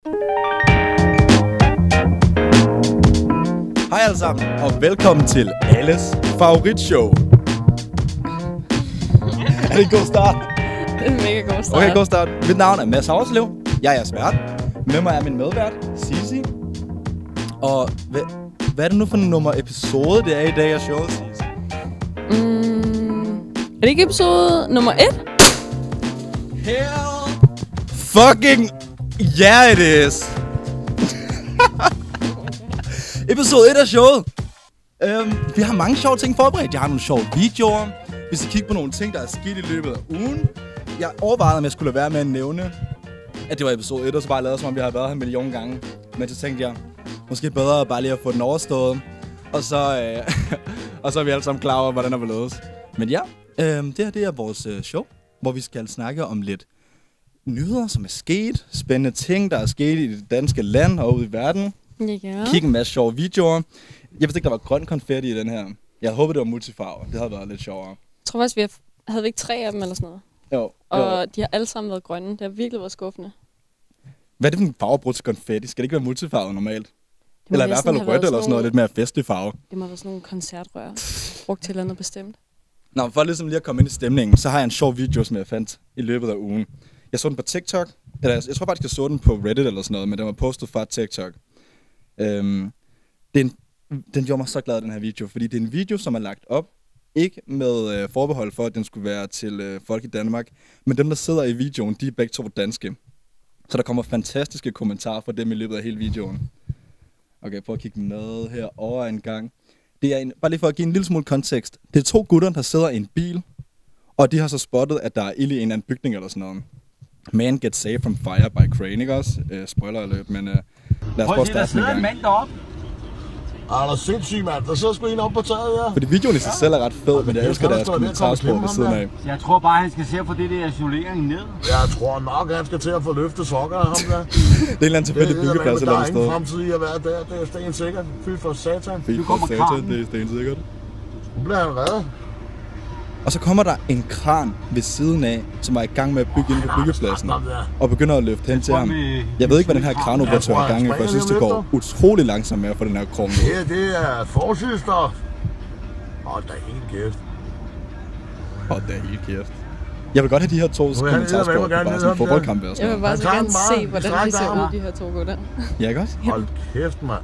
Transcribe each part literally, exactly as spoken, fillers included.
Hej alle sammen, og velkommen til alles favoritshow. Er det en god start? Det er en mega god start. Okay, god start. Mit navn er Mads Havslev. Jeg er jeres vært. Med mig er min medvært, Sisi. Og hvad, hvad er det nu for en nummer episode, det er i dag af showet, Sisi? Mm, er det ikke episode nummer et? Hell fucking yeah it is. Episode et af showet. Øhm, vi har mange sjove ting forberedt. Jeg har nogle sjove videoer. Vi skal kigge på nogle ting, der er sket i løbet af ugen. Jeg overvejede, om jeg skulle lade være med at nævne, at det var episode et, og så bare lavede, som om vi har været her en million gange. Men så tænkte jeg, måske bedre bare lige at få den overstået. Og så, øh, og så er vi alle sammen klar over, hvordan der vil ledes. Men ja, øh, det her det er vores øh, show, hvor vi skal snakke om lidt nyheder, som er sket. Spændende ting, der er sket i det danske land og ude i verden. Ja. Kigge en masse sjove videoer. Jeg vidste ikke, der var grøn konfetti i den her. Jeg håber, det var multifarver. Det havde været lidt sjovere. Jeg tror faktisk, vi har, havde vi ikke tre af dem eller sådan noget. Jo. Og jo. de har alle sammen været grønne. Det har virkelig været skuffende. Hvad er det for en farvebrud til konfetti? Skal det ikke være multifarvet normalt? Eller eller i hvert fald rødt eller sådan noget lidt mere festlig farve. Det må være sådan nogle koncertrør, brugt til noget bestemt. Nå, for ligesom lige at komme ind i stemningen, så har jeg en sjov video, som jeg fandt i løbet af ugen. Jeg så den på TikTok. Eller jeg, jeg tror faktisk, jeg så den på Reddit eller sådan noget, men den var postet fra TikTok. Øhm, den, den gjorde mig så glad, den her video, fordi det er en video, som er lagt op, ikke med øh, forbehold for, at den skulle være til øh, folk i Danmark, men dem, der sidder i videoen, de er begge to danske. Så der kommer fantastiske kommentarer fra dem i løbet af hele videoen. Okay, prøv at kigge med her over en gang. Det er en, bare lige for at give en lille smule kontekst. Det er to gutter, der sidder i en bil, og de har så spottet, at der er ild i en eller anden bygning eller sådan noget. Man gets saved from fire by crane, ikke også? Uh, spoiler alert, men uh, lad os prøve at starte den gang. Mand deroppe. Ah, der er sindssygt, mand. Der sidder sgu en oppe på taget, ja. Fordi videoen i sig selv er ret fed, men jeg elsker deres kommentarspor ved siden af. Jeg tror bare, han skal se at få det der isolering ned. Jeg tror nok, han skal til at få løftet sokkerne ham der. Det er en eller anden tilfældig byggeplads eller andet sted. Der er ingen fremtid i at være der. Det er sten sikkert. Fy for satan. Fy for satan, det er sten sikkert. Nu bliver han reddet. Og så kommer der en kran ved siden af, som er i gang med at bygge ind på byggepladsen, og begynder at løfte hen til ham. Jeg ved ikke, hvad den her kranoperatør er i gang i, for jeg synes, det går utrolig langsomt med at få den her krog med. Ja, det er forsyster. Hold da helt kæft. Hold da helt kæft. Jeg vil godt have de her to kommentarspor på bare sådan en fodboldkamp og sådan noget. Jeg vil bare så gerne se, hvordan de ser ud, de her to gutter. Ja, ikke også? Hold kæft, mand.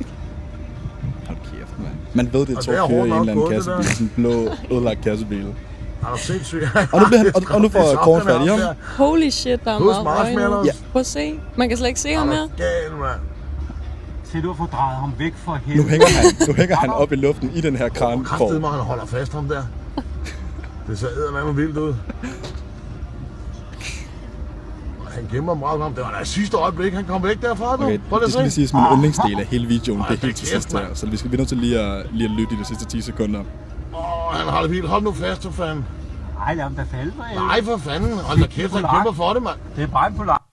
Hold kæft, mand. Man ved, det er to fyre i en eller anden kassebil, sådan en blå, ødelagt kassebil. Er du sindssygt? Og nu, bliver han, og, og nu får Kåren fat i ham. Holy shit, der er meget røg. Ja. Prøv at se. Man kan slet ikke se ham mere. Gal, mand. Se, du har fået drejet ham væk fra helvede. Nu hænger han, nu hænger han op i luften i den her kran. Kræftet mig, han holder fast ham der. Det ser eddermame vildt ud. Han gemmer meget om. Det var da sidste øjeblik, han kom væk derfra nu. Okay, det skal lige siges, min yndlingsdel af hele videoen, det er helt til sidst her. Så vi skal vi nødt til lige at, lige at lytte i de sidste ti sekunder. Åh, oh, han har det vildt. Hold nu fast, for fanden. Nej, lad ham da falde for helvede. Nej, for fanden. Hold da kæft, han kæmper for det, mand. Det er bare en polar.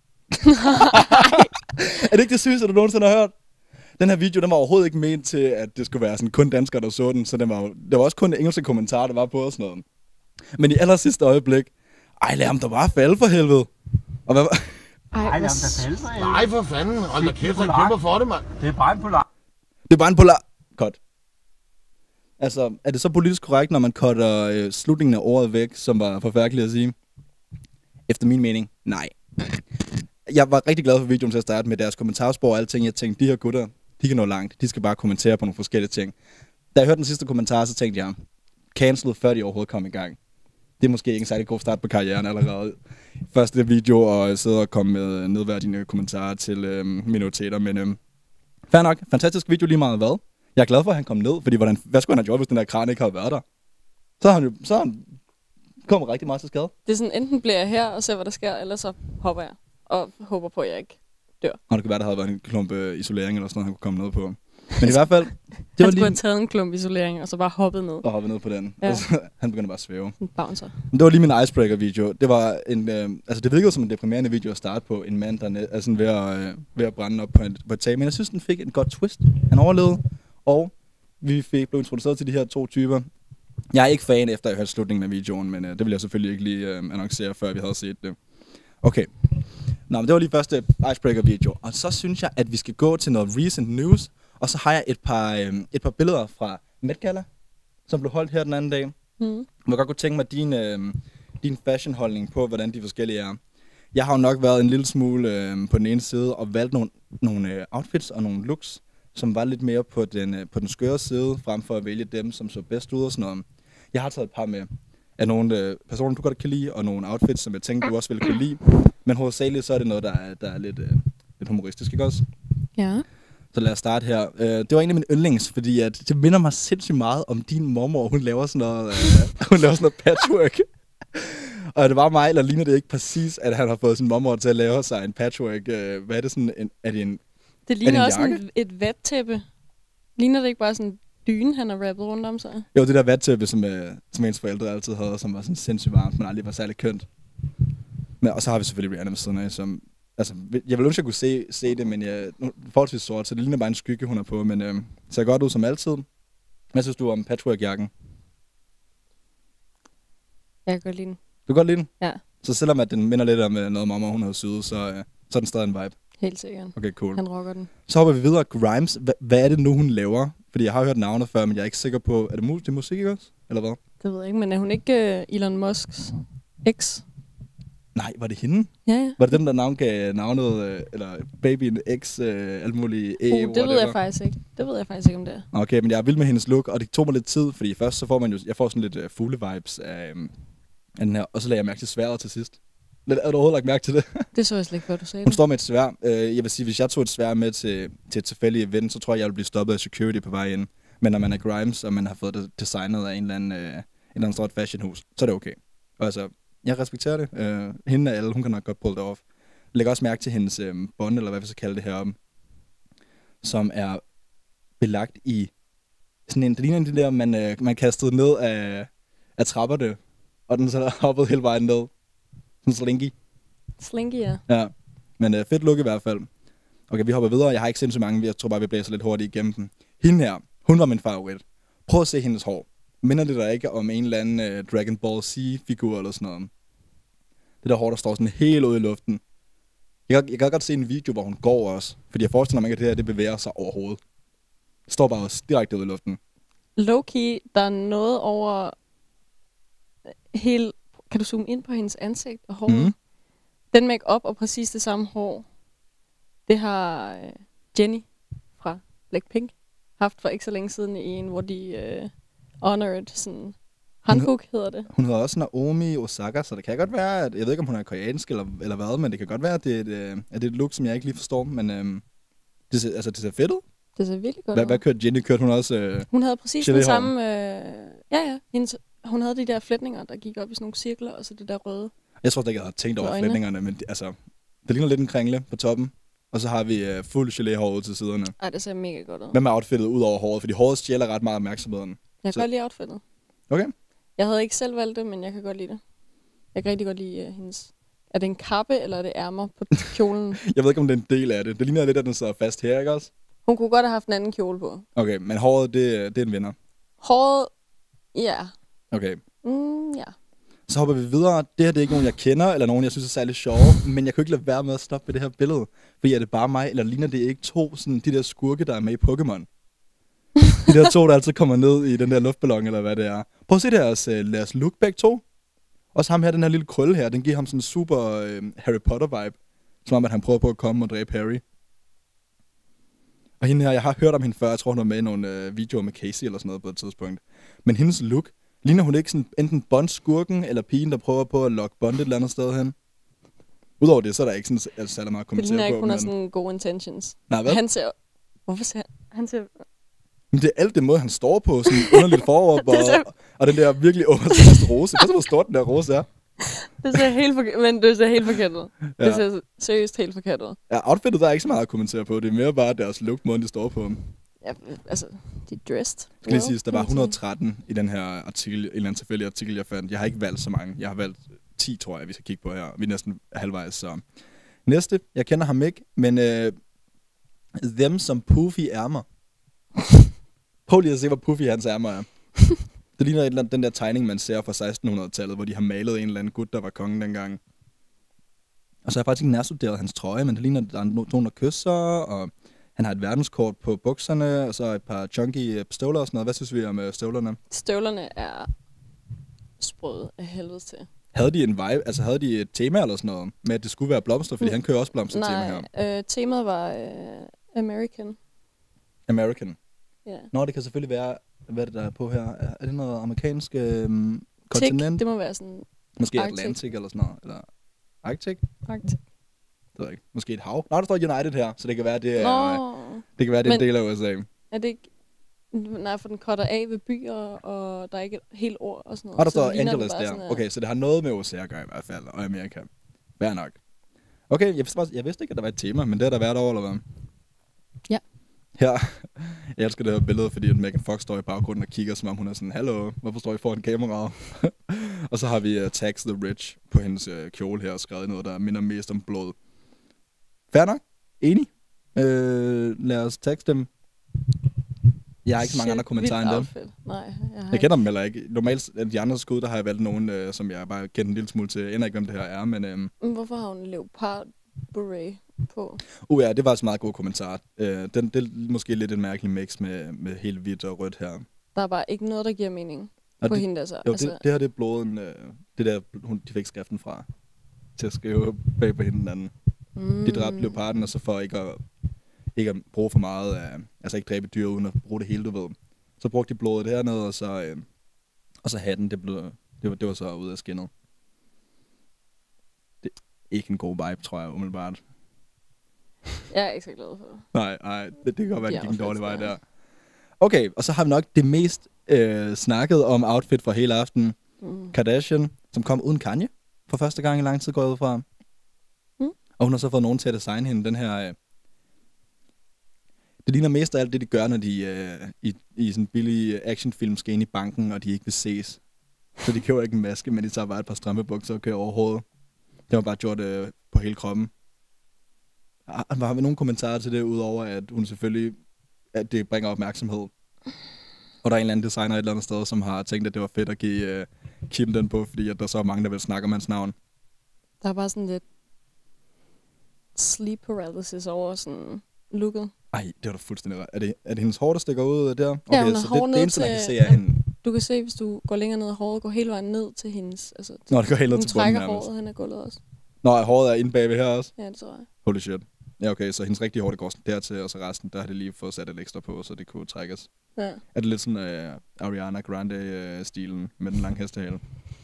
Er det ikke det sygeste, du nogensinde har hørt? Den her video, den var overhovedet ikke ment til, at det skulle være sådan kun danskere, der så den. Så den var, der var også kun engelske kommentarer, der var på og sådan noget. Men i aller sidste øjeblik, ej, lad ham da bare falde for helvede. Og hvad var... Ej, lad ham da falde for helvede. Nej, for fanden. Hold da kæft, han kæmper for det, mand. Det er bare en polar. Det er bare en polar... Godt. Altså, er det så politisk korrekt, når man cutter øh, slutningen af ordet væk, som var forfærdeligt at sige? Efter min mening, nej. Jeg var rigtig glad for videoen til at starte med deres kommentarspor og alting. Jeg tænkte, de her gutter, de kan nå langt. De skal bare kommentere på nogle forskellige ting. Da jeg hørte den sidste kommentar, så tænkte jeg, cancelled før de overhovedet kom i gang. Det er måske ikke en særlig god start på karrieren allerede. Første video og sidde og komme med nedværdigende kommentarer til øh, minoriteter, men øh, fair nok. Fantastisk video lige meget hvad. Jeg er glad for, at han kom ned, fordi hvordan, hvad skulle han have gjort, hvis den der kran ikke havde været der? Så har han jo så har han kommet rigtig meget til skade. Det er sådan, enten bliver jeg her og ser, hvad der sker, eller så hopper jeg. Og håber på, at jeg ikke dør. Og det kan være, der havde været en klump øh, isolering eller sådan noget, han kunne komme ned på. Men i hvert fald... Det var han skulle lige... have taget en klump isolering, og så bare hoppet ned. Og hoppet ned på den. Ja. Og så, han begyndte bare at svæve. En bouncer. Men det var lige min icebreaker-video. Det var en... Øh, altså, det virkede som en deprimerende video at starte på. En mand, der er sådan ved at, øh, ved at brænde op på et, på et tag. Men jeg synes, den fik en godt twist. Han overlevede. Og vi fik blev introduceret til de her to typer. Jeg er ikke fan efter, at jeg hørte slutningen af videoen, men øh, det vil jeg selvfølgelig ikke lige øh, annoncere, før vi havde set det. Okay. Nå, men det var lige første icebreaker-video. Og så synes jeg, at vi skal gå til noget recent news. Og så har jeg et par, øh, et par billeder fra Met Gala, som blev holdt her den anden dag. Mm. Jeg godt kunne tænke mig din, øh, din fashionholdning på, hvordan de forskellige er. Jeg har jo nok været en lille smule øh, på den ene side og valgt nogle, nogle øh, outfits og nogle looks, som var lidt mere på den, øh, på den skøre side, frem for at vælge dem, som så bedst ud og sådan noget. Jeg har taget et par med af nogle øh, personer, du godt kan lide, og nogle outfits, som jeg tænkte, du også ville kunne lide. Men hovedsageligt så er det noget, der er, der er lidt, øh, lidt humoristisk, ikke også? Ja. Så lad os starte her. Uh, det var en af mine yndlings, fordi at det minder mig sindssygt meget om din mormor. Hun laver sådan noget, uh, hun laver sådan noget patchwork. Og det var mig, eller ligner det ikke præcis, at han har fået sin mormor til at lave sig en patchwork? Uh, hvad er det sådan? En, er det en Det ligner det en også jakke? en, et vattæppe. Ligner det ikke bare sådan en dyne, han har rappet rundt om sig? Jo, det der vattæppe, som, uh, som ens forældre altid havde, som var sådan sindssygt varmt, men aldrig var særlig kønt. Men, og så har vi selvfølgelig Rihanna ved siden af, som... Altså, jeg ville ønske, at jeg kunne se, se det, men jeg er forholdsvis sort, så det ligner bare en skygge, hun er på. Men øh, ser godt ud som altid. Hvad synes du om patchwork-jakken? Jeg kan godt lide den. Du kan godt lide den? Ja. Så selvom at den minder lidt om noget mamma, hun har syet, så, øh, så er den stadig en vibe. Helt sikkert. Okay, cool. Han rocker den. Så hopper vi videre. Grimes, Hva, hvad er det nu, hun laver? Fordi jeg har hørt navnet før, men jeg er ikke sikker på... Er det, mu- det er musik, ikke også? Eller hvad? Det ved jeg ikke, men er hun ikke uh, Elon Musks eks? Nej, var det hende? Ja, ja. Var det dem, der navngav navnet, øh, eller babyen X, øh, alt muligt E, Uh, det whatever? ved jeg faktisk ikke. Det ved jeg faktisk ikke, om det er. Okay, men jeg er vild med hendes look, og det tog mig lidt tid, fordi først så får man jo, jeg får sådan lidt uh, fugle-vibes af, um, af den her, og så lagde jeg mærke til sværet til sidst. Lidt, er du overhovedet lagt mærke til det? Det så jeg slet ikke, hvad du sagde. Hun står med et sværd. Uh, jeg vil sige, hvis jeg tog et sværd med til, til et tilfældigt event, så tror jeg, jeg ville blive stoppet af security på vej ind. Men når man er Grimes, og man har fået det designet af en eller anden, uh, en eller anden stort fashionhus, så er det okay. Og altså, jeg respekterer det. Uh, hende og alle, hun kan nok godt pulle det off. Læg også mærke til hendes uh, bånd, eller hvad vi så kalder det herom, som er belagt i sådan en, det ligner en det der, man, øh, man kastede ned af, af trapperne, og den så hoppede hele vejen ned. Sådan slinky. Slinky, ja. Ja, men øh, fedt look i hvert fald. Okay, vi hopper videre. Jeg har ikke sindssygt mange, jeg tror bare, vi blæser lidt hurtigt igennem dem. Hende her, hun var min favorit. Prøv at se hendes hår. Minder det der ikke om en eller anden øh, Dragon Ball Z-figur eller sådan noget? Det der hår, der står sådan helt ude i luften. Jeg kan, jeg kan godt se en video, hvor hun går også, fordi jeg forestiller mig ikke, at det her det bevæger sig overhovedet. Det står bare også direkte ude i luften. Low-key, der er noget over helt... Kan du zoome ind på hendes ansigt og hår? Mm. Den make-up og præcis det samme hår, det har øh, Jennie fra Blackpink haft for ikke så længe siden i en, hvor de øh, honored sådan... Hanbok hedder det. Hun hedder også Naomi Osaka, så det kan godt være, at jeg ved ikke, om hun er koreansk eller, eller hvad, men det kan godt være, at det er et, øh, at det er et look, som jeg ikke lige forstår, men øh, det, ser, altså, det ser fedt ud. Det ser virkelig godt Hvad, ud. hvad kørte Jennie? Kørte hun også... Øh, Hun havde præcis den gelé-hår? samme... Øh, ja, ja. Hendes, hun havde de der flætninger, der gik op i sådan nogle cirkler, og så det der røde. jeg tror ikke, jeg havde tænkt over På øjnene. flætningerne, men det, altså, det ligner lidt en kringle på toppen, og så har vi øh, fuld gelé-hår ud til siderne. Ej, det ser mega godt ud. Hvad med outfittet ud over håret? Fordi håret stjæler ret meget opmærksomheden. Jeg så- kan godt lide outfittet. Okay. Jeg havde ikke selv valgt det, men jeg kan godt lide det. Jeg kan rigtig godt lide uh, hendes... Er det en kappe, eller er det ærmer på kjolen? Jeg ved ikke, om det er en del af det. Det ligner lidt, at den sidder fast her, ikke også? Hun kunne godt have haft en anden kjole på. Okay, men håret, det, det er en vinder. Håret... Ja. Okay. Mm, ja. Så hopper vi videre. Det her det er ikke nogen, jeg kender, eller nogen, jeg synes er særlig sjove. Men jeg kunne ikke lade være med at stoppe ved det her billede. Fordi er det bare mig, eller ligner det ikke to sådan, de der skurke, der er med i Pokémon? De der to, der altid kommer ned i den der luftballon, eller hvad det er. Prøv at se deres, uh, deres look begge to. Også ham her, den her lille krølle her, den giver ham sådan en super uh, Harry Potter-vibe. Som om, at han prøver på at komme og dræbe Harry. Og hende her, jeg har hørt om hende før. Jeg tror, hun var med i nogle uh, videoer med Casey eller sådan noget på et tidspunkt. Men hendes look, ligner hun ikke sådan enten Bond-skurken, eller pigen, der prøver på at lokke Bond et eller andet sted hen? Udover det, så er der ikke sådan altså, særlig meget at Det kommentere ligner ikke, på. hun har Men... sådan gode intentions. Nej, hvad? Han ser... Hvorfor ser han? ser... Men det er alt den måde, han står på, sådan underligt forover, og, Det ser- og den der virkelig oversigt rose. Prøv at se, hvor stor den der rose er. Det ser helt forkert, men det ser helt forkert ud. Ja. Det ser seriøst helt forkert ud. Ja, outfittet der er ikke så meget at kommentere på. Det er mere bare deres look, måden de står på. Ja, altså, de er dressed. Skal lige sige, der var et hundrede og tretten i den her artikel, en eller anden tilfældig artikel, jeg fandt. Jeg har ikke valgt så mange. Jeg har valgt ti, tror jeg, vi skal kigge på her. Vi er næsten halvvejs, så... Næste, jeg kender ham ikke, men øh, dem som puffy ærmer. Prøv lige at se, hvor puffy hans ærmer er. Det ligner et eller andet, den der tegning, man ser fra sekstenhundredetallet, hvor de har malet en eller anden gut, der var kongen dengang. Og så har jeg faktisk ikke nærstuderet hans trøje, men det ligner, at der er nogen, der kysser, og han har et verdenskort på bukserne, og så et par chunky støvler og sådan noget. Hvad synes vi om øh, støvlerne? Støvlerne er sprøde af helvede til. Havde de en vibe, altså havde de et tema eller sådan noget, med at det skulle være blomster, fordi mm. han kører også blomster-tema her? Nej, øh, temaet var øh, American. American? Ja. Yeah. Nå, det kan selvfølgelig være, hvad er det der er på her? Er det noget amerikansk øh, kontinent? Det må være sådan Måske Arctic. Atlantic eller sådan noget, eller Arctic? Arctic. Det ved jeg ikke. Måske et hav? Nå, der står United her, så det kan være, det er, Nå. det kan være, det er en del af U S A. Er det ikke... Nej, for den cutter af ved byer, og der er ikke et helt ord og sådan noget. Og der så står ligner Angeles det bare der. sådan, Okay, så det har noget med U S A at gøre i hvert fald, og Amerika. Fair nok. Okay, jeg vidste, bare, jeg vidste ikke, at der var et tema, men det er der hvert år, eller hvad? Ja. Her. Jeg elsker det her billede, fordi Megan Fox står i baggrunden og kigger, som om hun er sådan, hallo, hvorfor står I foran kameraet? Og så har vi uh, Tax the Rich på hendes uh, kjole her, og skrevet noget, der minder mest om blod. Fair nok. Enig. Øh, lad os tekste dem. Jeg har ikke så mange Shit, andre kommentarer end dem. Outfit. Nej, jeg, har Jeg kender dem heller ikke. Normalt, de andre skud, der har jeg valgt nogen, øh, som jeg bare kendt en lille smule til. Jeg ender ikke, hvem det her er, men... Øh... Hvorfor har hun en leopard beret på? Uh ja, det var også en meget god kommentar. Øh, den, det er måske lidt en mærkelig mix med, med helt hvidt og rødt her. Der er bare ikke noget, der giver mening og på det, hende, altså. Jo, altså. det, det her det er bloden, øh, det der, hun, de fik skriften fra, til at skrive bag på hende den anden. Mm. De dræbte leoparden, og så for ikke at, ikke at bruge for meget af, altså ikke dræbe dyr uden at bruge det hele, du ved. Så brugte de blodet dernede, og så, øh, og så hatten, det, blev, det, var, det var så ude af skinnet. Det er ikke en god vibe, tror jeg, umiddelbart. Jeg er ikke så glad for det. Nej, nej, det, det kan godt være, De det gik en dårlig vej outfits, der. Okay, og så har vi nok det mest øh, snakket om outfit fra hele aftenen. Mm. Kardashian, som kom uden Kanye for første gang i lang tid, går jeg ud fra. Mm. Og hun har så fået nogen til at designe hende den her... Øh, det ligner mest af alt det, de gør, når de øh, i, i sådan en billig actionfilm skal ind i banken, og de ikke vil ses. Så de køber ikke en maske, men de tager bare et par strømpebukser og kører over hovedet. Det var bare gjort øh, på hele kroppen. Har vi nogle kommentarer til det, udover at hun selvfølgelig, at det bringer opmærksomhed? Og der er en eller anden designer et eller andet sted, som har tænkt, at det var fedt at give uh, Kim den på, fordi at der så er mange, der vil snakke om hans navn. Der er bare sådan lidt sleep paralysis over sådan looket. Ej, det var da fuldstændig ret. Er det, er det hendes hår, der stikker ud der? Okay, ja, hun har så hår det, ned det eneste, til, man kan se er hende. Du kan se, hvis du går længere ned, håret går hele vejen ned til hendes... Altså, Nå, det går helt ned til bunden nærmest. Hun trækker håret hen ad gulvet også. Nå, er håret er inde bagved her også? Ja, det tror jeg. Holy shit. Ja, okay, så hendes rigtige hår, det går sådan dertil, og så resten, der har det lige fået sat et ekstra på, så det kunne trækkes. Ja. Er det lidt sådan uh, Ariana Grande-stilen uh, med den lange hestehale?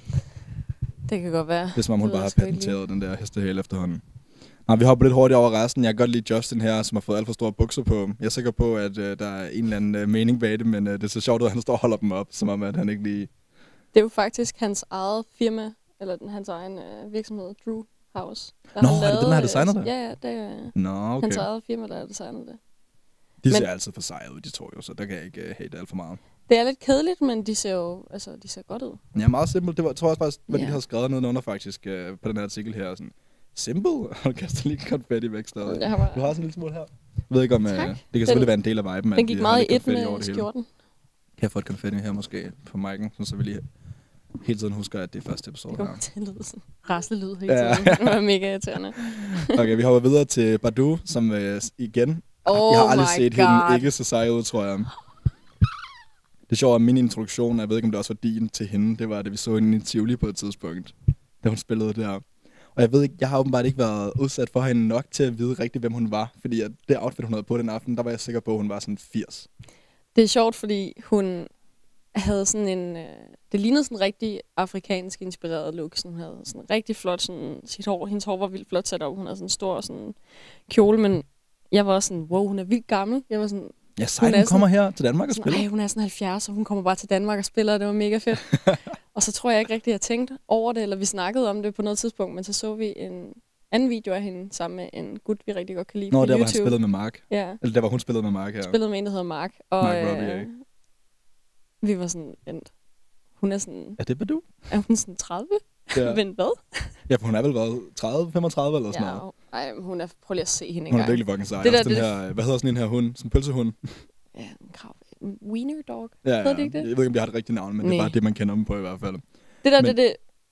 Det kan godt være. Det er som om, hun bare har patenteret den der hestehale efterhånden. Nej, vi hopper lidt hurtigt over resten. Jeg kan godt lide Justin her, som har fået alt for store bukser på. Jeg er sikker på, at uh, der er en eller anden uh, mening bag det, men uh, det er så sjovt, at han står og holder dem op, som om, at han ikke lige... Det er jo faktisk hans eget firma, eller den, hans egen uh, virksomhed, Drew House. Der Nå, er det den, der har designet det? Ja, ja, det er Nå, okay. hans eget firma, der har designet det. De ser men, altid for seje ud, de to jo, så der kan jeg ikke uh, hate alt for meget. Det er lidt kedeligt, men de ser jo altså, de ser godt ud. Ja, meget simpelt. Det var, tror jeg også bare, hvad ja. de har skrevet noget under faktisk uh, på den her artikel her. Sådan, simple? Og du kaster lige konfetti væk stadig. Bare... Du har sådan en lille smule her. Jeg ved ikke om, uh, det kan den, selvfølgelig være en del af viben. Den gik de meget i et med skjorten. Kan jeg få et konfetti her måske på mic'en, så vi lige hele tiden husker, at det er første episode her. Det kommer til at lyde sådan rasselyd hele tiden. Ja. Det var mega irriterende. Okay, vi hopper videre til Badu, som uh, igen... Oh jeg har aldrig set God. hende ikke så sej ud, tror jeg. Det er sjovt, at min introduktion, jeg ved ikke, om det også var din til hende, det var, da vi så hende i Tivoli på et tidspunkt, da hun spillede der. Og jeg ved ikke, jeg har åbenbart ikke været udsat for hende nok til at vide rigtigt, hvem hun var. Fordi at det outfit, hun havde på den aften, der var jeg sikker på, at hun var sådan firs. Det er sjovt, fordi hun havde sådan en... Øh, det lignede sådan en rigtig afrikansk inspireret look. Sådan, hun havde sådan rigtig flot, sådan, sit hår, hendes hår var vildt flot sat op. Hun havde sådan en stor sådan, kjole, men jeg var sådan, wow, hun er vildt gammel. Jeg var sådan... Ja, sej, hun, hun kommer sådan, her til Danmark og spiller. Nej, hun er sådan halvfjerds, og hun kommer bare til Danmark og spiller, og det var mega fedt. Og så tror jeg ikke rigtig, at jeg tænkte over det, eller vi snakkede om det på noget tidspunkt, men så så vi en anden video af hende sammen med en gut, vi rigtig godt kan lide. Nå, på der YouTube. var han spillede med Mark. Ja. Eller der var hun spillede med Mark her. Spillede med en, der hedder Mark. Og Mark Robbie, øh, vi var sådan, vent. Hun er sådan... Er det Badu? Er hun sådan tredive? Ja. Vent, hvad? Ja, for hun er vel været tredive, femogtredive eller sådan ja, noget. Ej, hun er... Prøv lige at se hende en Hun gang. er virkelig fucking sej. Det der, den det her, hvad hedder sådan en her hund? Sådan en pølsehund? Ja, en krav. En wiener dog. Ja, ja. Det ikke det? Jeg ved ikke, om de har et rigtigt navn, men Nej. Det er bare det, man kender dem på i hvert fald. Det der, men, det er det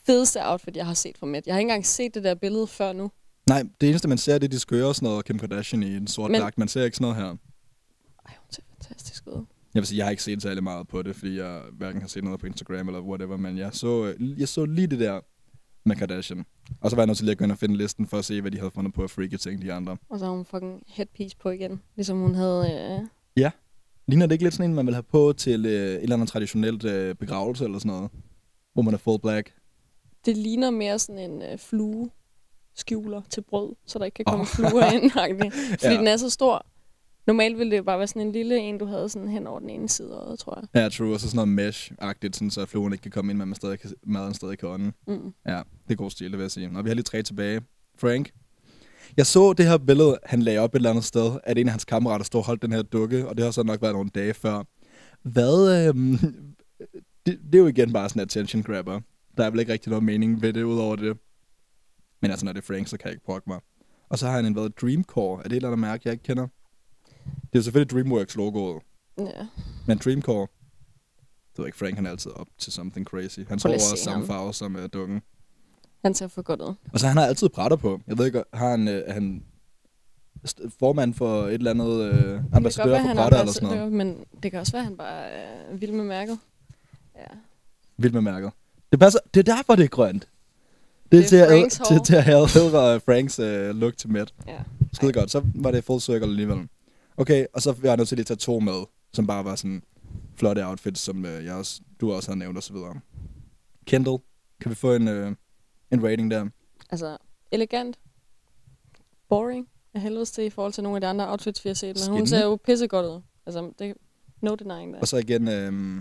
fedeste outfit, jeg har set fra Met. Jeg har ikke engang set det der billede før nu. Nej, det eneste, man ser, det er de skøre sådan noget Kim Kardashian i en sort Men- dragt. Man ser ikke sådan noget her. Ej, hun ser fantastisk ud. Jeg vil sige, jeg har ikke set særlig meget på det, fordi jeg hverken har set noget på Instagram eller whatever, men jeg så, jeg så lige det der med Kardashian. Og så var jeg nødt til lige at gå ind og finde listen for at se, hvad de havde fundet på at freaky ting, de andre. Og så har hun fucking headpiece på igen. Ligesom hun havde... Øh... Ligner det ikke lidt sådan en, man vil have på til øh, et eller andet traditionelt øh, begravelse eller sådan noget? Hvor man er full black. Det ligner mere sådan en øh, flue skjuler til brød, så der ikke kan komme Oh. oh. fluer ind. Fordi Ja. den er så stor. Normalt ville det jo bare være sådan en lille en, du havde sådan hen over den ene side af øjet, tror jeg. Ja, true. Og så sådan noget mesh-agtigt, sådan, så fluerne ikke kan komme ind, men man stadig kan, maden stadig kan ånde. Mm. Ja, det er god stil, det vil jeg sige. Og vi har lige tre tilbage. Frank. Jeg så det her billede, han lagde op et eller andet sted, at en af hans kammerater stod og holdt den her dukke, og det har så nok været nogle dage før. Hvad, øhm, det, det er jo igen bare sådan en attention grabber. Der er vel ikke rigtig noget mening ved det, udover det. Men altså, når det er Frank, så kan jeg ikke brokke mig. Og så har han en været Dreamcore. Er det et eller andet mærke, jeg ikke kender? Det er jo selvfølgelig Dreamworks logoet. Ja. Men Dreamcore, det ved ikke, Frank han er altid op til something crazy. Han Prøv tror lige at også se samme ham. farve som uh, dukken. Han ser for godt ud. Og så han har altid brætter på. Jeg ved ikke, har han, øh, er han st- formand for et eller andet øh, ambassadør for brætter eller sådan noget? Men det kan også være, at han bare er øh, vild med mærket. Ja. Vildt med mærket. Det passer. Det er derfor, det er grønt. Det er, Det til, er at, Franks til, hår. til at have hedre Franks øh, look til Met. Ja. Skide godt. Så var det full circle alligevel. Okay, og så var jeg nødt til lige at tage to med, som bare var sådan flotte outfits, som øh, jeg også, du også havde nævnt og så videre. Kendall, kan vi få en, øh, en rating der? Altså, elegant. Boring. Af helvedes til i forhold til nogle af de andre outfits, vi har set. Men hun Skinnende. ser jo pissegodt ud. Altså, det no denying that. Og så igen øh,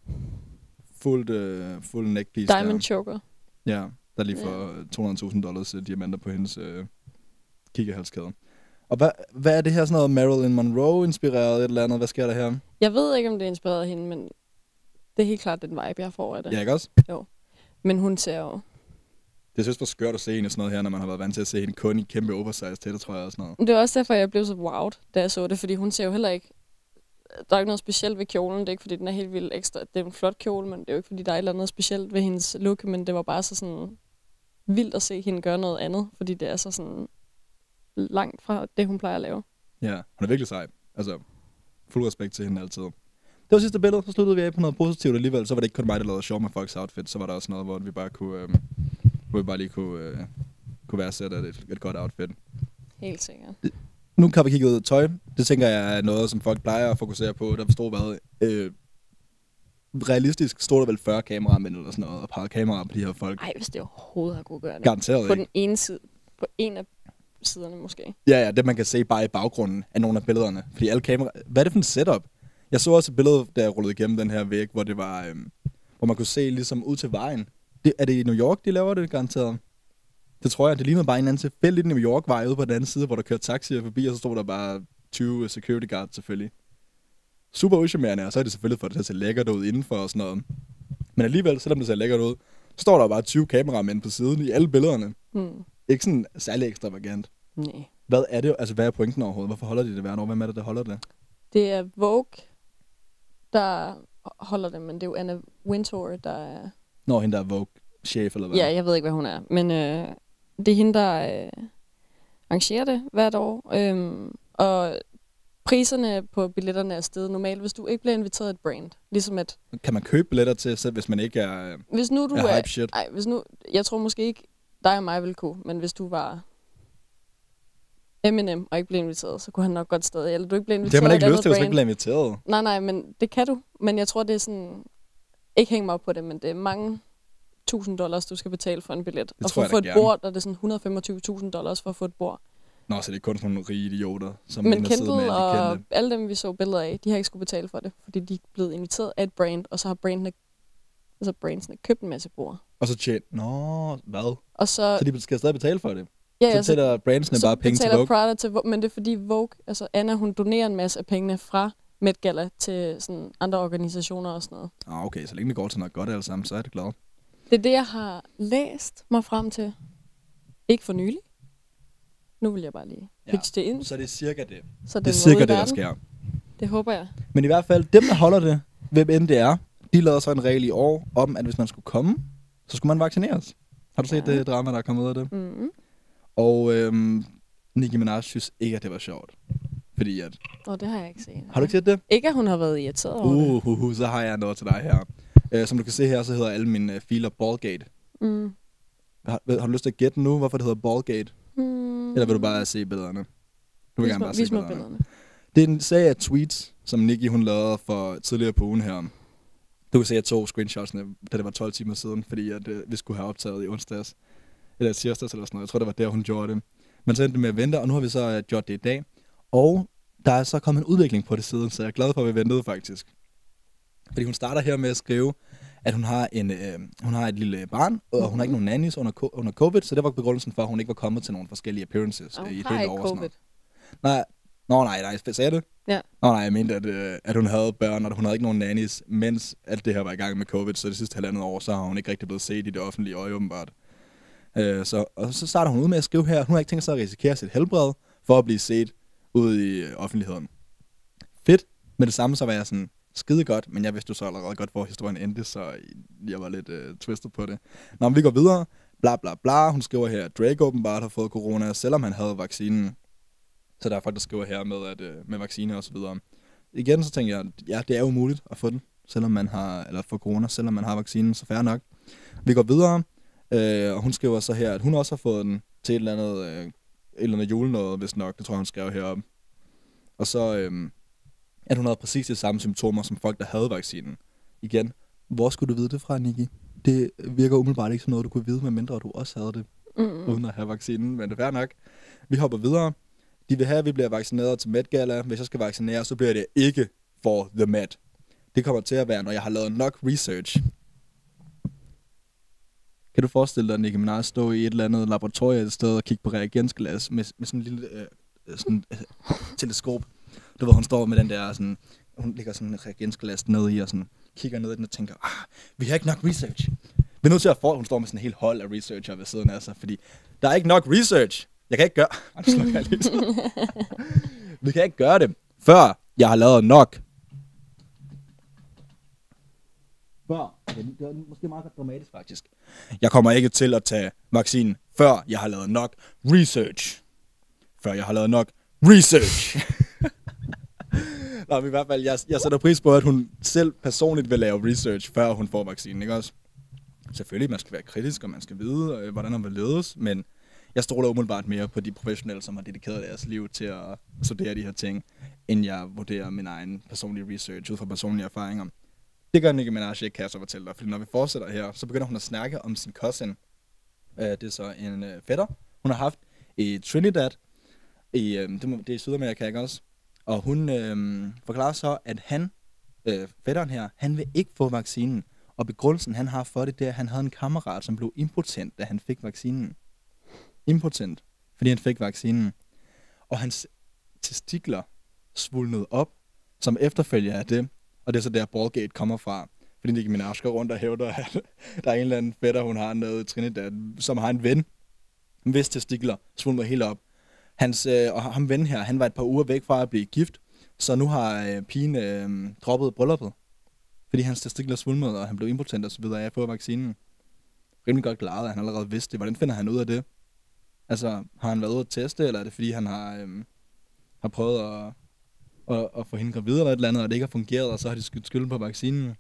fuld, øh, fuld neckpiece Diamond der. choker. Ja, der lige Ja. får to hundrede tusind dollars øh, diamanter på hendes øh, kikkerhalskæde. Og hvad, hvad er det her sådan noget Marilyn Monroe-inspireret et eller andet? Hvad sker der her? Jeg ved ikke, om det er inspireret af hende, men det er helt klart den vibe, jeg får af det. Ja, ikke også? Men hun ser jo... Det synes jeg var skørt at se hende i sådan noget her, når man har været vant til at se hende kun i kæmpe oversize til det, tror jeg, og sådan noget. Det er også derfor, jeg blev så wowed, da jeg så det, fordi hun ser jo heller ikke... Der er ikke noget specielt ved kjolen, det er ikke, fordi den er helt vildt ekstra. Det er en flot kjole, men det er jo ikke, fordi der er et eller andet specielt ved hendes look, men det var bare så sådan vildt at se hende gøre noget andet, fordi det er så sådan langt fra det, hun plejer at lave. Ja, hun er virkelig sej. Altså, fuld respekt til hende altid. Det var sidste billede, så sluttede vi af på noget positivt alligevel. Så var det ikke kun mig, der lavede sjov med folks outfit. Så var der også noget, hvor vi bare kunne, øh, hvor vi bare lige kunne, øh, kunne værdsætte et, et godt outfit. Helt sikkert. Nu kan vi kigge ud af tøj. Det tænker jeg er noget, som folk plejer at fokusere på. Der forstår hvad. Øh, realistisk stod der vel fyrre kameramænd eller sådan noget, og par kameraer på de her folk. Ej, hvis det overhovedet har kunne gøre det. Garanteret På ikke. den ene side. På en af siderne måske. Ja, ja, det man kan se bare i baggrunden af nogle af billederne. Fordi alle kameraer... Hvad er det for en setup? Jeg så også et billede, da jeg rullede igennem den her væg, hvor det var... Øhm, hvor man kunne se ligesom ud til vejen. Det, er det i New York, de laver det, garanteret? Det tror jeg. Det ligner bare en anden tilfældig New York-vej ude på den anden side, hvor der kørte taxier forbi, og så stod der bare tyve security guards selvfølgelig. Super uschammerende, og så er det selvfølgelig for det til at se lækkert ud indenfor og sådan noget. Men alligevel, selvom det ser lækkert ud, så står der bare tyve kameramænd på siden i alle billederne. Hmm. Ikke sådan særlig ekstravagant. Nej. Hvad er det? Altså, hvad er pointen overhovedet? Hvorfor holder de det hvert år? Hvem er det, der holder det? Det er Vogue, der holder det, men det er jo Anna Wintour, der er... Når hende der er Vogue-chef, eller hvad? Ja, jeg ved ikke, hvad hun er, men øh, det er hende, der øh, arrangerer det hvert år. Øhm, og priserne på billetterne er steget normalt, hvis du ikke bliver inviteret af et brand. Ligesom at... Kan man købe billetter til, selv hvis man ikke er, øh, Hvis nu du er er... hype shit? Ej, hvis nu... Jeg tror måske ikke, dig og mig ville kunne, men hvis du var Eminem og ikke blev inviteret, så kunne han nok godt stadig. Eller du ikke blev Det inviteret har man af ikke et lyst til, hvis man andet ikke bliver inviteret. Nej, nej, men det kan du. Men jeg tror, det er sådan... Ikke hænge mig op på det, men det er mange tusind dollars, du skal betale for en billet. Det og tror for jeg at få da et gerne. bord, der er det sådan et hundrede og femogtyve tusind dollars for at få et bord. Nå, så det er kun sådan nogle rige idioter, som Men inde og sidder med Kendall alle de og kendte. alle dem, vi så billeder af, de har ikke skulle betale for det, fordi de er blevet inviteret af et brand, og så har brandene, altså brandsene købt en masse bord. Og så tjent. Nå, hvad? Og så, Så de skal stadig betale for det? ja, Så ja, så, tæller brandsene så bare penge til betaler Vogue? Prada til Vogue, men det er fordi Vogue, altså Anna, hun donerer en masse af pengene fra Met Gala til sådan andre organisationer og sådan noget. Ah, okay, så længe det går til noget godt alle sammen, så er det glad. Det er det, jeg har læst mig frem til. Ikke for nylig. Nu vil jeg bare lige Ja, pitche det ind. Så det er cirka det. Så Det den er var cirka ude i det, der verden. sker. Det håber jeg. Men i hvert fald, dem der holder det, hvem end det er, de lavede så en regel i år om, at hvis man skulle komme, så skulle man vaccineres. Har du set Ja. det drama, der er kommet ud af det? Mm-hmm. Og øhm, Nicki Minaj synes ikke, at det var sjovt. Fordi at... Og det har jeg ikke set. Har du ikke set det? Ikke, at hun har været irriteret over det. Uh, uh, uh, så har jeg noget til dig her. Uh, som du kan se her, så hedder alle mine uh, filer Ballgate. Mm. Har, har du lyst til at gætte nu, hvorfor det hedder Ballgate? Mm. Eller vil du bare se billederne? Du vil Vis gerne mig- bare se vis mig billederne. billederne. Det er en serie af tweets, som Nicki hun lavede for tidligere på ugen her. Du kan se, at jeg tog screenshotsene, da det var tolv timer siden, fordi at, uh, vi skulle have optaget i onsdags. Eller tirsdags eller sådan noget. Jeg tror, det var der, hun gjorde det. Men så endte det med at vente, og nu har vi så uh, gjort det i dag. Og der er så kommet en udvikling på det siden, så jeg er glad for, at vi ventede faktisk. Fordi hun starter her med at skrive, at hun har, en, øh, hun har et lille barn, og hun har ikke nogen nannies under, co- under covid, så det var begrundelsen for, at hun ikke var kommet til nogle forskellige appearances Og øh, hun i et har helt ikke år. og sådan covid. noget. Nej, nå nej, nej, sagde jeg det? Ja. Nå nej, jeg mente, at, øh, at hun havde børn, og hun havde ikke nogen nannies, mens alt det her var i gang med covid, så det sidste halvandet år, så har hun ikke rigtig blevet set i det offentlige øje, åbenbart. Øh, så, og så starter hun ud med at skrive her, at hun har ikke tænkt sig at risikere sit helbred for at blive set ude i øh, offentligheden. Fedt. Med det samme så var jeg sådan, skide godt, men jeg vidste jo så allerede godt, hvor historien endte, så jeg var lidt øh, twistet på det. Nå, men vi går videre. Bla bla bla. Hun skriver her, at Drake åbenbart har fået corona, selvom han havde vaccinen. Så der er folk, der skriver her med, at, øh, med vacciner og så videre. Igen så tænker jeg, ja, det er jo muligt at få den, selvom man har, eller få corona, selvom man har vaccinen, så fair nok. Vi går videre, øh, og hun skriver så her, at hun også har fået den til et eller andet, øh, et eller andet julenåde, hvis nok. Det tror jeg, hun skrev heroppe. Og så... Øh, at hun havde præcis de samme symptomer som folk, der havde vaccinen. Igen, hvor skulle du vide det fra, Nicki? Det virker umiddelbart ikke som noget, du kunne vide, medmindre du også havde det, Mm. uden at have vaccinen, men det er fair nok. Vi hopper videre. De vil have, at vi bliver vaccineret til Met Gala. Hvis jeg skal vaccinere, så bliver det ikke for The Met. Det kommer til at være, når jeg har lavet nok research. Kan du forestille dig, at Nicki Minaj stå i et eller andet laboratorie et sted og kigge på reagensglas med, med sådan en lille øh, sådan, øh, teleskop? Du ved, hun står med den der sådan, hun lægger sådan en reagensglas ned i og sådan kigger ned i den og tænker, ah, vi har ikke nok research. Vi er nødt til at få, hun står med sådan en hel hold af researcher ved siden af sig, fordi der er ikke nok research. Jeg kan ikke gøre, ah, nu slukker jeg lidt. Vi kan ikke gøre det, før jeg har lavet nok. Før, det er måske meget dramatisk faktisk. Jeg kommer ikke til at tage vaccinen, før jeg har lavet nok research. Før jeg har lavet nok research. Nå, men i hvert fald, jeg, jeg sætter pris på, at hun selv personligt vil lave research, før hun får vaccinen, ikke også? Selvfølgelig, man skal være kritisk, og man skal vide, øh, hvordan hun vil ledes, men jeg stoler umiddelbart mere på de professionelle, som har dedikeret deres liv til at studere de her ting, end jeg vurderer min egen personlige research ud fra personlige erfaringer. Det gør Nicki Minaj ikke, kan jeg så fortælle dig, fordi når vi fortsætter her, så begynder hun at snakke om sin cousin. Øh, det er så en øh, fætter, hun har haft i Trinidad, i, øh, det, må, det er i Sydamerika, ikke også? Og hun øh, forklarer så, at han, øh, fætteren her, han vil ikke få vaccinen. Og begrundelsen, han har for det, det er, at han havde en kammerat, som blev impotent, da han fik vaccinen. Impotent, fordi han fik vaccinen. Og hans testikler svulnede op, som efterfølger af det. Og det er så der, Ballgate kommer fra. Fordi Nicki Minaj går rundt og hævder, at der er en eller anden fætter, hun har nede i Trinidad, som har en ven, hvis testikler svulmede helt op. Hans, øh, og ham ven her, han var et par uger væk fra at blive gift, så nu har øh, pigen øh, droppet brylluppet, fordi hans testikler svulmede, og han blev impotent og så videre af at få vaccinen. Rimelig godt klaret, at han allerede vidste det. Hvordan finder han ud af det? Altså, har han været ude at teste, eller er det fordi, han har, øh, har prøvet at, at, at få hende gravid eller et eller andet, og det ikke har fungeret, og så har de skudt skylden på vaccinen?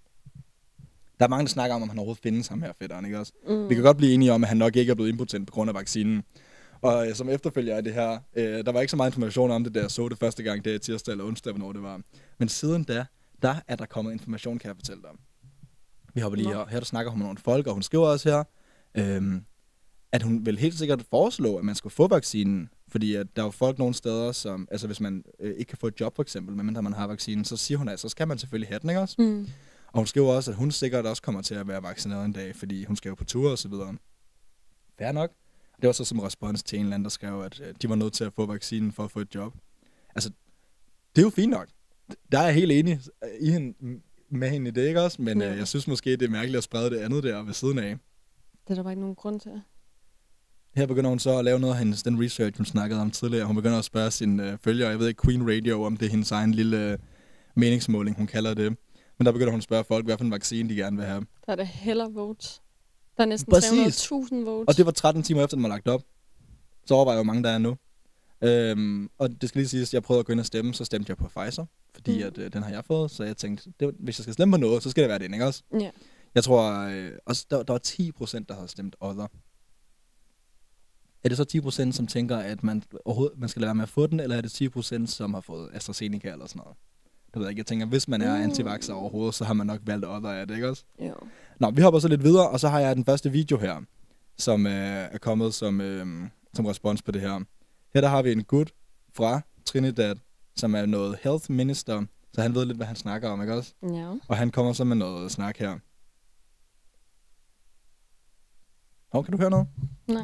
Der er mange, der snakker om, om han overhovedet findes ham her, fætteren, ikke også? Mm. Vi kan godt blive enige om, at han nok ikke er blevet impotent på grund af vaccinen. Og øh, som efterfølger af det her, øh, der var ikke så meget information om det, da jeg så det første gang, det er tirsdag eller onsdag, hvornår det var. Men siden da, der er der kommet information, kan jeg fortælle dig om. Vi har lige her, her der snakker hun med nogle folk, og hun skriver også her, øh, at hun vil helt sikkert foreslå, at man skal få vaccinen, fordi at der er jo folk nogle steder, som, altså hvis man øh, ikke kan få et job for eksempel, medmindre man har vaccinen, så siger hun, at så skal man selvfølgelig have den, ikke også? Mm. Og hun skriver også, at hun sikkert også kommer til at være vaccineret en dag, fordi hun skal jo på tur og så videre. Fair nok. Det var så som respons til en eller anden, der skrev, at øh, de var nødt til at få vaccinen for at få et job. Altså, det er jo fint nok. Der er jeg helt enig i hende, med hende i det, ikke også? Men ja. øh, jeg synes måske, det er mærkeligt at sprede det andet der ved siden af. Det er der bare ikke nogen grund til. Her begynder hun så at lave noget af hendes, den research, hun snakkede om tidligere. Hun begynder at spørge sine øh, følgere, jeg ved ikke, Queen Radio, om det er hendes egen lille øh, meningsmåling, hun kalder det. Men der begynder hun at spørge folk, hvad for en vaccine de gerne vil have. Der er det heller votes. Der er næsten Præcis. tre hundrede tusind votes. Og det var tretten timer efter, den var lagt op. Så overvejer jeg, hvor mange der er nu. Øhm, og det skal lige siges, at jeg prøvede at gå ind og stemme, så stemte jeg på Pfizer. Fordi Mm. at, øh, den har jeg fået, så jeg tænkte, det, hvis jeg skal stemme på noget, så skal det være den, ikke også? Ja. Jeg tror, øh, også, der, der var ti procent, der havde stemt other. Er det så ti procent, som tænker, at man overhovedet man skal lade være med at få den, eller er det ti procent, som har fået AstraZeneca eller sådan noget? Det ved jeg ikke. Jeg tænker, hvis man er Mm. antivaxxer overhovedet, så har man nok valgt other af det, ikke også? Jo. Nå, vi hopper så lidt videre, og så har jeg den første video her, som øh, er kommet som, øh, som respons på det her. Her der har vi en gut fra Trinidad, som er noget health minister, så han ved lidt, hvad han snakker om, ikke også? Ja. Og han kommer så med noget snak her. Hov, kan du høre noget? Nej.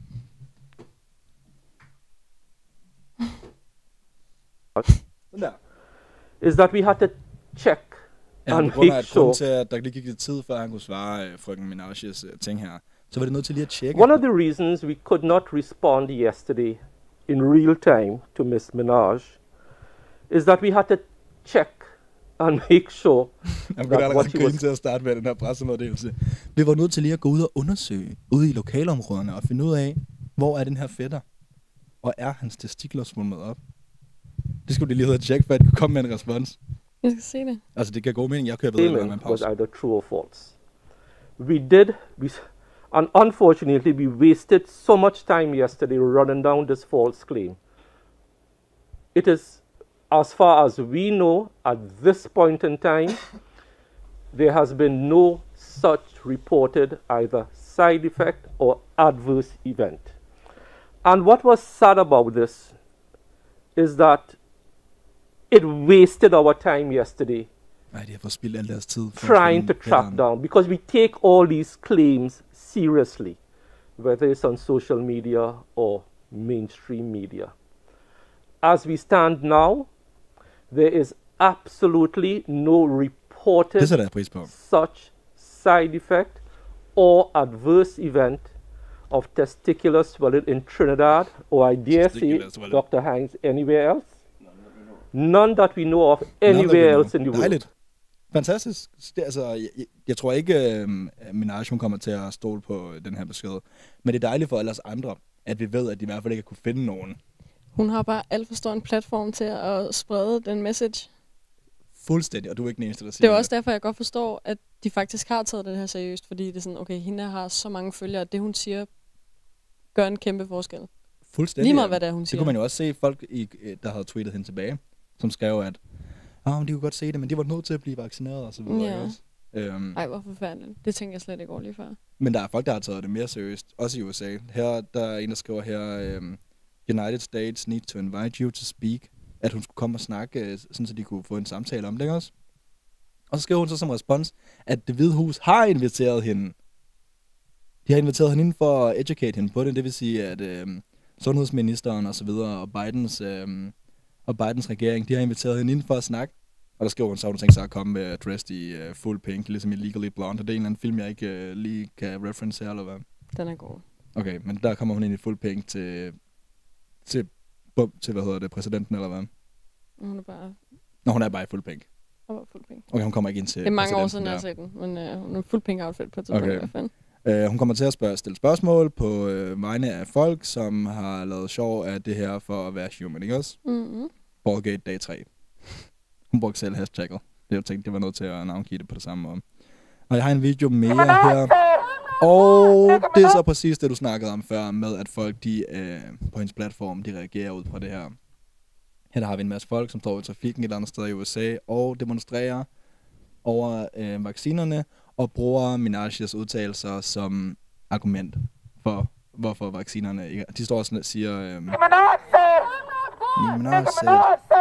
Den der. Is that we had to check Ja, and på grund af, make at grunden sure. til, at der lige gik lidt tid, før han kunne svare øh, frøken Minajes øh, ting her, så var det nødt til lige at tjekke. One of the reasons we could not respond yesterday in real time to Miss Minaj is that we had to check and make sure Jeg that begynder what allerede he grine was til at starte med den her pressemeddelelse. Vi var nødt til lige at gå ud og undersøge ude i lokalområderne og finde ud af, hvor er den her fætter, og er hans testikler svulmet op. Det skulle de lige ud og tjekke, for at kunne komme med en respons. Jeg skal se det. Altså, det kan gå mening. Jeg kører videre med en statement was pause. either true or false. We did, we, and unfortunately, we wasted so much time yesterday running down this false claim. It is, as far as we know, at this point in time, there has been no such reported either side effect or adverse event. And what was sad about this is that it wasted our time yesterday Nej, de har fået spildt al deres tid. for at trying finde to track fætteren. down, because we take all these claims seriously, whether it's on social media or mainstream media. As we stand now, there is absolutely no reported Det sætter jeg pris på. such side effect or adverse event of testicular swelling in Trinidad, or I dare say, Testicular swelling. Doctor Hines, anywhere else. None that we know of None that we anywhere know. else in the world. Dejligt. Fantastisk. Det, altså, jeg, jeg, jeg tror ikke, øh, Minaj hun kommer til at stole på den her besked. Men det er dejligt for alle os andre, at vi ved, at de i hvert fald ikke kunne finde nogen. Hun har bare alt for stor en platform til at sprede den message. Fuldstændig, og du er ikke den eneste, der siger Det er også derfor, jeg godt forstår, at de faktisk har taget det her seriøst. Fordi det er sådan, okay, hende har så mange følgere, at det hun siger, gør en kæmpe forskel. Fuldstændig. Lige meget, ja. hvad det er, hun Det siger. kunne man jo også se folk, i, der havde tweetet hende tilbage, som skrev, at oh, de kunne godt se det, men de var nødt til at blive vaccineret og så videre. Ja. Ikke også? Øhm, Ej, hvor forfærdeligt. Det tænker jeg slet ikke over lige før. men der er folk, der har taget det mere seriøst, også i U S A. Her der er en, der skriver her, um, United States need to invite you to speak, at hun skulle komme og snakke, øh, sådan så de kunne få en samtale om det, ikke også? Og så skriver hun så som respons, at Det Hvide Hus har inviteret hende. De har inviteret hende ind for at educate hende på det, det vil sige, at øh, sundhedsministeren og så videre, og Bidens, øh, og Bidens regering, de har inviteret hende ind for at snakke. Og der skriver hun så, at hun tænker sig at komme med dressed i uh, full pink, ligesom i Legally Blonde. Og det er en eller anden film, jeg ikke uh, lige kan reference her, eller hvad? Den er god. Okay, men der kommer hun ind i full pink til, til, bum, til hvad hedder det, præsidenten, eller hvad? Hun er bare... Nå, hun er bare i full pink. Og var fuld pink. Okay, hun kommer ikke ind til Det er mange år siden, præsidenten jeg har set den. Men øh, hun er fuld pink outfit på et tidspunkt Okay. i hvert fald. Uh, hun kommer til at spørge, stille spørgsmål på uh, vegne af folk, som har lavet sjov af det her for at være human, ikke også? Mm-hmm. Ballgate dag tre. Hun brugte selv hashtagget. Det jeg tænkte, det var nødt til at navngive det på det samme måde. Og jeg har en video mere her. Og det er så præcis det, du snakkede om før, med at folk de, øh, på hendes platform, de reagerer ud fra det her. Her der har vi en masse folk, som står i trafikken et eller andet sted i U S A, og demonstrerer over øh, vaccinerne, og bruger Minajes udtalelser som argument for, hvorfor vaccinerne ikke... De står også og siger... Øh, Nicki Minaj said...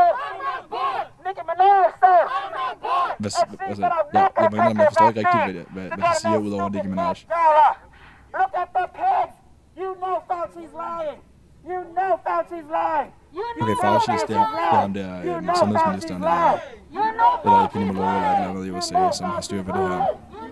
Hvad, altså, jeg, jeg må indrømme, jeg forstår ikke rigtigt, hvad, hvad, hvad de siger ud over Nicki Minaj. Look at the pigs! You know Fauci's lying! You know Fauci's lying! Okay, Fauci, det er, det er ham der øh, sundhedsministeren, eller, eller epidemiolog, eller et eller andet i U S A, som har styr på det her.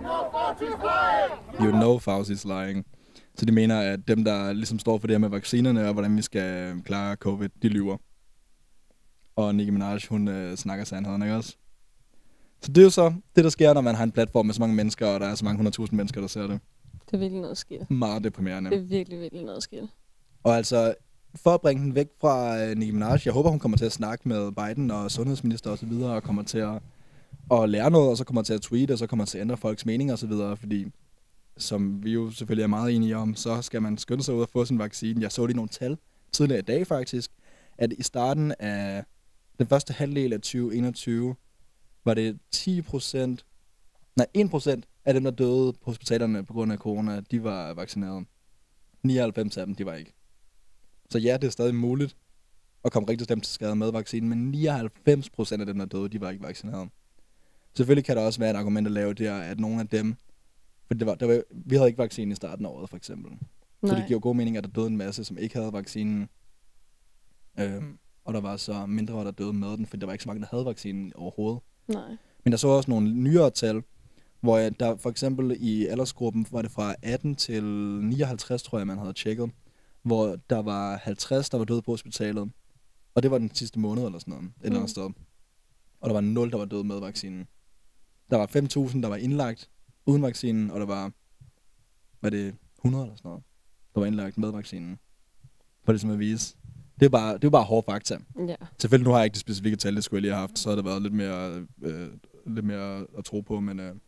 You know Fauci's lying. Så de mener, at dem, der ligesom står for det her med vaccinerne, og hvordan vi skal klare covid, de lyver. Og Nicki Minaj, hun øh, snakker sandheden, ikke også? Så det er jo så det, der sker, når man har en platform med så mange mennesker, og der er så mange hundrede tusind mennesker, der ser det. Det er virkelig noget skidt. Meget deprimerende. Det er virkelig, virkelig noget skidt. Og altså, for at bringe den væk fra uh, Nicki Minaj, jeg håber, hun kommer til at snakke med Biden og sundhedsminister og så videre, og kommer til at, at lære noget, og så kommer til at tweete, og så kommer til at ændre folks meninger og så videre, fordi som vi jo selvfølgelig er meget enige om, så skal man skynde sig ud og få sin vaccine. Jeg så lige nogle tal tidligere i dag faktisk, at i starten af den første halvdel af tyve enogtyve, var det ti procent, nej en procent af dem, der døde på hospitalerne på grund af corona, de var vaccineret. nioghalvfems af dem, de var ikke. Så ja, det er stadig muligt at komme rigtig slemt til skade med vaccinen, men nioghalvfems procent af dem, der døde, de var ikke vaccineret. Selvfølgelig kan der også være et argument at lave der, at nogle af dem, for det var, det var, vi havde ikke vaccinen i starten af året, for eksempel. Nej. Så det giver god mening, at der døde en masse, som ikke havde vaccinen. Øhm, og der var så mindre, der døde med den, for der var ikke så mange, der havde vaccinen overhovedet. Nej. Men der så også nogle nyere tal, hvor jeg, der for eksempel i aldersgruppen var det fra atten til nioghalvtreds, tror jeg, man havde tjekket, hvor der var halvtreds, der var døde på hospitalet. Og det var den sidste måned eller sådan noget, et eller andet mm. sted. Og der var nul, der var døde med vaccinen. Der var fem tusind, der var indlagt uden vaccinen, og der var, var det hundrede eller sådan noget, der var indlagt med vaccinen. For det som at vise. Det er bare, det er bare hårde fakta. Ja. Selvfølgelig nu har jeg ikke de specifikke tal, det skulle jeg lige have haft, så har der været lidt mere, øh, lidt mere at tro på, men øh,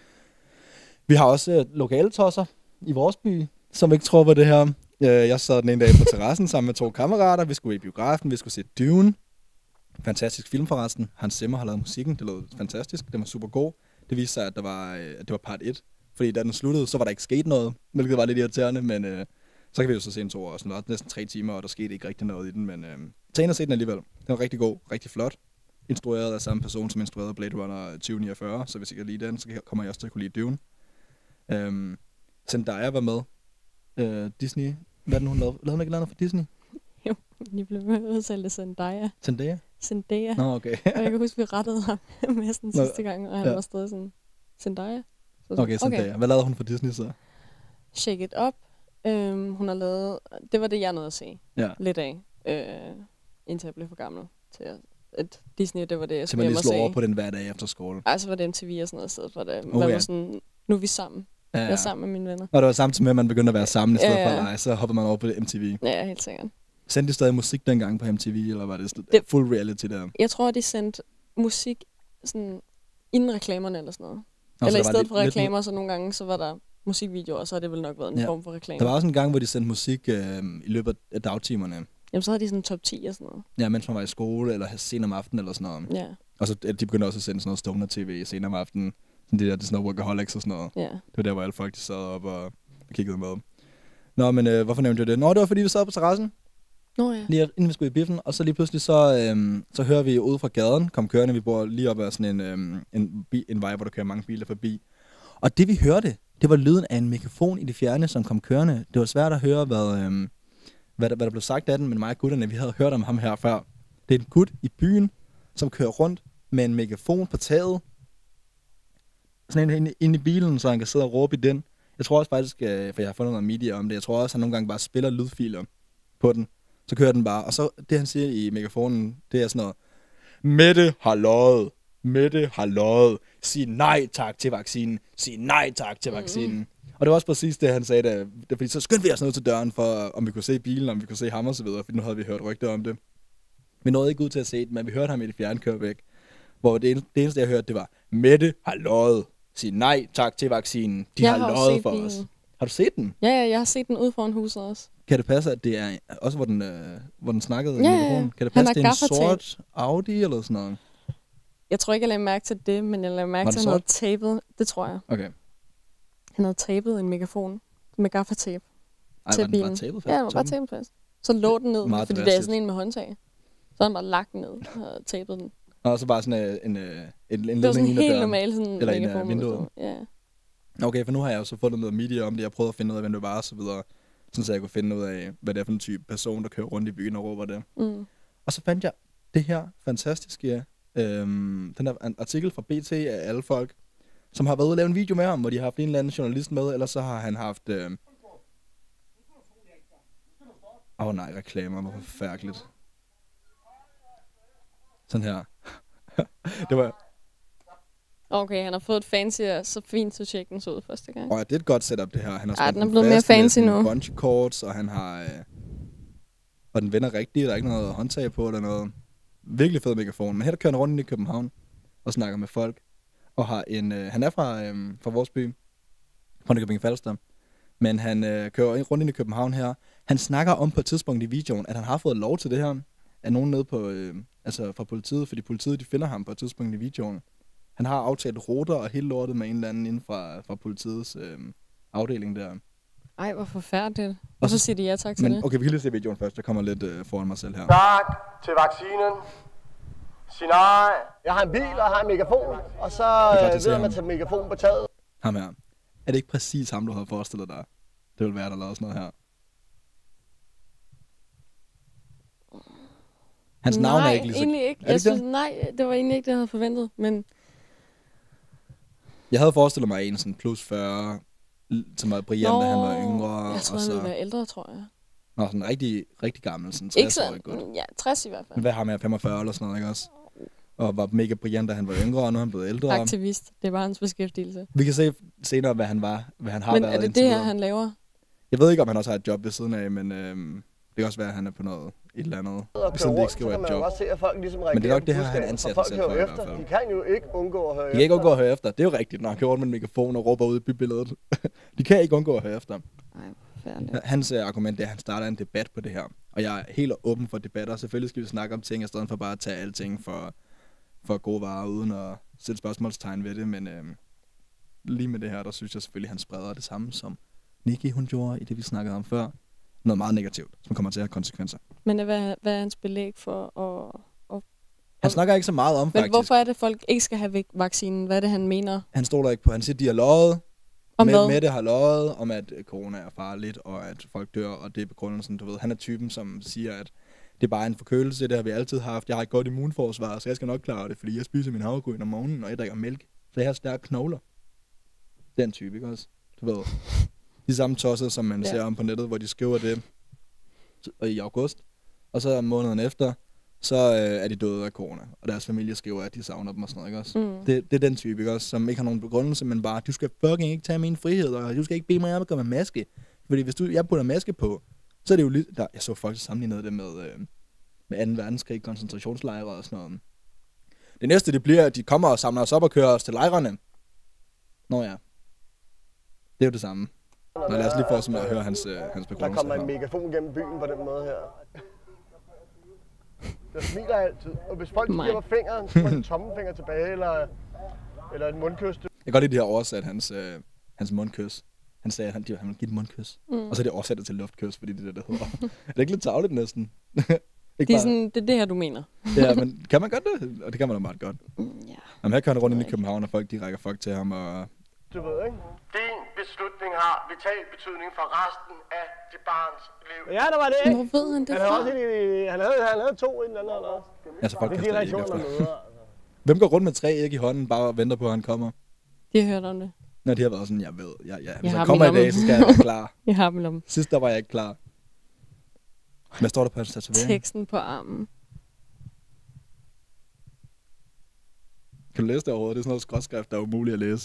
vi har også øh, lokale tosser i vores by, som ikke tror på det her. Øh, jeg sad den ene dag på terrassen sammen med to kammerater, vi skulle i biografen, vi skulle se Dune. Fantastisk film forresten. Hans Zimmer har lavet musikken, det lød fantastisk, det var super god. Det viste sig, at, der var, øh, at det var part et, fordi da den sluttede, så var der ikke sket noget, hvilket var lidt irriterende, men øh, så kan vi jo så se en to år, og sådan næsten tre timer, og der skete ikke rigtig noget i den, men øh, tag ind og se den alligevel. Den var rigtig god, rigtig flot. Instrueret af samme person, som instruerede Blade Runner tyve niogfyrre, så hvis I kan lide den, så kommer jeg også til at kunne lide Dune. Øh, Zendaya var med. Øh, Disney, hvad er den, hun lavede? Lavede hun ikke noget for Disney? Jo, de blev med at udtale det Zendaya. Zendaya? Zendaya. Nå, okay. Og jeg kan huske, vi rettede ham med den sidste gang, og han ja. var stadig sådan, Zendaya. Så okay, Zendaya. Okay. Hvad lavede hun for Disney så? Shake It Up. Øhm, hun har lavet, det var det, jeg nåede at se ja. lidt af, øh, indtil jeg blev for gammel til at, at Disney, det var det, jeg skulle hjem og se. Så man lige slår over på den hver dag efter skole? Altså var det M T V og sådan noget sted, for det oh, var ja. sådan, nu er vi sammen. Ja, ja. Jeg er sammen med mine venner. Og det var samtidig med, at man begyndte at være sammen i stedet ja, ja. for at lege, så hopper man over på M T V. Ja, helt sikkert. Sendte de stadig musik dengang på M T V, eller var det, det full reality der? Jeg tror, de sendte musik sådan inden reklamerne eller sådan noget. Nå, eller i stedet for reklamer, lidt... så nogle gange, så var der musikvideoer, og så har det vel nok været en ja. form for reklame. Der var også en gang, hvor de sendte musik øh, i løbet af dagtimerne. Jamen, så havde de sådan top ti og sådan noget. Ja, mens man var i skole, eller senere om aftenen, eller sådan noget. Ja. Og så de begyndte også at sende sådan noget stoner-tv senere om aftenen. Sådan det der, det er sådan noget workaholics og sådan noget. Ja. Det var der, hvor alle folk de sad op og, og kiggede med. Nå, men øh, hvorfor nævnte jeg det? Nå, det var fordi, vi sad på terrassen. Nå ja. Lige inden vi skulle i biffen, og så lige pludselig så, øhm, så hører vi ude fra gaden, kom kørende, vi bor lige op ad sådan en, øhm, en, en vej, hvor der kører mange biler forbi. Og det vi hørte, det var lyden af en mikrofon i det fjerne, som kom kørende. Det var svært at høre, hvad, øhm, hvad, der, hvad der blev sagt af den, men mig og gutterne, vi havde hørt om ham her før. Det er en gut i byen, som kører rundt med en mikrofon på taget. Sådan en inde, inde i bilen, så han kan sidde og råbe i den. Jeg tror også faktisk, øh, for jeg har fundet noget media om det, jeg tror også, at han nogle gange bare spiller lydfiler på den. Så kører den bare, og så det han siger i mikrofonen, det er sådan noget: Mette har løjet, Mette har løjet, sig nej tak til vaccinen, sig nej tak til vaccinen. Mm. Og det var også præcis det, han sagde, da, det, fordi så skyndte vi os ned til døren, for om vi kunne se bilen, om vi kunne se ham og så videre, for nu havde vi hørt rygter om det. Vi nåede ikke ud til at se det, men vi hørte ham i det fjerne køre væk, hvor det eneste, det eneste, jeg hørte, det var: Mette har løjet, sig nej tak til vaccinen, de jeg har, har løjet for bilen. os. Har du set den? Ja, ja, jeg har set den ude foran huset også. Kan det passe, at det er også, hvor den, øh, hvor den snakkede? Ja, ja, ja. Kan det passe, at det er en sort Audi eller sådan noget? Jeg tror ikke, jeg lagde mærke til det, men jeg lagde mærke til, at han havde tapet. Det tror jeg. Okay. Han havde tapet en mikrofon med gaffatape Ej, til var bilen. Den bare tapet fast? Ja, den var bare tapet fast. Så lå den ned, Meget fordi drastisk. det er sådan en med håndtag. Så har han bare lagt den ned og tapet den. Og så bare sådan en, en, en, en det var sådan en helt normal sådan eller megafon. En, uh, vinduet. Ja. Okay, for nu har jeg jo så fundet noget media om det. Jeg prøvede at finde ud af, hvem det var og så videre. Sådan så jeg kunne finde ud af, hvad det er for en type person, der kører rundt i byen og råber det. Mm. Og så fandt jeg det her fantastiske, øhm, den der artikel fra B T af alle folk, som har været ude og lave en video med ham, hvor de har haft en eller anden journalist med, eller så har han haft... Åh øh... oh, nej, reklamer, hvor forfærdeligt. Sådan her. Det var... Okay, han har fået et fancy og så fint, så tjekke den så ud første gang. Og ja, det er et godt setup, det her. Han har Ej, spændt den er blevet mere fast med fancy sådan nu. Bungee cords, og han har... Øh, og den vender rigtigt, der er ikke noget håndtag på, eller noget. Virkelig fed megafon. Men her der kører han rundt i København og snakker med folk. Og har en... Øh, han er fra, øh, fra vores by, fra Nykøbing Falster. Men han øh, kører rundt i København her. Han snakker om på et tidspunkt i videoen, at han har fået lov til det her. Af nogen nede på... Øh, altså fra politiet, fordi politiet de finder ham på et tidspunkt i videoen. Han har aftalt ruter og hele lortet med en eller anden inden fra, fra politiets øh, afdeling der. Ej, hvor forfærdeligt. Og så siger de ja tak til Men det. okay, vi kan lige se videoen først. Jeg kommer lidt øh, foran mig selv her. Tak til vaccinen. Sig nej. Jeg har en bil og har en megafon, og så øh, ved man at tage megafon på taget. Ham her. Er det ikke præcis ham, du havde forestillet dig? Det vil være, der lavede sådan noget her. Hans nej, navn er ikke lige så... egentlig ikke. Er det Jeg synes, det? nej, det var egentlig ikke det, jeg havde forventet. Men Jeg havde forestillet mig en sådan plus fyrre, som var Brian, da han var yngre. Jeg tror, og han så... ville være ældre, tror jeg. Nå, sådan rigtig, rigtig gammel, sådan Ikke tres år godt. sådan, ja, tres i hvert fald. Men hvad har med femogfyrre eller sådan noget, ikke også? Og var mega brillant, da han var yngre, og nu er han blevet ældre. Aktivist, det var hans beskæftigelse. Vi kan se senere, hvad han var, hvad han har Men været er det indtil det her, videre. han laver? Jeg ved ikke, om han også har et job ved siden af, men øhm, det kan også være, at han er på noget, et eller andet, siden det ikke skriver et job. Se, at folk ligesom Men det er nok det her, han anser sig selv for i hvert fald. De kan jo ikke undgå at høre De kan ikke undgå at høre efter. Det er jo rigtigt, når han kører rundt med en megafon og råber ud i bybilledet. De kan ikke undgå at høre efter. Nej, forfærdeligt. Hans uh, argument er, at han starter en debat på det her. Og jeg er helt åben for debatter. Selvfølgelig skal vi snakke om ting, i stedet for bare at tage alting for, for gode varer, uden at sætte spørgsmålstegn ved det. Men øhm, lige med det her, der synes jeg selvfølgelig, at han spreder det samme, som Nicki hun gjorde i det, vi snakkede om før. Noget meget negativt, som kommer til at have konsekvenser. Men hvad, hvad er hans belæg for at... at Han snakker ikke så meget om, men faktisk. hvorfor er det, at folk ikke skal have vaccinen? Hvad er det, han mener? Han stoler ikke på. Han siger, de har løjet. Om med, hvad? Mette har løjet om, at corona er farligt, og at folk dør, og det er begrundelsen, du ved. Han er typen, som siger, at det er bare en forkølelse, det har vi altid haft. Jeg har et godt immunforsvar, så jeg skal nok klare det, fordi jeg spiser min havregryn om morgenen, og jeg drikker mælk. Så jeg har stærke knogler. Den type, ikke også? Du ved. De samme tosser, som man ja. ser om på nettet, hvor de skriver det i august, og så måneden efter, så øh, er de døde af corona, og deres familie skriver, at de savner dem og sådan noget, ikke også? Mm. Det, det er den type, ikke også, som ikke har nogen begrundelse, men bare, du skal fucking ikke tage min frihed, og du skal ikke bede mig om at gå med maske. Fordi hvis du, jeg putter maske på, så er det jo lidt, der, jeg så folk sammenlignede det med, øh, med anden verdenskrig, koncentrationslejre og sådan noget. Det næste, det bliver, at de kommer og samler os op og kører os til lejrene. Nå ja. Det er jo det samme. Nå, lad os lige fortsætte med at høre hans, øh, hans begrundelse. Der kommer en megafon gennem byen på den måde her. Jeg smiler altid, og hvis folk giver mig fingeren, så får de tommelfinger tilbage, eller, eller en mundkys. Jeg kan godt lide, at de har oversat hans, øh, hans mundkys. Han sagde, at han, han ville give et mundkys. Mm. Og så er det oversat til luftkys, fordi det er det, der hedder. Er det ikke lidt tarveligt næsten? det, er sådan, det er det her, du mener. Ja, men kan man godt det? Og det kan man da meget godt. Mm, ja. Jamen, her kører han rundt ind i København, og folk de rækker folk til ham. Og... Du ved, ikke? Din beslutning har vital betydning for resten af dit barns liv. Ja, der var det, ikke? Hvor ved han det han fra? Også en, han, havde, han havde to i den anden også. Altså, folk kaster æg efter. Møder, altså. Hvem går rundt med tre æg i hånden, bare og venter på, at han kommer? De har hørt om det. Når de har været sådan, jeg ved, ja, ja. Hvis jeg han kommer i dag, så skal jeg være klar. Jeg har dem om. Sidst der var jeg ikke klar. Hvad står der på hans tatovering? Teksten på armen. Kan du læse det overhovedet? Det er sådan noget skråtskrift, der er umuligt at læse.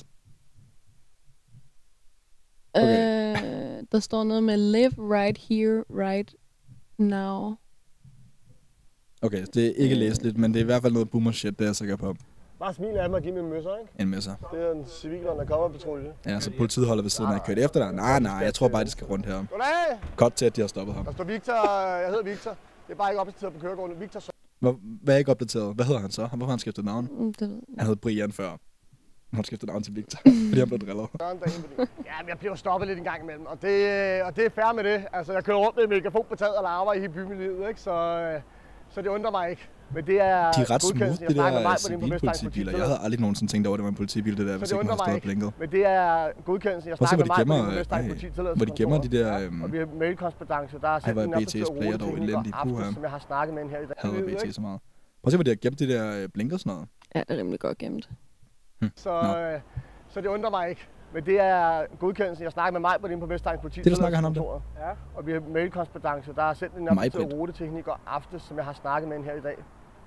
Okay. Øh, der står noget med live right here, right now. Okay, det er ikke læseligt, men det er i hvert fald noget boomer shit, det er jeg sikker på. Bare smil af mig og give mig en møsser, ikke? En møsser. Det er en civil undercover-patrulje. Ja, så politiet holder ved siden af. Kørt efter dig? Nej, nej, jeg tror bare, de skal rundt her. Goddag! Godt til, at de har stoppet ham. Der står Victor, jeg hedder Victor. Det er bare ikke opdateret på kørekortet. Victor så. Hvad er ikke opdateret? Hvad hedder han så? Hvorfor har han skiftet navn? Mm, det ved jeg. Han hed Brian før. Han skiftede navn til Victor, fordi han blev drillet. Ja, jeg bliver stoppet lidt en gang imellem, og det, og det er fair med det. Altså, jeg kører rundt med en megafon på taget og larver i hele bymiljøet, ikke? Så, så det undrer mig ikke. Men det er de er ret smooth, de der civilpolitibiler. Jeg havde aldrig nogensinde tænkt over, at det var en politibil, det der, hvis ikke man havde stået og blinket. Men det er godkendelsen. Jeg snakker med mig på den Vestegns polititilladelse. Hvor de gemmer de der... Ja, og vi har mailkorrespondance. Der er sendt en opdateret rute til Nico Aftes, som jeg har snakket med her i dag. Hader B T så meget. Prøv at se, hvor de har gemt de der blinker sådan noget. Ja, det er rimelig godt gemt. Hm. Så, øh, så det undrer mig ikke. Men det er godkendelsen. Jeg snakker med mig på den på Vestegns politi. Det der snakker han om det? Ja, og vi har mailkorrespondance. Der er sendt en opdateret rute til hende i går aftes, som jeg har snakket med hende her i dag.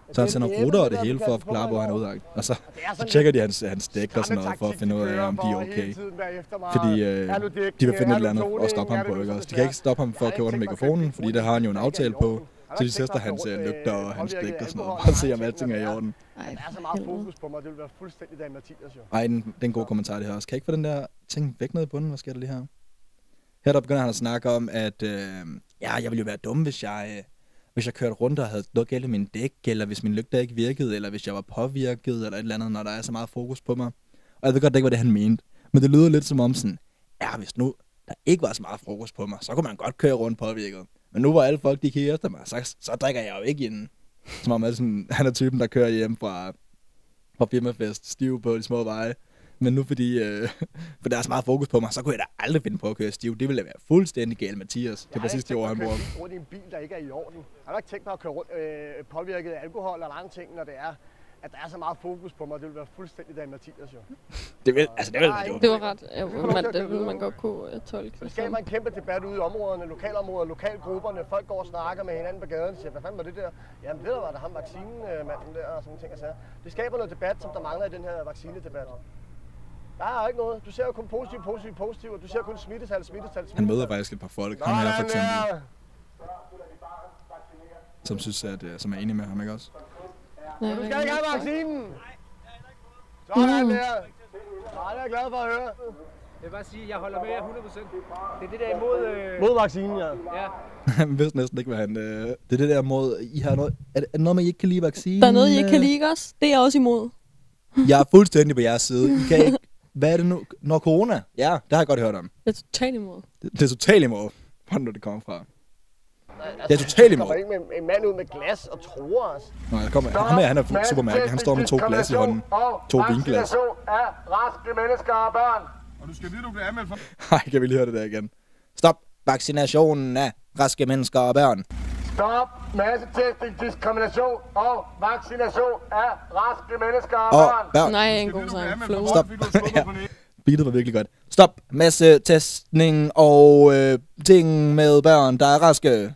Så han sender ruter og det hele for at forklare, hvor han er ude. Og så, så tjekker de hans, hans dæk og sådan noget, for at finde ud af, om de er okay. Fordi øh, de vil finde et eller andet og stoppe ham på, ikke også? De kan ikke stoppe ham for at køre rundt mikrofonen, fordi der har han jo en aftale på. Så de tester hans øh, lygter og hans dæk og sådan noget, og se om alting er i orden. Ej, der er så meget fokus på mig, det vil være fuldstændig Dan Mathias jo. Ej, den, den gode kommentar det her også. Kan jeg ikke få den der ting væk ned i bunden? Hvad sker der lige her? Her der begynder han at snakke om, at øh, ja, jeg ville jo være dum, hvis jeg, øh, hvis jeg kørte rundt og havde noget galt i min dæk, eller hvis min lygter ikke virkede, eller hvis jeg var påvirket, eller et eller andet, når der er så meget fokus på mig. Og jeg ved godt, det ikke var det, han mente. Men det lyder lidt som om sådan, ja, hvis nu der ikke var så meget fokus på mig, så kunne man godt køre rundt påvirket. Men nu hvor alle folk, de kigger efter mig, så, så drikker jeg jo ikke inden. Som om at sådan, han er typen, der kører hjem fra, fra firmafest, stiv på de små veje. Men nu fordi, øh, for der er så meget fokus på mig, så kunne jeg da aldrig finde på at køre stiv. Det ville da være fuldstændig galt, Mathias. Det er præcis det ord, han bruger. Jeg har ikke tænkt mig at køre rundt i en bil, der ikke er i orden. Jeg har ikke tænkt mig at køre rundt øh, påvirket af alkohol eller andre ting, når det er, at der er så meget fokus på mig. Det vil være fuldstændig Dan Mathias jo. Det vil, altså det vil være det var ret, ja, man, det vil man godt kunne uh, tolke. Det skaber en kæmpe debat ude i områderne, lokalområder, lokalgrupperne. Folk går og snakker med hinanden på gaden og siger, hvad fanden var det der? Jamen det der var der ham vaccinemanden der og sådan ting og sager. Det skaber noget debat, som der mangler i den her vaccinedebat. Der er ikke noget. Du ser jo kun positivt, positivt, positivt, og du ser kun smittetal, smittetal, smittetal. Han møder faktisk et par folk, ham her for eksempel, som synes, at, som er enige med ham, ikke også? Nej, du skal ikke have vaccinen! Sådan der! Så er jeg glad for at høre. Jeg vil bare sige, at jeg holder med hundrede procent. Det er det der imod... Øh... Mod vaccinen, ja. Ja. Han vidste næsten ikke, hvad han... Øh... Det er det der mod... I har noget... Er det noget med, I ikke kan lide vaccinen? Der er noget, I ikke kan lide os. Det er jeg også imod. Jeg er fuldstændig på jeres side. I kan ikke... Hvad er det nu? Når corona? Ja, det har jeg godt hørt om. Det er totalt imod. Det, det er totalt imod. Hvor er det kommer fra? Det er totalt imod. Der kommer ikke en mand ud med glas og tror os. Nej, der kommer... Ham her, han er supermærke. Han står med to glas i hånden. To vinglas. af raske mennesker og børn. Og du skal vide, du bliver anmeldt for... Nej, kan vi lige høre det der igen. Stop vaccinationen af raske mennesker og børn. Stop massetesting, diskrimination og vaccination af raske mennesker og, og børn. børn. Nej, en god sang. Flow. Stop. Ja. Beatet var virkelig godt. Stop massetestning og øh, ting med børn, der er raske.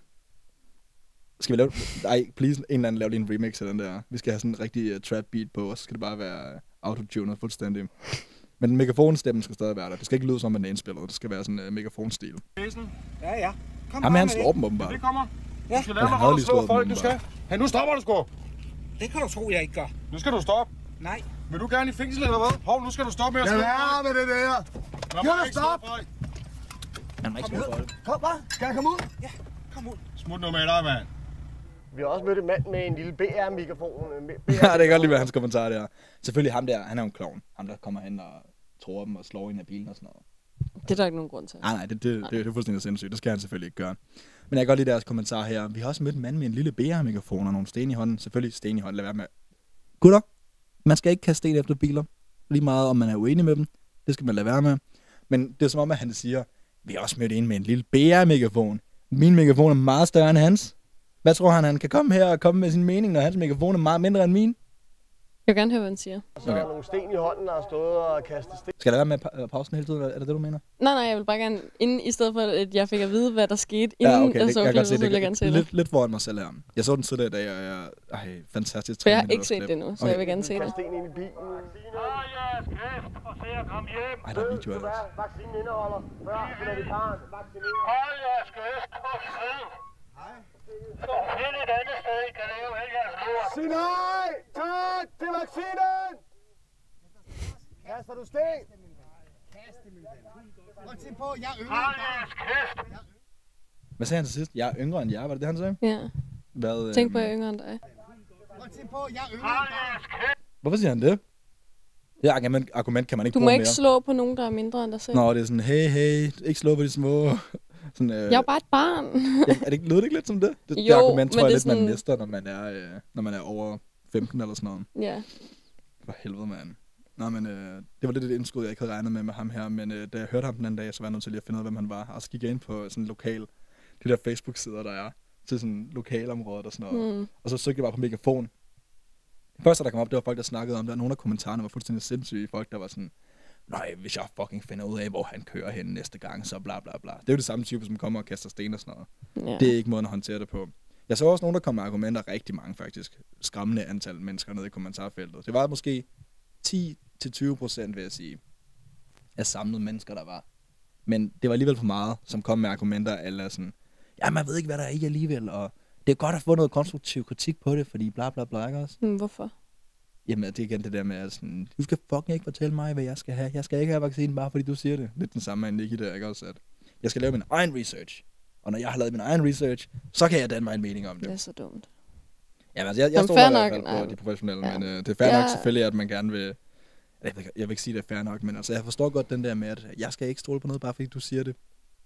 Skal vi lave... Nej, please, en eller anden lave lige en remix af den der. Vi skal have sådan en rigtig uh, trap beat på, og så skal det bare være uh, autotunet fuldstændig. Men megafonstemmen skal stadig være der. Det skal ikke lyde som, man er indspillet. Det skal være sådan en uh, megafonstil. Ja, ja. Kom Ham han slår dem åbenbart. Det kommer. Ja. Du skal lade mig holde og slå folk, du skal. Hey, nu stopper du sgu. Det kan du tro, jeg ikke gør. Nu skal du stoppe. Nej. Vil du gerne i fængsel eller hvad? Hov, nu skal du stoppe med at Ja, slå. hvad med det der? Kan du stoppe? Han må ikke slå folk. Kom, hvad? Skal jeg komme ud? Ja, kom ud. Smut nu med dig, mand. Vi har også mødt en mand med en lille B R-mikrofon. Ja, det kan godt lige være hans kommentar der. Selvfølgelig ham der, han er jo en klovn. Ham der kommer hen og tror dem og slår ind af bilen og sådan noget. Det er der ikke nogen grund til. Nej, nej, det, det, det, det er fuldstændig sindssygt. Det skal han selvfølgelig ikke gøre. Men jeg kan godt lide deres kommentar her. Vi har også mødt en mand med en lille B R-mikrofon og nogle sten i hånden. Selvfølgelig sten i hånden. Lad være med. Gutter, man skal ikke kaste sten efter biler. Lige meget, om man er uenig med dem. Det skal man lade være med. Men det er som om, at han siger, vi har også mødt en med en lille B R-mikrofon. Min mikrofon er meget større end hans. Hvad tror han, han kan komme her og komme med sin mening, når hans mikrofon er meget mindre end min? Jeg vil gerne høre, hvad han siger. Så er der nogle sten i hånden, og har stået og kastet sten. Skal jeg lade være med pa- pausen hele tiden? Er det det, du mener? Nej, nej, jeg vil bare gerne, inden, i stedet for at jeg fik at vide, hvad der skete, inden ja, okay. jeg det, så jeg klippet, se, så vil jeg gerne se det. Lidt, lidt foran mig selv her. Jeg så den tidligere i dag, og jeg... Ej, fantastisk. For jeg har ikke set det endnu, så okay. Jeg vil gerne se det. Sten ind i bilen. Hold jeres kæft, og se at komme hjem. Ej, der er video af det. Vaccinen indeholder. Før, når vi tager vaccineret. Hold jeres kæft, og fed. Hej. Så find et andet sted, I kan lave alle jeres lort. Sig nej! Tak til vaccinen! Kaster du sten? Kaste min ven. Og tænk på, jeg er yngre end dig. Hvad sagde han til sidst? Jeg er yngre end jer, var det det, han sagde? Ja. Hvad, tænk på, jeg er yngre end dig. Og tænk på, jeg er yngre end dig. Hvorfor siger han det? Det argument, argument kan man ikke Du bruge må mere. ikke slå på nogen, der er mindre end dig selv. Nå, det er sådan, hey, hey, ikke slå på de små. Sådan, øh, jeg er bare et barn. ja, er det ikke, lød det ikke lidt som det? Det, jo, det argument tror jeg lidt, sådan... man mister, når man er, øh, når man er over femten eller sådan noget. Ja. For helvede, mand. Nå, men øh, det var lidt et indskud, jeg ikke havde regnet med med ham her, men øh, da jeg hørte ham den anden dag, så var jeg nødt til lige at finde ud af, hvem han var. Og så gik jeg ind på sådan en lokal, de der Facebook-sider, der er, til sådan lokalområdet og sådan noget. Mm. Og så søgte jeg bare på megafon. Det første, der kom op, det var folk, der snakkede om det, og nogle af kommentarerne var fuldstændig sindssyge. Folk, der var sådan, nej, hvis jeg fucking finder ud af, hvor han kører hen næste gang, så bla bla bla. Det er jo det samme type, som kommer og kaster sten og sådan noget. Ja. Det er ikke måden at håndtere det på. Jeg så også nogen, der kom med argumenter, rigtig mange faktisk, skræmmende antal mennesker nede i kommentarfeltet. Det var måske ti til tyve procent, vil jeg sige, af samlede mennesker, der var. Men det var alligevel for meget, som kom med argumenter, eller sådan, ja, man ved ikke, hvad der er i alligevel, og det er godt at få noget konstruktiv kritik på det, fordi bla bla bla, ikke også? Hmm, hvorfor? Jamen, det er igen det der med, at sådan, du skal fucking ikke fortælle mig, hvad jeg skal have. Jeg skal ikke have vaccinen, bare fordi du siger det. Lidt den samme med Nicky der, ikke også? At jeg skal lave min egen research. Og når jeg har lavet min egen research, så kan jeg danne mig en mening om det. Det er så dumt. Jamen, altså, jeg, jeg Jamen, stoler i fair hvert fald nok, på nej. de professionelle, Ja. men øh, det er fair Ja. nok selvfølgelig, at man gerne vil... Jeg vil, jeg vil ikke sige, det er fair nok, men altså, jeg forstår godt den der med, at jeg skal ikke stole på noget, bare fordi du siger det.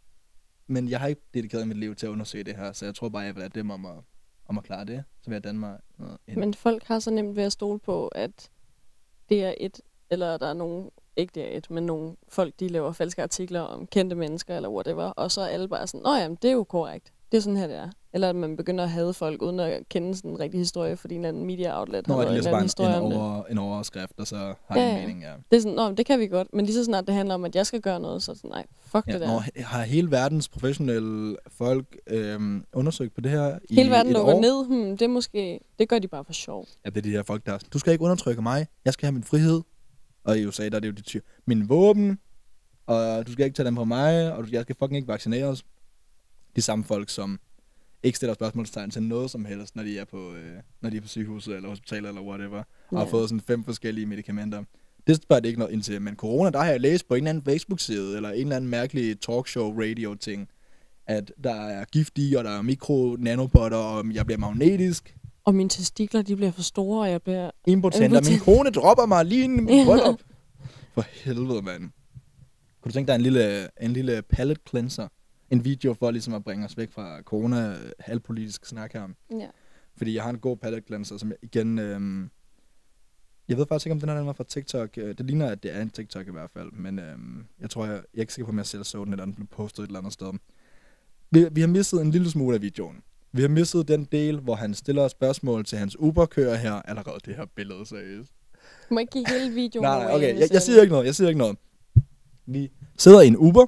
Men jeg har ikke dedikeret mit liv til at undersøge det her, så jeg tror bare, jeg vil lade dem om at, om at klare det. Så vil jeg danne mig noget ind. Men folk har så nemt ved at stole på, at det er et, eller der er nogen, ikke det er et, men nogle folk, de laver falske artikler om kendte mennesker, eller whatever, og så er alle bare sådan, nå jamen, det er jo korrekt. Det er sådan her, det er. Eller at man begynder at hade folk, uden at kende sådan en rigtig historie, fordi en anden media outlet har Nå, været det en er anden bare historie en, om en, det. over, en overskrift, og så har Ja, jeg en ja. mening, ja. Det er sådan, nå, det kan vi godt, men lige så snart det handler om, at jeg skal gøre noget, så er det sådan, nej, fuck Ja, det der. når har hele verdens professionelle folk øhm, undersøgt på det her i Hele verden et lukker år? ned, hmm, det er måske, det gør de bare for sjov. Ja, det er de her folk, der er, du skal ikke undertrykke mig, jeg skal have min frihed. Og i U S A, der er det jo de tyr. Min våben, og du skal ikke tage dem fra mig, og du, jeg skal fucking ikke vaccineres. De samme folk, som ikke stiller spørgsmålstegn til noget som helst, når de er på, øh, når de er på sygehuset eller hospitalet eller whatever, og har Ja. fået sådan fem forskellige medicamenter. Det spørger det ikke noget ind til, men corona, der har jeg læst på en eller anden Facebook-side, eller en eller anden mærkelig talkshow radio-ting, at der er gift i, og der er mikro-nanobotter, og jeg bliver magnetisk. Og mine testikler, de bliver for store, og jeg bliver... Impotent, og min Impotent. kone dropper mig lige inden min Ja. bryllup. For helvede, mand. Kunne du tænke dig en lille, en lille palette cleanser? En video for ligesom at bringe os væk fra corona, halvpolitisk snak her. Ja. Fordi jeg har en god palette cleanser, som jeg igen... Øhm, jeg ved faktisk ikke, om den her den var fra TikTok. Det ligner, at det er en TikTok i hvert fald. Men øhm, jeg tror, jeg, jeg er ikke sikker på, om jeg selv så den, eller den blev postet et eller andet sted. Vi, vi har misset en lille smule af videoen. Vi har misset den del, hvor han stiller spørgsmål til hans Uber-kører her. Allerede det her billede, seriøst. Du må ikke give hele videoen Nej, nej, away, okay. hvis Jeg, jeg det- siger ikke noget. Jeg siger ikke noget. Vi sidder i en Uber.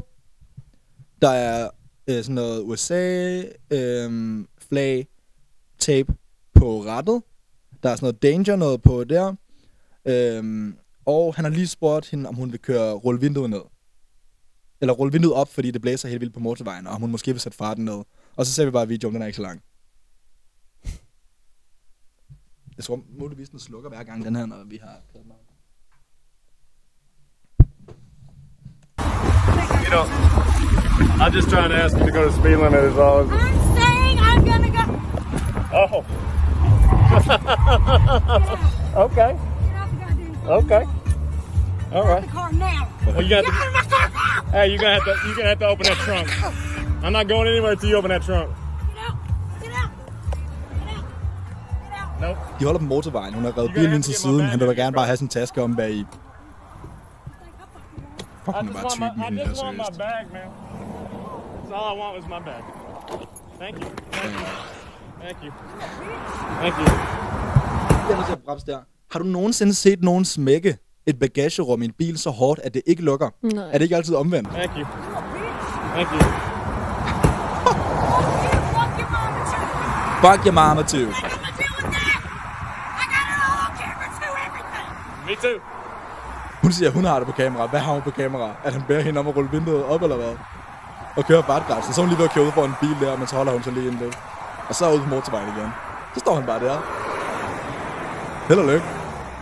Der er øh, sådan noget U S A øh, flag tape på rattet. Der er sådan noget danger noget på der. Øh, og han har lige spurgt hende, om hun vil køre rulle vinduet ned. Eller rulle vinduet op, fordi det blæser helt vildt på motorvejen, og om hun måske vil sætte farten ned. Og så ser vi bare videoen, den er ikke så lang. Jeg tror muligvis, den slukker hver gang den her, når vi har kørt meget. You know, I'm just trying to ask you to go to speed limit is all. I'm saying I'm gonna go. Oh. Okay. Okay. All right. Car now. Well, you got Get to, out of my car now. hey, you gonna have to you gonna have to open that trunk. I'm not going anywhere until you open that trunk. Get out. Get out. Get out. Get out. Nope. De holder på motorvejen. Hun har reddet bilen ind til siden. Han vil da gerne bare have sin taske om bag i. Fuck, I hun er just bare want my typen, I hende her, just want my seriøst. bag, man. That's all I want was my bag. Thank you. Thank you. Thank you. Thank you. Jeg er nødt til at bremse der. Har du nogensinde set nogen smække et bagagerum i en bil så hårdt, at det ikke lukker? Nej. Er det ikke altid omvendt? Thank you. Thank you. Fuck your mama too. Me too. Hun siger, at hun har det på kamera. Hvad har hun på kamera? At han bærer hende om at rulle vinduet op, eller hvad? Og kører fartgrænsen. Så er hun lige ved at køre ud for en bil der, men så holder hun så lige ind lidt. Og så er ude på motorvejen igen. Så står han bare der. Held og lykke.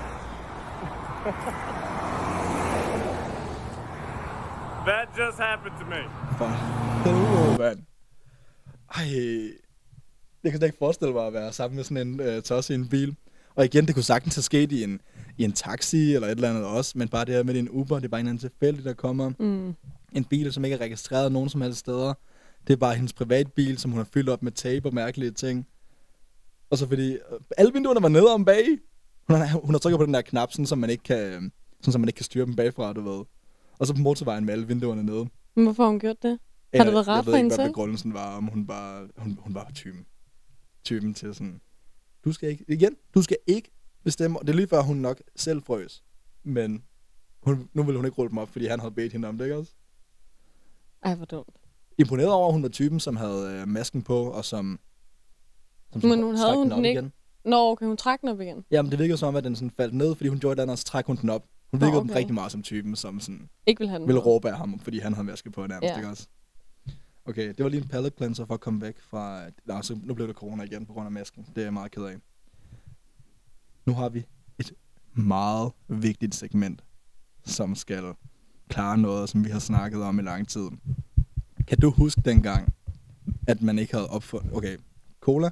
That just happened to me. For helvede, mand. Ej. Jeg kan slet ikke forestille mig at være sammen med sådan en øh, tosse i en bil. Og igen, det kunne sagtens have sket i en, i en taxi eller et eller andet også. Men bare det her med en Uber, det er bare en eller anden tilfældig, der kommer. Mm. En bil, som ikke er registreret nogen som helst steder. Det er bare hendes privatbil, som hun har fyldt op med tape og mærkelige ting. Og så fordi øh, alle vinduerne var nede om bag. Hun har, hun har trykket på den der knap, sådan, så man ikke kan, sådan, så man ikke kan styre dem bagfra, du ved. Og så på motorvejen med alle vinduerne nede. Men hvorfor har hun gjort det? Eller, Har det været rart jeg for ved ikke, hende hvad selv? begrundelsen var, om hun bare, hun, hun var typen. Typen til sådan, du skal ikke, igen, du skal ikke bestemme, det er lige før hun nok selv frøs. Men hun, nu ville hun ikke rulle dem op, fordi han havde bedt hende om det, ikke også? Ej, hvor dumt. Imponeret over, at hun var typen, som havde øh, masken på, og som Som sådan Men hun havde trak hun op den ikke. igen. Nå, okay, hun trak den op igen. Jamen, det virkede som om, at den sådan faldt ned, fordi hun gjorde et andet, og så trak hun den op. Hun Nå, virkede okay. den rigtig meget som typen, som sådan Ikke vil have den ville på. råbe af ham, fordi han havde vasket på nærmest, Ja. ikke også? Okay, det var lige en palate cleanser for at komme væk fra... Nej, så nu blev det corona igen på grund af masken. Det er jeg meget ked af. Nu har vi et meget vigtigt segment, som skal klare noget, som vi har snakket om i lang tid. Kan du huske dengang, at man ikke havde opfundet... Okay, cola.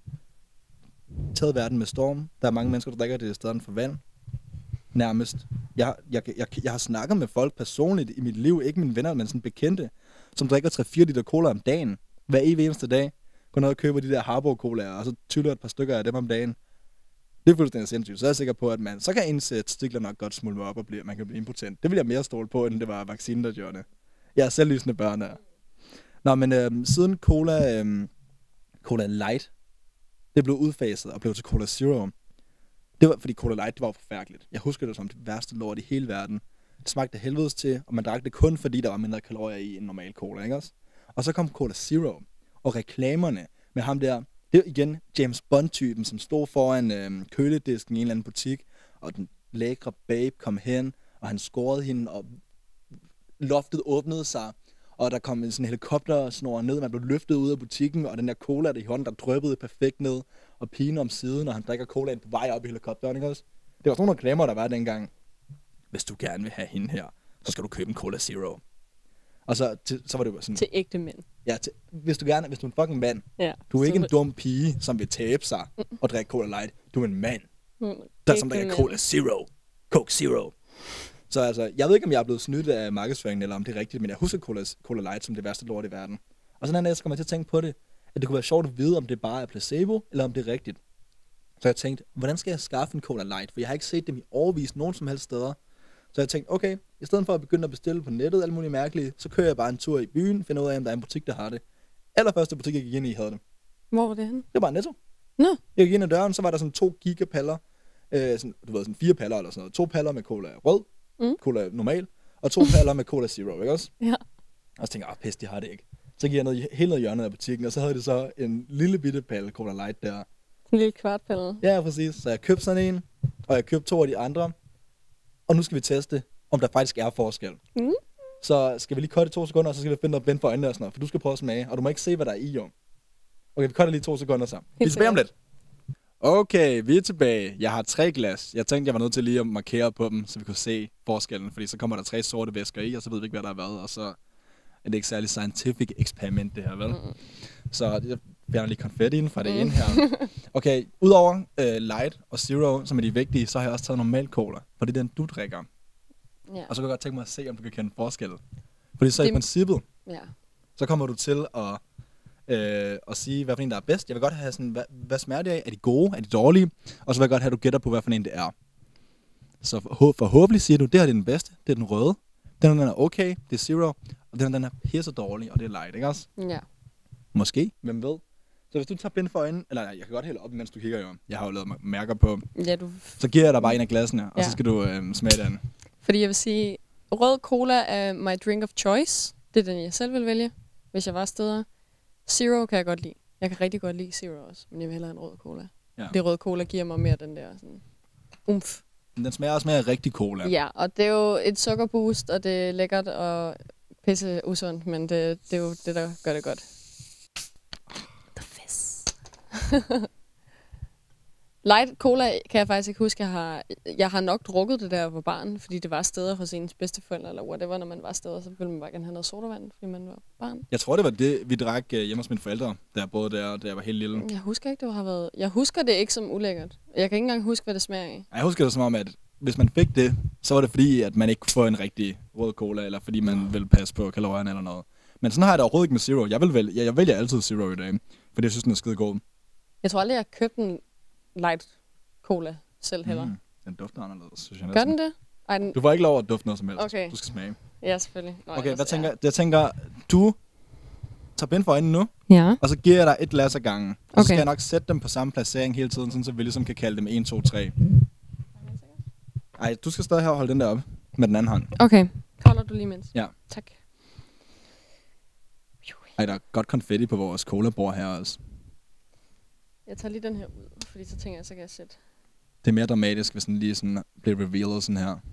Taget verden med storm. Der er mange mennesker, der drikker det i stedet for vand. Nærmest. Jeg, jeg, jeg, jeg har snakket med folk personligt i mit liv, ikke mine venner, men sådan bekendte, som drikker tre fire liter cola om dagen. Hver evig eneste dag. Går ned og køber de der Harbo colaer, og så tyller et par stykker af dem om dagen. Det er fuldstændig sindssygt. Så er jeg sikker på, at man så kan ens testikler nok godt smulme op, og blive, man kan blive impotent. Det vil jeg mere stole på, end det var vaccinen, der gjorde det. Jeg er selvlysende børn her. Nå, men øhm, siden Cola, øhm, Cola Light, det blev udfaset og blev til Cola Zero. Det var, fordi Cola Light, det var jo forfærdeligt. Jeg husker det som det værste lort i hele verden. Det smagte helvedes til, og man drak det kun, fordi der var mindre kalorier i en normal cola, ikke også? Og så kom Cola Zero, og reklamerne med ham der, det var igen James Bond-typen, som stod foran øhm, køledisken i en eller anden butik, og den lækre babe kom hen, og han scorede hende, og loftet åbnede sig, og der kom en sådan helikoptersnor ned, man blev løftet ud af butikken, og den der cola der i hånden, der dryppede perfekt ned, og pigen om siden, og han drikker colaen på vej op i helikopteren, ikke også? Det var sådan nogle reklamer, der var dengang. Hvis du gerne vil have hende her, så skal du købe en Cola Zero. Og så, til, så var det jo sådan... Til ægte mænd. Ja, til, hvis du gerne, hvis du er en fucking mand, Ja, du er ikke så- en dum pige, som vil tabe sig mm. og drikke Cola Light. Du er en mand, Mm, der som ægte drikker mænd. Cola Zero. Coke Zero. Så altså, jeg ved ikke, om jeg er blevet snydt af markedsføringen, eller om det er rigtigt, men jeg husker Cola, Cola Light som det værste lort i verden. Og så den anden dag, så kommer jeg til at tænke på det, at det kunne være sjovt at vide, om det bare er placebo, eller om det er rigtigt. Så jeg tænkte, hvordan skal jeg skaffe en Cola Light? For jeg har ikke set dem i overvis nogen som helst steder. Så jeg tænkte, okay, i stedet for at begynde at bestille på nettet, alle mulige mærkelige, så kører jeg bare en tur i byen, finder ud af, om der er en butik, der har det. Allerførste butik, jeg gik ind i, havde det. Hvor var det henne? Det var bare Netto. Nå. Jeg gik ind ad døren, så var der sådan to gigapaller, øh, sådan, du ved, sådan fire paller eller sådan noget. To paller med cola rød, mm. cola normal, og to paller med Cola Zero, ikke også? Ja. Og så tænkte jeg, ah, pis, de har det ikke. Så gik jeg ned i helt ned i hjørnet af butikken, og så havde de så en lille bitte palle Cola Light der. En lille kvartpalle. Ja, præcis. Så jeg købte sådan en, og jeg købte to af de andre. Og nu skal vi teste, om der faktisk er forskel. Mm. Så skal vi lige cutte i to sekunder, og så skal vi finde noget bind for øjnene og sådan noget, for du skal prøve at smage, og du må ikke se, hvad der er i, jo. Okay, vi cutter lige to sekunder så. Vi er tilbage om lidt. Okay, vi er tilbage. Jeg har tre glas. Jeg tænkte, jeg var nødt til lige at markere på dem, så vi kunne se forskellen, fordi så kommer der tre sorte væsker i, og så ved vi ikke, hvad der er hvad, og så er det ikke særlig scientific eksperiment, det her, vel? Mm. Så jeg fjerner lige konfettien fra det mm. ene her. Okay, udover uh, Light og Zero, som er de vigtige, så har jeg også taget normal cola, for det er den, du drikker. Ja. Og så kan jeg godt tænke mig at se, om du kan kende forskel. Fordi så det... i princippet, ja. så kommer du til at, øh, at sige, hvad for en, der er bedst. Jeg vil godt have sådan, hvad, hvad smager det af? Er de gode? Er de dårlige? Og så vil jeg godt have, at du gætter på, hvad for en det er. Så for, forhåbentlig siger du, det her er den bedste. Det er den røde. Den her, den er okay. Det er Zero. Og den her, den er pisse dårlig, og det er Light, ikke også? Ja. Måske. Hvem ved? Så hvis du tager bind for øjnene, eller nej, jeg kan godt hælde op, mens du kigger jo. Jeg har jo lavet mærker på. Ja, du... Så giver jeg dig bare en af glassene, og ja. så skal du øh, smage den. Fordi jeg vil sige, rød cola er my drink of choice. Det er den, jeg selv vil vælge, hvis jeg var steder. Zero kan jeg godt lide. Jeg kan rigtig godt lide Zero også, men jeg vil hellere en rød cola. Ja. Det rød cola giver mig mere den der sådan umf. Den smager også mere af rigtig cola. Ja, og det er jo et sukkerboost, og det er lækkert og pisse usundt, men det, det er jo det, der gør det godt. The fizz. Light cola kan jeg faktisk ikke huske. Jeg har, jeg har nok drukket det der på barn, fordi det var steder hos ens bedsteforældre, eller whatever, når man var steder, så ville man bare gerne have noget sodavand, fordi man var barn. Jeg tror, det var det, vi drak uh, hjemme hos mine forældre, da jeg boede der, da jeg var helt lille. Jeg husker ikke, det har været... Jeg husker det ikke som ulækkert. Jeg kan ikke engang huske, hvad det smager af. Jeg husker det som om, at hvis man fik det, så var det fordi, at man ikke kunne få en rigtig rød cola, eller fordi man ville passe på kalorierne eller noget. Men sådan har jeg det overhovedet ikke med Zero. Jeg, vil vælge, jeg, jeg vælger altid Zero i dag, fordi jeg synes, den er skide god. Jeg tror aldrig, jeg har købt en light cola selv heller. Mm, den dufter anderledes, synes jeg. Gør den det? Ej, den... Du får ikke lov at dufte noget som helst. Okay. Du skal smage. Ja, selvfølgelig. Nå, okay, hvad også, tænker, ja. jeg tænker, du tager bind for øjnene nu, ja. og så giver jeg dig et glas ad gangen. Og okay. så skal jeg nok sætte dem på samme placering hele tiden, sådan, så vi ligesom kan kalde dem et, to, tre. Ej, du skal stadig her og holde den der op med den anden hånd. Okay, holder du lige mens. Ja. Tak. Ej, der er godt konfetti på vores colabord her også. Jeg tager lige den her ud, fordi så tænker jeg, så kan jeg sætte. Det er mere dramatisk, hvis den lige sådan bliver revealet sådan her.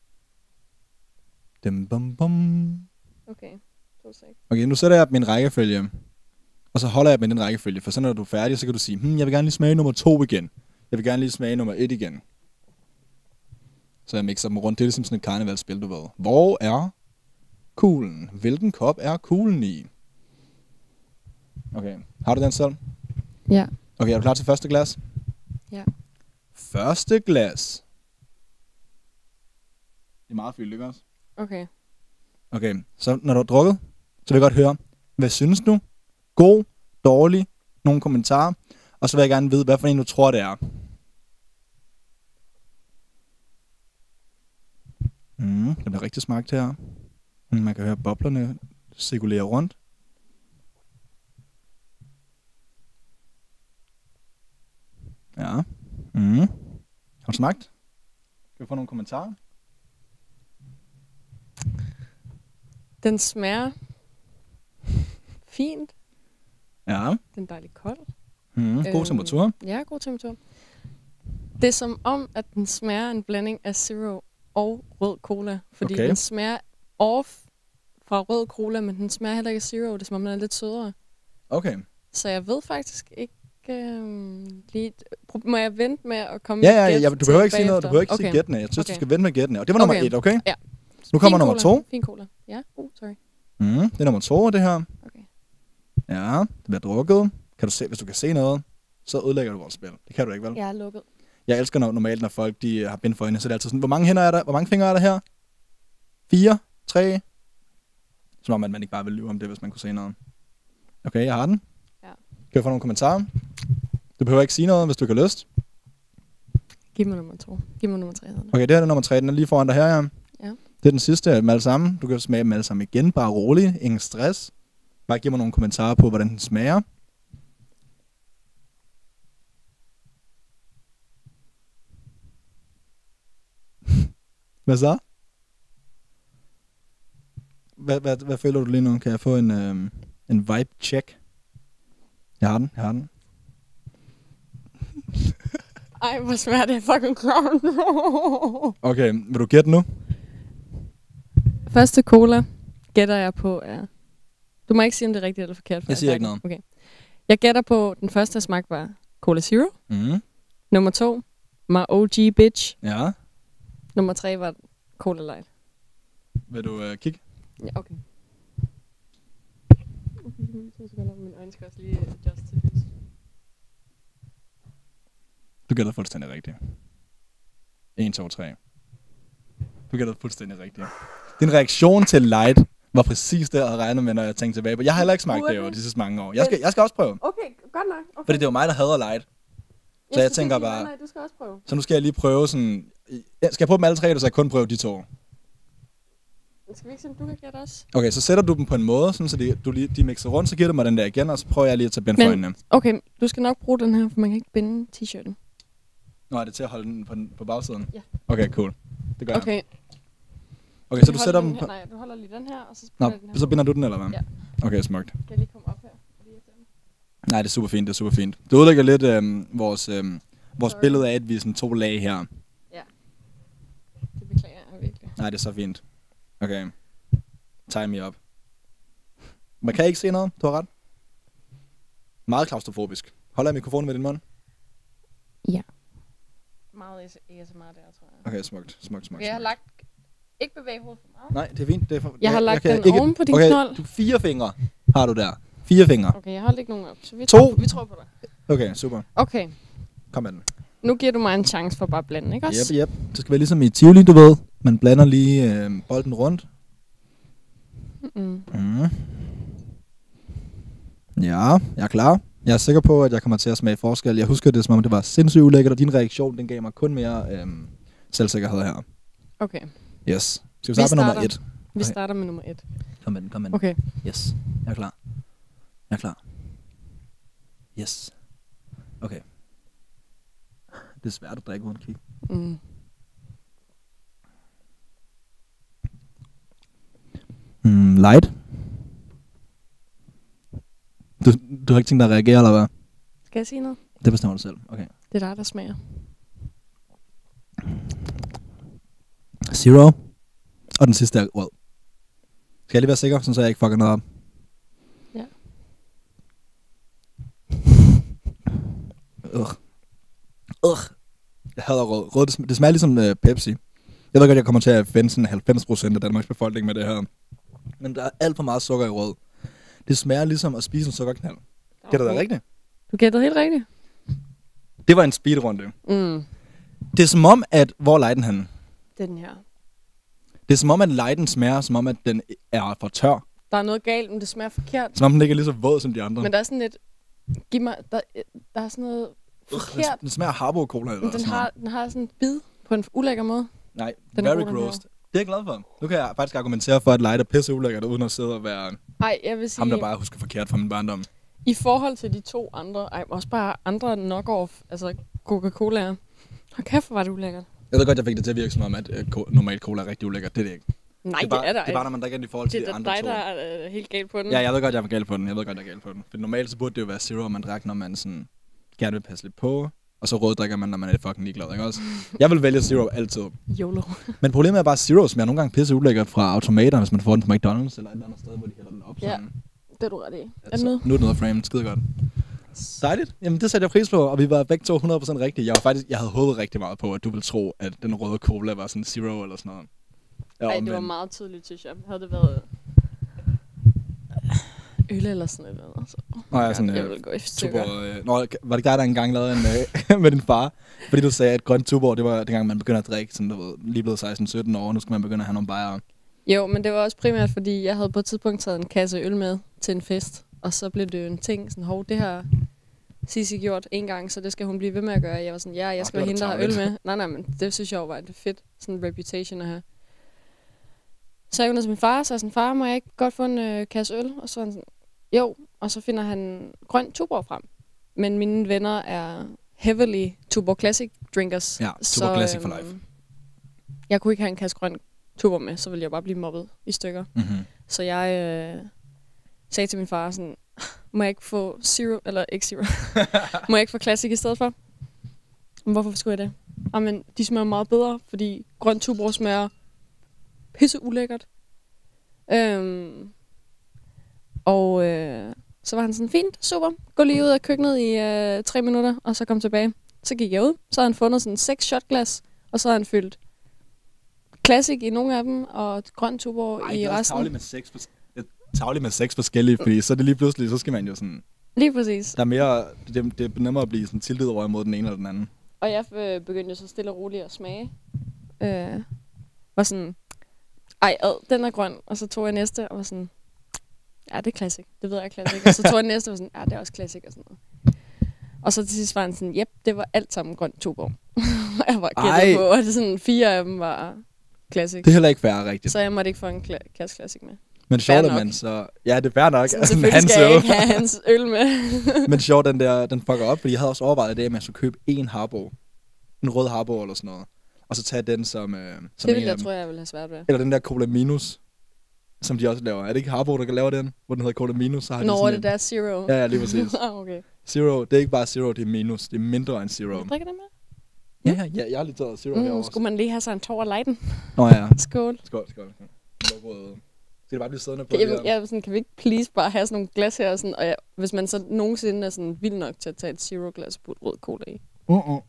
Dem bum bum. Okay, to sek. Okay, nu sætter jeg min rækkefølge. Og så holder jeg med den rækkefølge. For så når du er færdig, så kan du sige, hm, jeg vil gerne lige smage nummer to igen. Jeg vil gerne lige smage nummer et igen. Så jeg mixer dem rundt. Det er ligesom sådan et karnevalsspil, du ved. Hvor er kuglen? Hvilken kop er kuglen i? Okay, har du den selv? Ja. Okay, er du klar til første glas? Ja. Første glas. Det er meget fyldt, ikke også? Okay. Okay, så når du har drukket, så vil jeg godt høre, hvad synes du? God, dårlig, nogle kommentarer. Og så vil jeg gerne vide, hvad for en du tror, det er. Mm, det bliver rigtig smagt her. Man kan høre boblerne cirkulere rundt. Ja. Mm. Har du smagt? Kan vi få nogle kommentarer? Den smager fint. Ja. Den er dejligt kold. Mm, god temperatur. Øhm, ja, god temperatur. Det er som om, at den smager en blanding af Zero og rød cola. Fordi Okay. den smager off fra rød cola, men den smager heller ikke af Zero. Det er som om, den er lidt sødere. Okay. Så jeg ved faktisk ikke øhm, lige... Pro- Må jeg vente med at komme Ja, med ja, et ja, gæt du behøver ikke til sige noget. Du bagefter? behøver ikke Okay. sige gættene. Jeg synes, Okay. du skal vente med gættene. Og det var nummer Okay. et, okay? Ja. Nu kommer Fin nummer cola. to. Fin cola. Ja, uh, sorry. Mm, det er nummer to af det her. Okay. Ja, det bliver drukket. Kan du se, hvis du kan se noget, så ødelægger du vores spil. Det kan du ikke, vel? Jeg er lukket. Jeg elsker når, normalt, når folk de har bind for øjnene, så det er altid sådan, hvor mange hænder er der? Hvor mange fingre er der her? Fire? Tre? Som om, at man ikke bare vil lyve om det, hvis man kunne se noget. Okay, jeg har den. Ja. Kan jeg få nogle kommentarer? Du behøver ikke sige noget, hvis du ikke har lyst. Giv mig nummer to. Giv mig nummer tre. hedder det. Okay, det her er nummer tre. Den er lige foran dig her, ja. Ja. Det er den sidste af dem alle sammen. Du kan smage dem alle sammen igen. Bare rolig. Ingen stress. Bare giv mig nogle kommentarer på, hvordan den smager. Hvad så? Hvad, hvad, hvad føler du lige nu? Kan jeg få en, øhm, en vibe check? Jeg har den, jeg har den. Ej, hvor smager det fucking clown. Okay, vil du gætte nu? Første cola gætter jeg på er... Du må ikke sige, om det er rigtigt eller forkert. Jeg siger ikke noget. Okay. Jeg gætter på, den første smag var Cola Zero. Mm. Nummer to, my O G bitch. Ja. Nummer tre var Cola Light. Vil du øh, kigge? Ja, okay. To sekunder, mine øjne skal også lige adjust til lys. Du gætter fuldstændig rigtigt. en, to, tre. Du gætter fuldstændig rigtigt. Din reaktion til light var præcis det, jeg havde regnet med, når jeg tænkte tilbage på. Jeg har heller ikke smagt det jo de sidste mange år. Jeg skal, jeg skal også prøve. Okay, godt nok. Okay. Fordi det var mig, der hader light. Så jeg, jeg tænker sige, bare... Nej, du skal også prøve. Så nu skal jeg lige prøve sådan... Skal jeg prøve dem alle tre, eller så jeg kun prøve de to? Skal vi ikke se, om du kan gætte også? Okay, så sætter du dem på en måde, sådan, så de, du lige, de mixer rundt, så giver du mig den der igen, og så prøver jeg lige at tage bind for øjnene. Okay, du skal nok bruge den her, for man kan ikke binde t-shirten. Nå, er det til at holde den på, den, på bagsiden? Ja. Okay, cool. Det gør okay. jeg. Okay, så du sætter dem på... på... Nej, du holder lige den her, og så Nå, den her så binder du den, eller hvad? Ja. Okay, smukt. Kan jeg lige komme op her? Nej, det er super fint, det er super fint. Det udlægger lidt øhm, vores, øhm, vores Sorry. billede af, at vi er sådan to lag her. Ja. Det beklager jeg virkelig. Nej, det er så fint. Okay. Tie me up. Man kan ikke se noget, du har ret. Meget klaustrofobisk. Holder jeg mikrofonen med din mund? Ja. Meget A S M R der, tror jeg. Okay, smukt, smukt, smukt. Okay, jeg har lagt... Ikke bevæge hovedet for meget. Nej, det er fint. Det er for... Jeg har lagt den ikke... oven på din okay, knold. Du, fire fingre har du der. Fire fingre. Okay, jeg holdt ikke nogen op, så vi, To. tror, vi tror på dig. Okay, super. Okay. Kom med den. Nu giver du mig en chance for bare at blande, ikke også? Yep, yep. Det skal være ligesom i Tivoli, du ved. Man blander lige øh, bolden rundt. Mm. Mm. Ja, jeg er klar. Jeg er sikker på, at jeg kommer til at smage forskel. Jeg husker det, som om det var sindssygt ulækkert, og din reaktion, den gav mig kun mere øhm, selvsikkerhed her. Okay. Yes. Skal vi starte med nummer et? Vi starter med nummer et. Kom med den, kom med den. Okay. Yes, jeg er klar. Jeg er klar. Yes. Okay. Det er svært at drikke uden at kigge. Mm. Mm, light. Du, du har ikke tænkt dig at reagere, eller hvad? Skal jeg sige noget? Det bestemmer du selv. Okay. Det er dig, der smager. Zero. Og den sidste er rød. Skal jeg lige være sikker, så jeg ikke fucker noget op? Ja. Ugh. Ugh. Jeg hader rød. Rød, det, sm- det smager ligesom uh, Pepsi. Jeg ved godt, jeg kommer til at finde sådan halvfems procent af Danmarks befolkning med det her. Men der er alt for meget sukker i rød. Det smager ligesom at spise en sukkerknald. Okay. Gætter det rigtigt? Du gætter helt rigtigt. Det var en speedrunde. Mm. Det er som om, at... Hvor er lighten henne? Den her. Det er som om, at lighten smager, som om, at den er for tør. Der er noget galt, men det smager forkert. Som om den ikke er lige så våd som de andre. Men der er sådan lidt... Giv mig... Der, der er sådan noget forkert. Den, den smager Harbo Cola eller den sådan har, den har sådan en bid på en ulækker måde. Nej, den very gross. Det er jeg glad for. Nu kan jeg faktisk argumentere for, at light er pisse ulækkert, uden at sidde og være Ej, jeg vil sige, ham, der bare husker forkert fra min barndom. I forhold til de to andre, ej, også bare andre knock-off, altså Coca-Cola. Hold kæft, hvor var det ulækkert. Jeg ved godt, jeg fik det til at virke som om, at uh, normalt cola er rigtig ulækkert. Det er det ikke. Nej, det er, bare, det er der det er bare, når man drikker den i forhold til det de andre dig, to. Det er dig, der er uh, helt galt på den. Ja, jeg ved godt, jeg er galt på den. Jeg ved godt, jeg er galt på den. For normalt så burde det jo være zero, og man drikker, når man sådan gerne vil passe lidt på. Og så rød drikker man, når man er fucking ligeglad, ikke også? Jeg vil vælge zero altid. YOLO. Men problemet er bare, zero smager nogle gange pisse ulækkert fra automater, hvis man får den på McDonald's eller et eller andet sted, hvor de hælder den op sådan. Ja, det er du ret i. Altså, nu er det noget frame. Skide godt. Dejligt. Jamen, det satte jeg pris på, og vi var begge to hundrede procent rigtige. Jeg var faktisk, jeg havde håbet rigtig meget på, at du ville tro, at den røde cola var sådan zero eller sådan noget. Nej, det var meget tydeligt, synes jeg. Havde det været øl eller sådan noget. Altså. Nå, ja, sådan, jeg ville gå i stykker. Tuborg, øh, nå, var det dig, der engang lavede en øh, med din far? Fordi du sagde, at grønt Tuborg, det var dengang, man begynder at drikke, sådan, du ved, lige blevet seksten sytten år, nu skal man begynde at have nogle bajere. Jo, men det var også primært, fordi jeg havde på et tidspunkt taget en kasse øl med til en fest, og så blev det jo en ting, sådan, hov, det har Sissi gjort en gang, så det skal hun blive ved med at gøre. Jeg var sådan, ja, jeg skal være hende, der har øl med. Nej, nej, men det synes jeg jo var et fedt sådan en reputation at have. Så jeg går ned til min far, og så er sådan, far, må jeg ikke godt få en øh, kasse øl? Og så er han sådan, jo, og så finder han grøn Tuborg frem. Men mine venner er heavily Tuborg Classic drinkers. Ja, Tuborg Classic for øhm, life. Jeg kunne ikke have en kasse grøn Tuborg med, så ville jeg bare blive mobbet i stykker. Mm-hmm. Så jeg øh, sagde til min far sådan, må jeg ikke få zero, eller ikke zero, må jeg ikke få Classic i stedet for? Men hvorfor skulle jeg det? Jamen, de smager meget bedre, fordi grøn Tuborg smager pisse ulækkert. Øhm, og øh, så var han sådan, fint, super, gå lige ud af køkkenet i øh, tre minutter, og så kom tilbage. Så gik jeg ud, så havde han fundet sådan seks shotglas, og så havde han fyldt Classic i nogle af dem, og grøn Tuborg i resten. Ej, det er med seks tavlig med seks forskellige, fordi så er det lige pludselig, så skal man jo sådan... Lige præcis. Der er mere, det, det er nemmere at blive sådan tiltet over imod den ene eller den anden. Og jeg øh, begyndte jo så stille og roligt at smage. Øh, var sådan, ej, ad, den er grøn. Og så tog jeg næste og var sådan, ja, det er Classic. Det ved jeg er Classic. Og så tog jeg næste og var sådan, ja, det er også Classic og sådan noget. Og så til sidst var han sådan, jep, det var alt sammen grønt Tuborg. Og jeg var gættet på, at sådan fire af dem var Classic. Det er heller ikke fair, rigtigt. Så jeg måtte ikke få en kla- kasse Classic med. Men sjovt, at man så... Ja, det er fair nok. Så selvfølgelig skal jeg ikke have hans øl med. Men sjovt, den der, den fucker op, fordi jeg havde også overvejet det, at man skulle købe en Harbo. En rød Harbo eller sådan noget. Og så tage den som, øh, som det ville en jeg, tror jeg, ville have svært ved. Eller den der Cola Minus, som de også laver. Er det ikke Harbo, der kan lave den? Hvor den hedder Cola Minus, så har Nå, de sådan det der Zero. Ja, ja, lige præcis. ah, okay. Zero, det er ikke bare Zero, det er Minus. Det er mindre end Zero. Skal drikke det med? Ja, ja, jeg har lige taget Zero mm, herovre. Skulle man lige have sig en tår af lighten? Nå ja. Skål. Skål, skål. skål. Skal det bare blive siddende på? Jamen, jeg, sådan, kan vi ikke please bare have sådan nogle glas her? Sådan, og jeg, hvis man så nogensinde er sådan vild nok til at tage et Zero-glas og putte rød cola i. Uh-uh.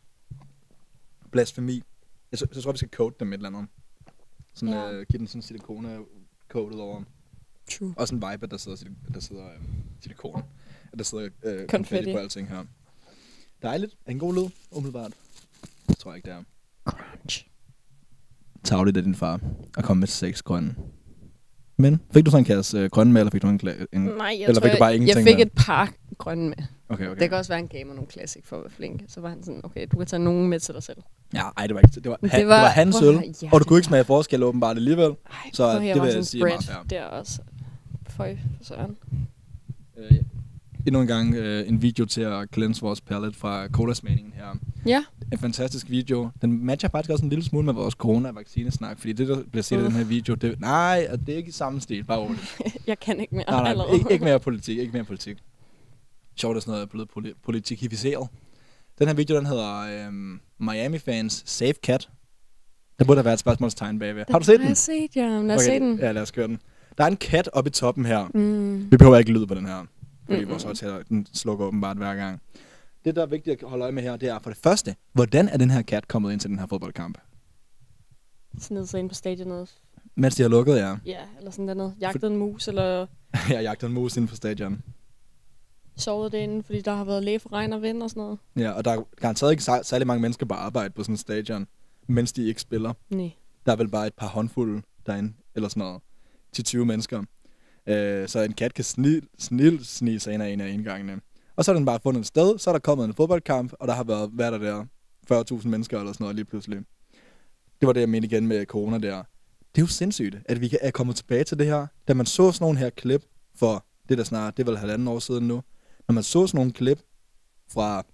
Blasfemi. Jeg, så, så tror vi skal coat dem et eller andet. Sådan, ja. øh, give den sådan silikone-coatet over. True. Også en vibe, der sidder, der sidder øh, silikone. Der sidder øh, konfetti på alting her. Dejligt. Er en god lyd, umiddelbart. Det tror jeg ikke, det er. Crunch. Tavligt af din far at komme med seks grønne. Men fik du sådan en kasse øh, grønne med, eller fik du en, kla- en Nej, jeg eller tror, fik du bare jeg, ingenting jeg fik med? et par grønne med. Okay, okay. Det kan også være, en gav mig nogle classic for at være flink. Så var han sådan, okay, du kan tage nogen med til dig selv. Ja, ej, det var ikke det var, det han, var, det var hans prøv, øl, ja, og du kunne ikke smage forskel åbenbart alligevel. Ej, så prøv, det vil jeg sige meget fair. Det er også føj for søren. Øh, ja. Endnu en gang øh, en video til at cleanse vores palette fra cola-smagningen her. Ja. En fantastisk video. Den matcher faktisk også en lille smule med vores corona-vaccinesnak, fordi det, der bliver set uh. i den her video, det, nej, det er ikke i samme stil, bare roligt. Jeg kan ikke mere nej, nej, allerede. Ikke, ikke mere politik, ikke mere politik. Sjovt er sådan noget, er blevet poli- politikificeret. Den her video, den hedder øhm, Miami Fans Save Cat. Der burde have været et spørgsmålstegn bagved. Har du set den? Jeg har set, ja. Lad os okay, se den. Ja, lad os køre den. Der er en kat oppe i toppen her. Mm. Vi behøver ikke lyd på den her. Fordi Mm-mm. vores højtaler, den slukker åbenbart hver gang. Det, der er vigtigt at holde øje med her, det er for det første, hvordan er den her kat kommet ind til den her fodboldkamp? Sådan så ind på stadionet. Mens de har lukket, ja. Ja, eller sådan noget. Jagtet en mus, eller Jeg jagter en mus inde på stadion. sovet derinde, fordi der har været læge for regn og vind og sådan noget. Ja, og der er garanteret ikke sær- særlig mange mennesker på arbejde på sådan en stadion, mens de ikke spiller. Nej. Der er vel bare et par håndfulde derinde, eller sådan noget, til tyve mennesker. Øh, så en kat kan snil, snil snige sig ind af en af indgangene. Og så er den bare fundet et sted, så er der kommet en fodboldkamp, og der har været, hvad er der der, fyrre tusind mennesker eller sådan noget lige pludselig. Det var det, jeg mente igen med corona der. Det er jo sindssygt, at vi er kommet tilbage til det her. Da man så sådan nogle her klip for, det der snart, det er vel halvanden år siden nu. Når man så sådan nogle klip fra,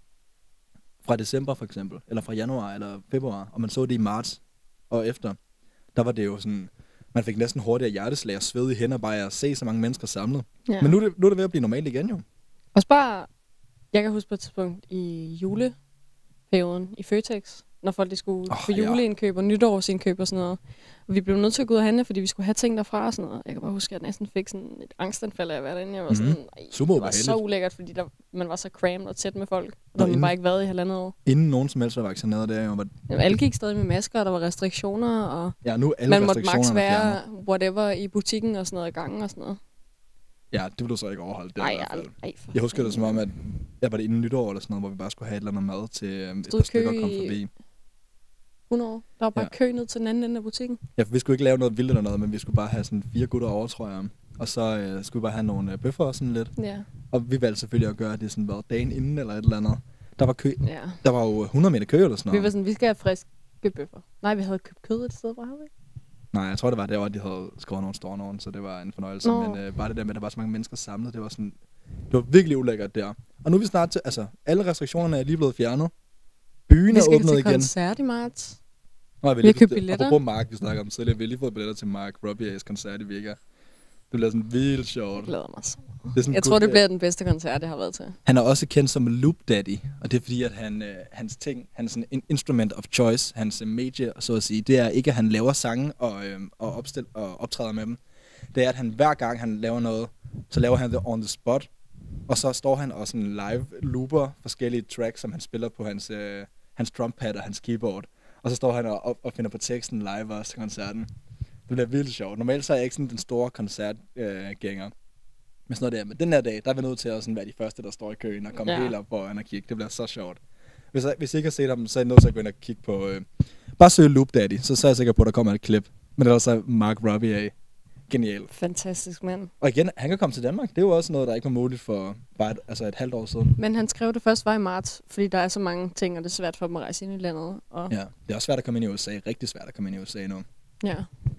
fra december for eksempel, eller fra januar eller februar, og man så det i marts og efter, der var det jo sådan, man fik næsten hurtigere hjerteslag og sved i hænder bare af at se så mange mennesker samlet. Ja. Men nu er, det, nu er det ved at blive normalt igen jo. Og bare, jeg kan huske på et tidspunkt i juleperioden i Føtex, når folk de skulle Oh, få ja. juleindkøb og nytårsindkøb og sådan noget. Og vi blev nødt til at gå ud og handle, fordi vi skulle have ting derfra og sådan noget. Jeg kan bare huske, at jeg næsten fik sådan et angstanfald af at være derinde. Jeg var sådan, Mhm. ej, Super det var så ubehageligt. ulækkert, fordi der, man var så crammed og tæt med folk. Og Og der har man inden- bare ikke været i halvandet år. Inden nogen som helst var vaccineret der jo. Var, Jamen, alle gik stadig med masker, og der var restriktioner, og ja, nu er alle man måtte max restriktionerne være fjernet. whatever i butikken og sådan noget i gangen og sådan noget. Ja, det vil du så ikke overholde der Ej, i hvert fald. ej, for Jeg husker det som om, fanden. at jeg var det inden nytår eller sådan noget, hvor vi bare skulle have et eller andet mad til øhm, et Stod par i stykker kø kom i- forbi. hundrede år. Der var bare Ja. kø ned til den anden ende af butikken. Ja, for vi skulle ikke lave noget vildt eller noget, men vi skulle bare have sådan fire gutter over, tror jeg. Og så øh, skulle vi bare have nogle øh, bøffer og sådan lidt. Ja. Og vi valgte selvfølgelig at gøre det sådan hvad, dagen inden eller et eller andet. Der var kø. Ja. Der var jo hundrede meter kø eller sådan Vi noget. var sådan, vi skal have friske bøffer. Nej, vi havde købt kød et sted, hvor havde vi? Nej, jeg tror det var der, hvor de havde skåret nogle store nogen, så det var en fornøjelse. Nå. Men øh, bare det der med, at der var så mange mennesker samlet, det var sådan, det var virkelig ulækkert der. Og nu er vi snart til, altså alle restriktionerne er lige blevet fjernet. Byen Vi er skal åbnet til igen. koncert i marts. Nå, Vi har købt billetter. Apropos Mark, vi snakker om tidligere, vi har lige fået billetter til Mark Robbiers koncert i Vega. Det bliver sådan vildt sjovt. Jeg glæder mig så meget. Det er sådan Jeg good- tror, det bliver den bedste koncert, jeg har været til. Han er også kendt som Loop Daddy, og det er fordi, at han, øh, hans ting, hans sådan in- instrument of choice, hans øh, medie, så at sige, det er ikke, at han laver sange og, øh, og, opstil- og optræder med dem. Det er, at han hver gang han laver noget, så laver han det on the spot, og så står han og sådan live looper forskellige tracks, som han spiller på hans, øh, hans drumpad og hans keyboard. Og så står han og, og finder på teksten live også til koncerten. Det bliver vildt sjovt. Normalt så er jeg ikke sådan den store koncertgænger. Øh, Men sådan noget der. Men den her dag, der er vi nødt til at sådan være de første, der står i køen og komme Ja. ja. helt op foran og kigge. Det bliver så sjovt. Hvis, jeg, hvis I ikke har set ham, så er I nødt til at gå ind og kigge på... Øh, bare søg Loop Daddy, så, så er jeg sikker på, at der kommer et klip. Men ellers er Mark Robbie af. Genial. Fantastisk mand. Og igen, han kan komme til Danmark. Det er jo også noget, der ikke var muligt for bare et, altså et halvt år siden. Men han skrev det først var i marts, fordi der er så mange ting, og det er svært for dem at rejse ind i landet. Og Ja, det er også svært at komme ind i U S A. Rigtig svært at komme ind i U S A nu. ja.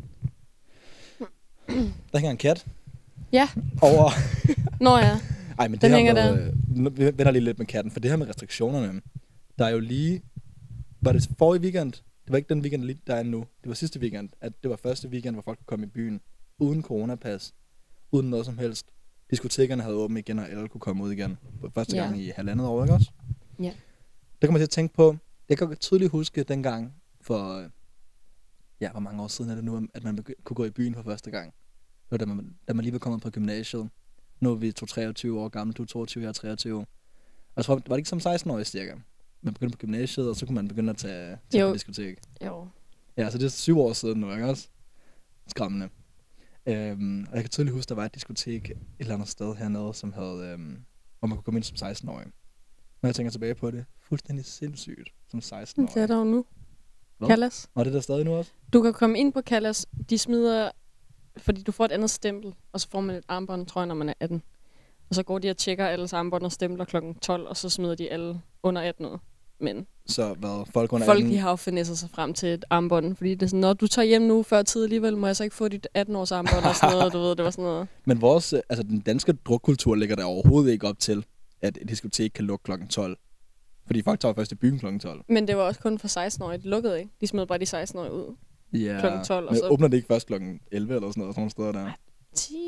Der hænger en kat Ja. over... Nå ja. Ej, men det Den her hænger med, øh, nu- vi vender lige lidt med katten, for det her med restriktionerne, der er jo lige, var det forrige weekend, det var ikke den weekend, lige der er nu, det var sidste weekend, at det var første weekend, hvor folk kunne komme i byen, uden coronapas, uden noget som helst. Diskotekerne havde åbent igen, og alle kunne komme ud igen, for første Ja. gang i halvandet år, ikke også? Ja. Der kommer jeg til at tænke på, jeg kan tydeligt huske dengang, for, øh, ja, hvor mange år siden er det nu, at man begy- kunne gå i byen for første gang. Det var da man, da man lige var kommet på gymnasiet. Nu er vi to treogtyve år gamle, du er toogtyve, jeg er treogtyve. Og jeg tror, var det ikke som seksten-årig cirka? Man begyndte på gymnasiet, og så kunne man begynde at tage til Jo. på diskotek. Jo. Ja, så det er syv år siden nu, ikke også? Skræmmende. Øhm, og jeg kan tydeligt huske, der var et diskotek et eller andet sted hernede, som havde, øhm, hvor man kunne komme ind som seksten-årig. Når jeg tænker tilbage på det, fuldstændig sindssygt som seksten-årig. Det er der jo nu. Hvad? Callas. Og det er der stadig nu også? Du kan komme ind på Callas. De smider, fordi du får et andet stempel, og så får man et armbånd, tror jeg, når man er atten. Og så går de og tjekker alles armbånd og stempler klokken tolv, og så smider de alle under atten ud. Men Så hvad, folk under folk atten... de har jo finesset sig frem til et armbånd, fordi det er sådan, når du tager hjem nu før tid alligevel, må jeg så ikke få dit atten-års armbånd og sådan noget, du ved, det var sådan noget. Men vores, øh, altså den danske drukkultur ligger der overhovedet ikke op til, at et diskotek kan lukke klokken tolv. Fordi folk tager først i byen klokken tolv. Men det var også kun for seksten-årige, de lukkede ikke. De smed bare de seksten-årige ud. Ja, klokken tolv, og men så- åbner det ikke først klokken elleve eller sådan noget, sådan nogle steder der? ti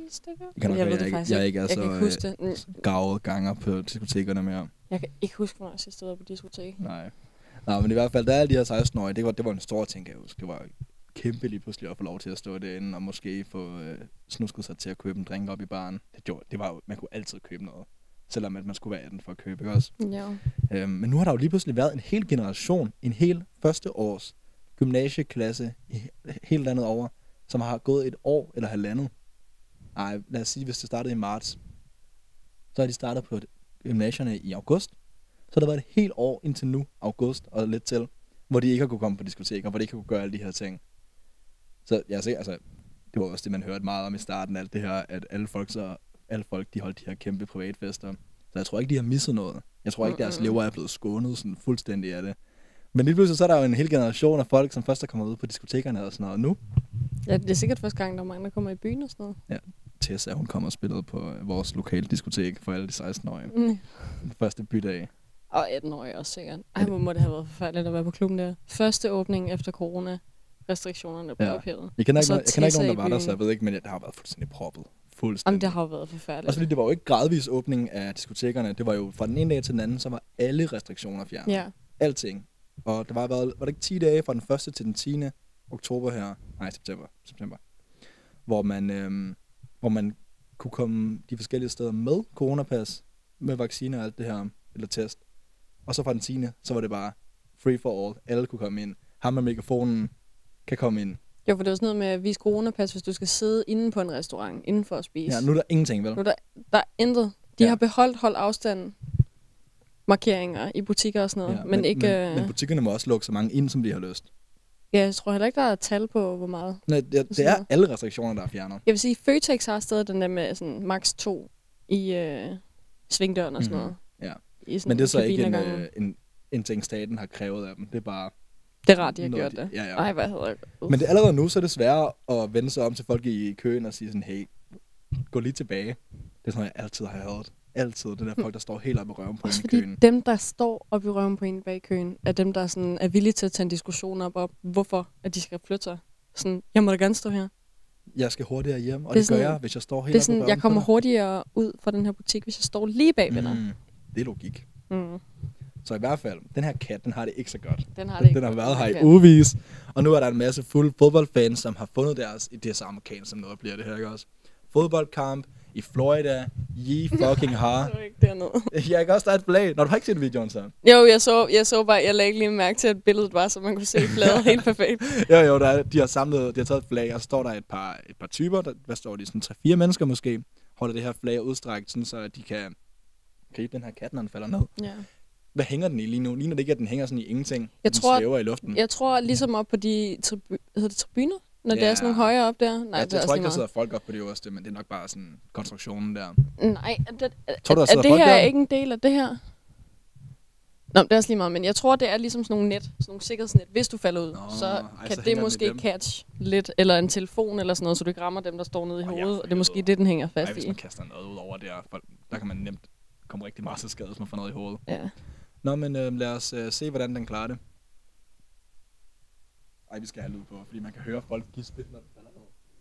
stykker. Jeg kan nok jeg være, ved det jeg, faktisk jeg, jeg ikke. ikke er Jeg kan ikke huske så det. øh, gavet ganger på diskotekerne mere. Jeg kan ikke huske, hvornår jeg sidst var på diskotek. Nej. Nej, men i hvert fald, der er alle de her seksten-årige, det var, det var en stor ting, kan jeg huske. Det var kæmpe lige pludselig at få lov til at stå derinde og måske få øh, snusket sig til at købe en drink op i baren. Det, gjorde, det var jo, man kunne altid købe noget, selvom at man skulle være atten for at købe, ikke også? Ja. Øhm, men nu har der jo lige pludselig været en hel generation, en hel første års gymnasieklasse i helt landet over, som har gået et år eller halvandet. Ej, lad os sige, hvis det startede i marts, så har de startet på gymnasierne i august. Så har der været et helt år indtil nu, august og lidt til, hvor de ikke har kunne komme på diskoteker, hvor de ikke har kunne gøre alle de her ting. Så jeg ser, altså, det var også det, man hørte meget om i starten, alt det her, at alle folk, så, alle folk de holdt de her kæmpe privatfester. Så jeg tror ikke, de har misset noget. Jeg tror ikke, deres lever er blevet skånet sådan fuldstændig af det. Men lige pludselig så er der jo en hel generation af folk, som først er kommet ud på diskotekerne og sådan noget nu. Ja, det er sikkert første gang, der er mange, der kommer i byen og sådan noget. Ja, Tessa, hun kommer og spillede på vores lokale diskotek for alle de seksten-årige. Mm. Den første bydag. Og atten-årige også sikkert. Ej, hvor må det have været forfærdeligt at være på klubben der. Første åbning efter corona. Restriktionerne blev Ja. ophævet. Jeg kender Og ikke, så nogen, jeg kender ikke Tessa nogen, der i var der, byen. så jeg ved ikke, men det har været fuldstændig proppet. Fuldstændig. Jamen, det har jo været forfærdeligt. Også fordi det var jo ikke gradvis åbning af diskotekerne. Det var jo fra den ene dag til den anden, så var alle restriktioner fjernet. Ja. Alting. Og der var, været, var det ikke ti dage fra den første til den tiende oktober her, nej september, september hvor man, øhm, hvor man kunne komme de forskellige steder med coronapas, med vacciner og alt det her, eller test. Og så fra den tiende, så var det bare free for all. Alle kunne komme ind. Ham med mikrofonen kan komme ind. Jo, for det var sådan noget med at vise coronapas, hvis du skal sidde inde på en restaurant, inden for at spise. Ja, nu er der ingenting, vel? Nu er der, der er intet. De Ja. har beholdt hold afstand markeringer i butikker og sådan noget, Ja, men, men ikke... Men, øh, men butikkerne må også lukke så mange ind, som de har lyst. Ja, jeg tror heller ikke, der er tal på, hvor meget. Nej, det, det er alle restriktioner, der er fjernet. Jeg vil sige, Føtex har stadig den der med sådan max to i øh, svingdøren og sådan Mhm. noget. Ja. I sådan Men det er så ikke en, kabinegangen. øh, en, en ting, staten har krævet af dem. Det er bare... Det er rart, de har noget, gjort det. Ja, ja. Ej, hvad hedder det? Men det er allerede nu, så er det sværere at vende sig om til folk i køen og sige sådan, hey, gå lige tilbage. Det er sådan noget, jeg altid har hørt. Altid. Det der folk, der står helt op i røven på Også en i fordi køen. dem, der står op i røven på en bag køen, er dem, der sådan er villige til at tage en diskussion op om, hvorfor at de skal flytte sig. Sådan, jeg må da gerne stå her. Jeg skal hurtigere hjem, og Det er det, det gør sådan- jeg, hvis jeg står helt Det er op i sådan, røven jeg på kommer dig. hurtigere ud fra den her butik, hvis jeg står lige bag ved dig. Mm, det er logik. Mm. Så i hvert fald, den her kat, den har det ikke så godt. Den har det den, ikke den har godt, været her den i kat. ugevis. Og nu er der en masse fuld fodboldfans, som har fundet deres, det er så amerikansk som noget bliver det her, ikke også? Fodboldkamp i Florida, ye fucking har. Det var ikke dernede. Jeg kan også starte et flag. Når du har ikke set videoen, så. Jo, jeg så, jeg så bare, jeg lagde ikke lige mærke til, at billedet var, så man kunne se fladet helt perfekt. Jo, jo, der er, de har samlet, de har taget et flag, og så står der et par, et par typer, der, hvad står de, sådan tre-fire mennesker måske, holder det her flag udstrækt, sådan, så de kan gribe den her kat, når den falder ned. Ja. Hvad hænger den i lige nu? Ligner det ikke, at den hænger sådan i ingenting? Jeg den tror, svæver i luften. Jeg tror ligesom op på de tribu- hedder det tribuner, når ja. det Ja. er sådan nogle højere op der. Nej, Nej, det jeg, er jeg tror også ikke, der lige sidder folk op på det øverste, men det er nok bare sådan konstruktionen der. meget. Nej, er, det, er, Tror du, der er, sidder er det folk her der? ikke en del af det her? Nå, det er også lige meget, men jeg tror, det er ligesom sådan nogle net, sådan nogle sikkerhedsnet. Hvis du falder ud, Nå, så ej, kan så det hænger den i måske dem. catch lidt, eller en telefon eller sådan noget, så du ikke rammer dem, der står nede i Åh, ja, hovedet, for og det er måske helvede. det, den hænger Ej, fast hvis i. man kaster noget ud over det her, folk, der kan man nemt komme rigtig meget til skade, hvis man får noget i hovedet. Ja. Nå, men øh, lad os øh, se, hvordan den klarer det. Ej, vi skal have lyd på, fordi man kan høre folk gispe, når den falder ned.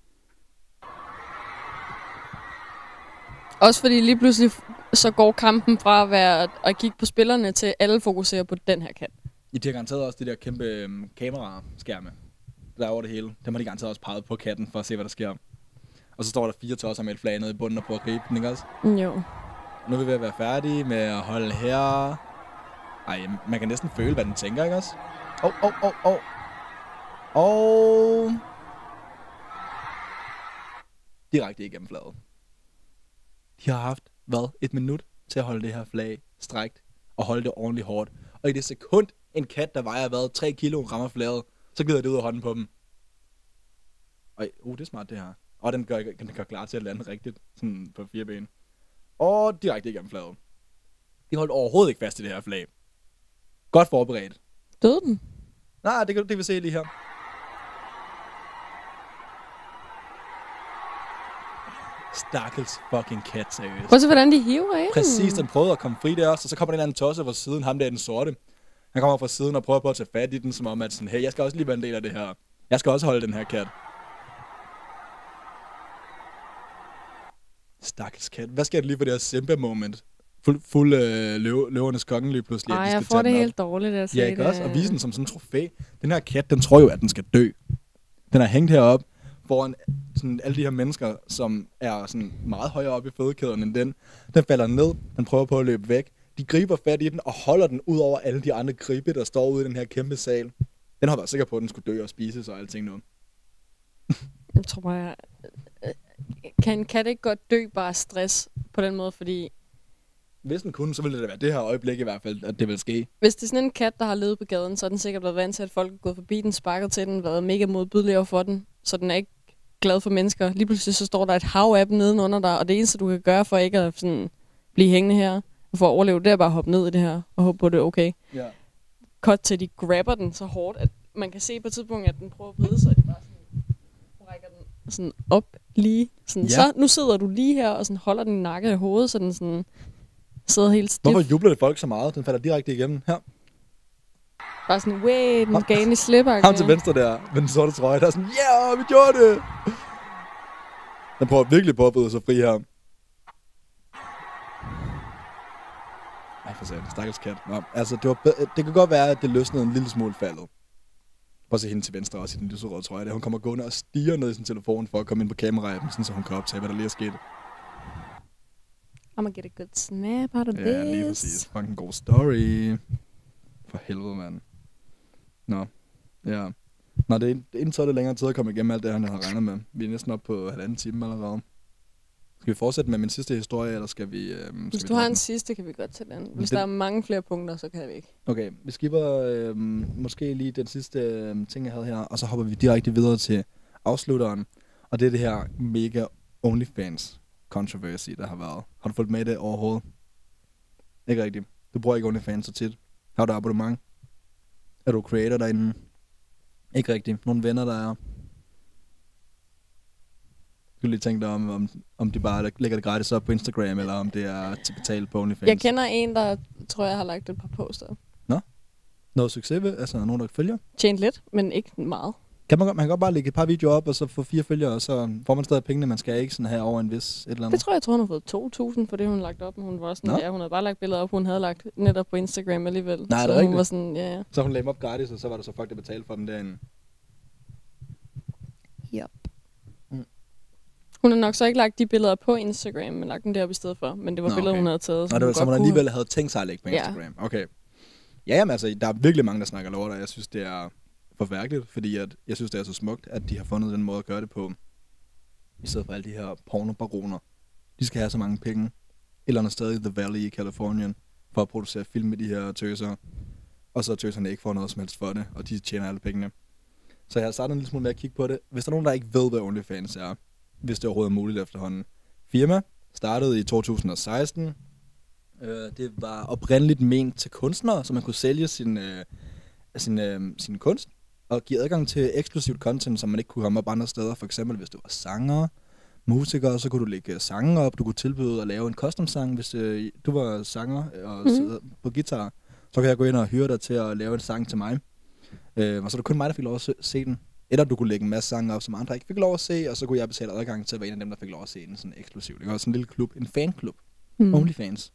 Også fordi lige pludselig f- så går kampen fra at være at kigge på spillerne til alle fokuserer på den her kat. I de har garanteret også de der kæmpe øhm, kameraskærme, der er over det hele. Dem har de garanteret også peget på katten, for at se, hvad der sker. Og så står der fire tosser med et flag nede i bunden og på at gribe den, ikke også? Jo. Og nu er vi ved at være færdige med at holde her. Ej, man kan næsten føle, hvad den tænker, ikke også? Åh, åh, åh, åh. Og... direkte igennem flaget. De har haft, hvad, et minut til at holde det her flag strækt og holde det ordentligt hårdt. Og i det sekund, en kat, der vejer, hvad, tre kilo, rammer flaget, så glider det ud af hånden på dem. Ej, uh, det er smart det her. Og den gør, den gør klar til at lande rigtigt, sådan på fire ben. Og direkte igennem flaget. De holdt overhovedet ikke fast i det her flag. Godt forberedt. Døde den? Nej, det kan det kan vi se lige her. Stakkels fucking kat, seriøst. Prøv at se, hvordan de hiver af Præcis, den. den prøvede at komme fri der også, og så kommer den anden tosse fra siden, ham der den sorte. Han kommer fra siden og prøver på at tage fat i den, som om at sådan, hey, jeg skal også lige være en del af det her. Jeg skal også holde den her kat. Stakkels kat. Hvad sker der lige for det her Simba-moment? Fuld, fuld øh, løv, løvernes konge lige pludselig. Ej, at de skal jeg får tage det den op. helt dårligt at se Ja, ikke det. også? Og vise den som sådan en trofæ. Den her kat, den tror jo, at den skal dø. Den er hængt heroppe foran sådan alle de her mennesker, som er sådan meget højere oppe i fødekæden end den. Den falder ned, den prøver på at løbe væk. De griber fat i den og holder den ud over alle de andre gribe, der står ude i den her kæmpe sal. Den har været sikker på, at den skulle dø og spises og alting nu. Jeg tror bare, jeg... Kan en kat ikke godt dø bare af stress på den måde, fordi... Hvis den kunne, så ville det da være det her øjeblik i hvert fald, at det vil ske. Hvis det er sådan en kat, der har levet på gaden, så er den sikkert været vant til, at folk er gået forbi den, sparket til den, været mega modbydelige for den, så den er ikke glad for mennesker. Lige pludselig så står der et hav af dem nedenunder dig, og det eneste, du kan gøre for ikke at sådan, blive hængende her, og for at overleve, det er bare at hoppe ned i det her, og håbe på, det er okay. Ja. Cut til, de grabber den så hårdt, at man kan se på et tidspunkt, at den prøver at vride sig, og de bare sådan, brækker den sådan op lige. Sådan, Ja. Så nu sidder du lige her, og sådan holder din nakke i hovedet, så den sådan sidder helt stiv. Hvorfor jubler det folk så meget? Den falder direkte igennem her. Bare sådan, wait, den gav i slipper. Ham til venstre der, med den sorte trøje, der er sådan, ja, yeah, vi gjorde det! Den prøver virkelig på at bryde sig fri her. Ej, for satan, stakkels kat. Nå, altså, det, var be- det kan godt være, at det løsnede en lille smule faldet. Prøv at se hende til venstre også i den lyserøde trøje. Der hun kommer gående og stiger ned i sin telefon for at komme ind på kameraet, sådan så hun kan optage, hvad der lige er sket. I'm gonna get a good snap out of Ja, this. lige præcis. Fucking god story. For helvede, mand. Nå, ja. Nå, det er inden så er det længere tid at komme igennem alt det, han har regnet med. Vi er næsten oppe på halvanden time allerede. Skal vi fortsætte med min sidste historie, eller skal vi... Øh, skal Hvis vi du har droppe en den? sidste, kan vi godt tage den. Hvis Det- der er mange flere punkter, så kan vi ikke. Okay, vi skipper øh, måske lige den sidste øh, ting, jeg havde her, og så hopper vi direkte videre til afslutteren. Og det er det her mega OnlyFans controversy, der har været. Har du fulgt med i det overhovedet? Ikke rigtigt. Du bruger ikke OnlyFans så tit. Har du abonnement? Er du creator derinde? Ikke rigtigt. Nogle venner, der er... Du kan lige tænke dig om, om, om de bare lægger det gratis op på Instagram, eller om det er til betalt på OnlyFans. Jeg kender en, der tror jeg har lagt et par poster. Nå? Noget succes ved? Altså nogen, der følger? Tjent lidt, men ikke meget. Kan man, godt- man kan godt bare lægge et par videoer op, og så få fire følgere, og så får man stadig pengene, man skal ikke sådan have over en vis et eller andet. Det tror jeg, jeg tror, hun har fået to tusind for det, hun har lagt op. Men hun var sådan, Nå. ja, hun havde bare lagt billeder op, hun havde lagt netop på Instagram alligevel. Nej, er så det hun rigtigt? var sådan, ja, ja. Så hun lagde dem op gratis, og så var der så folk, der betalte for dem derinde. Yep. Mm. Hun har nok så ikke lagt de billeder på Instagram, men lagt dem deroppe i stedet for. Men det var Nå, billeder, okay. hun havde taget. Og det var, som hun godt alligevel havde tænkt sig at lægge på Ja. Instagram. Okay. Ja, jamen, altså, der er virkelig mange, der snakker lort, og jeg synes, det er forfærdeligt, fordi at, jeg synes, det er så smukt, at de har fundet den måde at gøre det på, i stedet for alle de her pornobaroner. De skal have så mange penge, et eller andet sted i The Valley i Californien, for at producere film med de her tøser, og så tøserne ikke får noget som helst for det, og de tjener alle pengene. Så jeg har startet en lille smule med at kigge på det. Hvis der er nogen, der ikke ved, hvad OnlyFans er, hvis det overhovedet er muligt efterhånden. Firma startede i to tusind og seksten. Øh, det var oprindeligt ment til kunstnere, så man kunne sælge sin, øh, sin, øh, sin kunst, og give adgang til eksklusivt content, som man ikke kunne komme op andre steder. For eksempel, hvis du var sanger, musiker, så kunne du lægge sange op. Du kunne tilbyde at lave en custom sang, hvis øh, du var sanger og Mhm. sidder på guitar. Så kan jeg gå ind og hyre dig til at lave en sang til mig. Øh, og så er det kun mig, der fik lov at se- se den. Eller du kunne lægge en masse sange op, som andre ikke fik lov at se, og så kunne jeg betale adgang til at være en af dem, der fik lov at se den sådan eksklusivt. Det var sådan en lille klub, en fanklub. Mm. Mm. OnlyFans.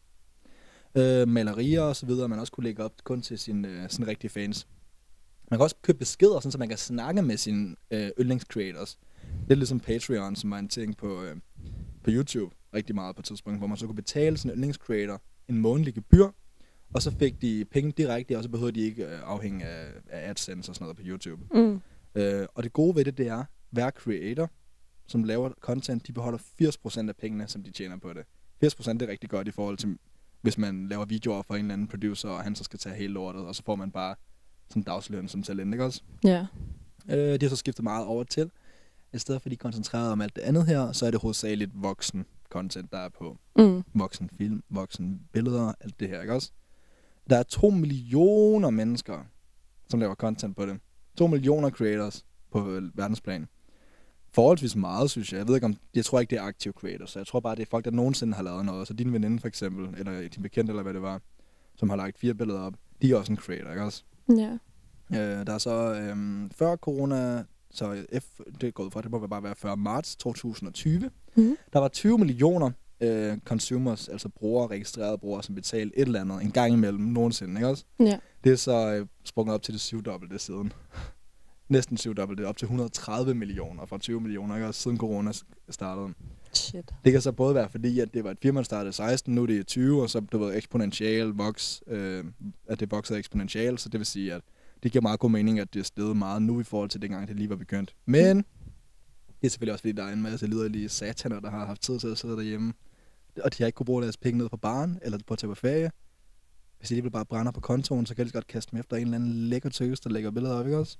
Øh, malerier og så videre, man også kunne lægge op kun til sine øh, sådan rigtige fans. Man kan også købe beskeder, sådan, så man kan snakke med sine øh, yndlingscreators. Lidt ligesom Patreon, som var en ting på, øh, på YouTube rigtig meget på et tidspunkt, hvor man så kunne betale sin yndlingscreator en månedlig gebyr, og så fik de penge direkte, og så behøvede de ikke øh, afhænge af, af AdSense og sådan noget på YouTube. Mm. Øh, og det gode ved det, det er, hver creator, som laver content, de beholder firs procent af pengene, som de tjener på det. firs procent er rigtig godt i forhold til, hvis man laver videoer for en eller anden producer, og han så skal tage hele lortet, og så får man bare sådan dagsløn som talent, ikke også? Ja. Øh, de har så skiftet meget over til. I stedet for de er koncentreret om alt det andet her, så er det hovedsageligt voksen content, der er på. Mm. Voksen film, voksen billeder, alt det her, ikke også? Der er to millioner mennesker, som laver content på det. To millioner creators på øh, verdensplan. Forholdsvis meget, synes jeg. Jeg ved ikke om, jeg tror ikke, det er aktive creators, så jeg tror bare, det er folk, der nogensinde har lavet noget. Så din veninde for eksempel, eller din bekendte, eller hvad det var, som har lagt fire billeder op, de er også en creator, ikke også? Ja. Øh, der er så, øhm, før corona, så F, det er gået fra, det må bare være før marts to tusind og tyve. Mm. Der var tyve millioner øh, consumers, altså brugere, registrerede brugere, som betalte et eller andet en gang imellem nogensinde, ikke også? Ja. Det er så øh, sprunget op til det syvdobbelte siden. Næsten syvdobbelte, op til et hundrede og tredive millioner fra tyve millioner, ikke også, siden corona startede. Shit. Det kan så både være fordi, at det var et firma, der startede seksten, nu er det tyve, og så det var eksponential voks, øh, at det voksede eksponential, så det vil sige, at det giver meget god mening, at det er steget meget nu i forhold til dengang, det lige var begyndt. Men det er selvfølgelig også fordi, der er en masse liderlige sataner, der har haft tid til at sidde derhjemme, og de har ikke kunne bruge deres penge ned på baren, eller på at tage på ferie. Hvis de lige bare brænder på kontoen, så kan de godt kaste dem efter en eller anden lækker tøs, der lægger billeder op, ikke også?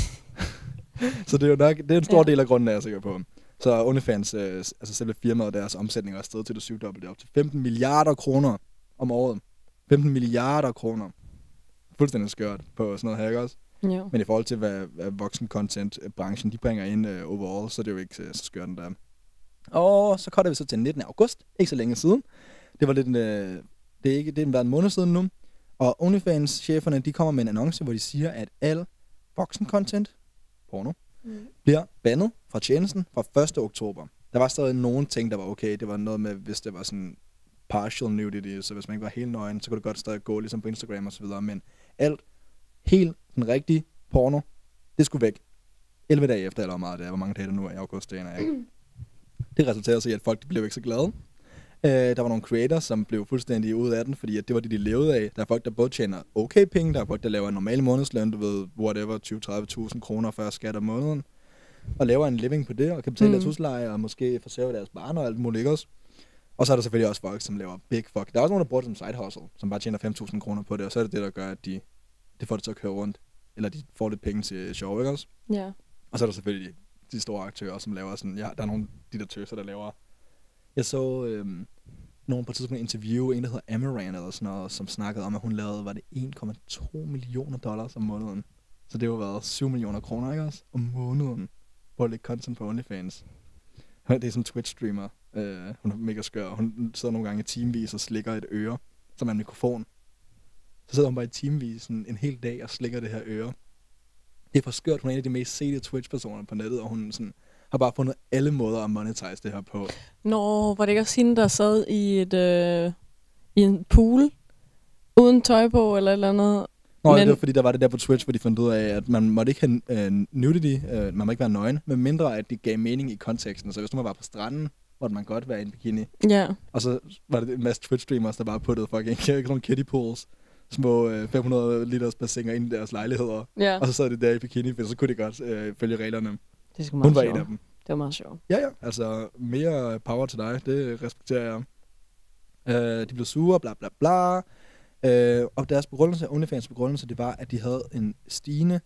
Så det er jo nok, det er en stor ja. del af grunden, er jeg sikker på. Så OnlyFans, øh, altså selve firmaet, deres omsætning er steget til det syvdobbelte, op til femten milliarder kroner om året. femten milliarder kroner. Fuldstændig skørt på sådan noget her, ikke også? Jo. Men i forhold til, hvad, hvad voksen content-branchen, de bringer ind uh, overall, så er det jo ikke så, så skørt den der. Og så kommer vi så til nittende august, ikke så længe siden. Det var lidt en, uh, det er ikke, det er en måned siden nu. Og OnlyFans-cheferne, de kommer med en annonce, hvor de siger, at al voksen content, porno, mm. bliver bandet fra tjenesten fra første oktober. Der var stadig nogle ting, der var okay. Det var noget med, hvis det var sådan partial nudity, så hvis man ikke var helt nøgen, så kunne det godt stadig gå, ligesom på Instagram og så videre. Men alt, helt den rigtige porno, det skulle væk. elleve dage efter, eller meget det er, hvor mange dage der nu er i august, det er ikke. Det resulterede i, at folk blev ikke så glade. Uh, der var nogle creators, som blev fuldstændig ude af den, fordi at det var det, de levede af. Der er folk, der både tjener okay penge, der er folk, der laver en normal månedsløn, du ved, whatever, tyve til tredive tusind kroner før skat om måneden, og laver en living på det, og kan betale mm. deres husleje, og måske forsørge deres barn og alt muligt også. Og så er der selvfølgelig også folk, som laver big fuck. Der er også nogen, der bruger det som side hustle, som bare tjener fem tusind kroner på det, og så er det det, der gør, at de, de får det til at køre rundt, eller de får lidt penge til sjov, ikke også? Ja. Yeah. Og så er der selvfølgelig de store aktører, som laver sådan, ja, der er nogle de der tøser, der laver. Jeg så øhm, nogen på et tidspunkt interview, en der hedder Amaran eller sådan noget, som snakkede om, at hun lavede, var det en komma to millioner dollars om måneden. Så det var været syv millioner kroner, ikke også? Om måneden. På at lægge content på OnlyFans. Det er sådan en Twitch-streamer. Uh, hun er mega skør. Hun sidder nogle gange i timevis og slikker et øre, som er en mikrofon. Så sidder hun bare i timevis en, en hel dag og slikker det her øre. Det er for skørt. Hun er en af de mest sete Twitch-personer på nettet, og hun sådan, har bare fundet alle måder at monetize det her på. Nå, var det ikke også hende, der sad i, et, øh, i en pool uden tøj på eller et eller andet? Nå, men det var fordi, der var det der på Twitch, hvor de fandt ud af, at man måtte ikke have uh, nudity, uh, man må ikke være nøgen, med mindre at det gav mening i konteksten. Så hvis nu man var på stranden, måtte man godt være i en bikini. Ja. Og så var det en masse Twitch-streamers, der bare puttede fucking nogle kiddie pools, små uh, fem hundrede liters bassiner ind i deres lejligheder. Ja. Og så sad de der i bikini, for så kunne de godt uh, følge reglerne. Det Hun var sjov. en af dem. Det var meget sjovt. Ja, ja. Altså, mere power til dig. Det respekterer jeg. Uh, de blev sure, bla bla bla. Uh, og deres begrundelse, OnlyFans begrundelse, det var, at de havde en stigende,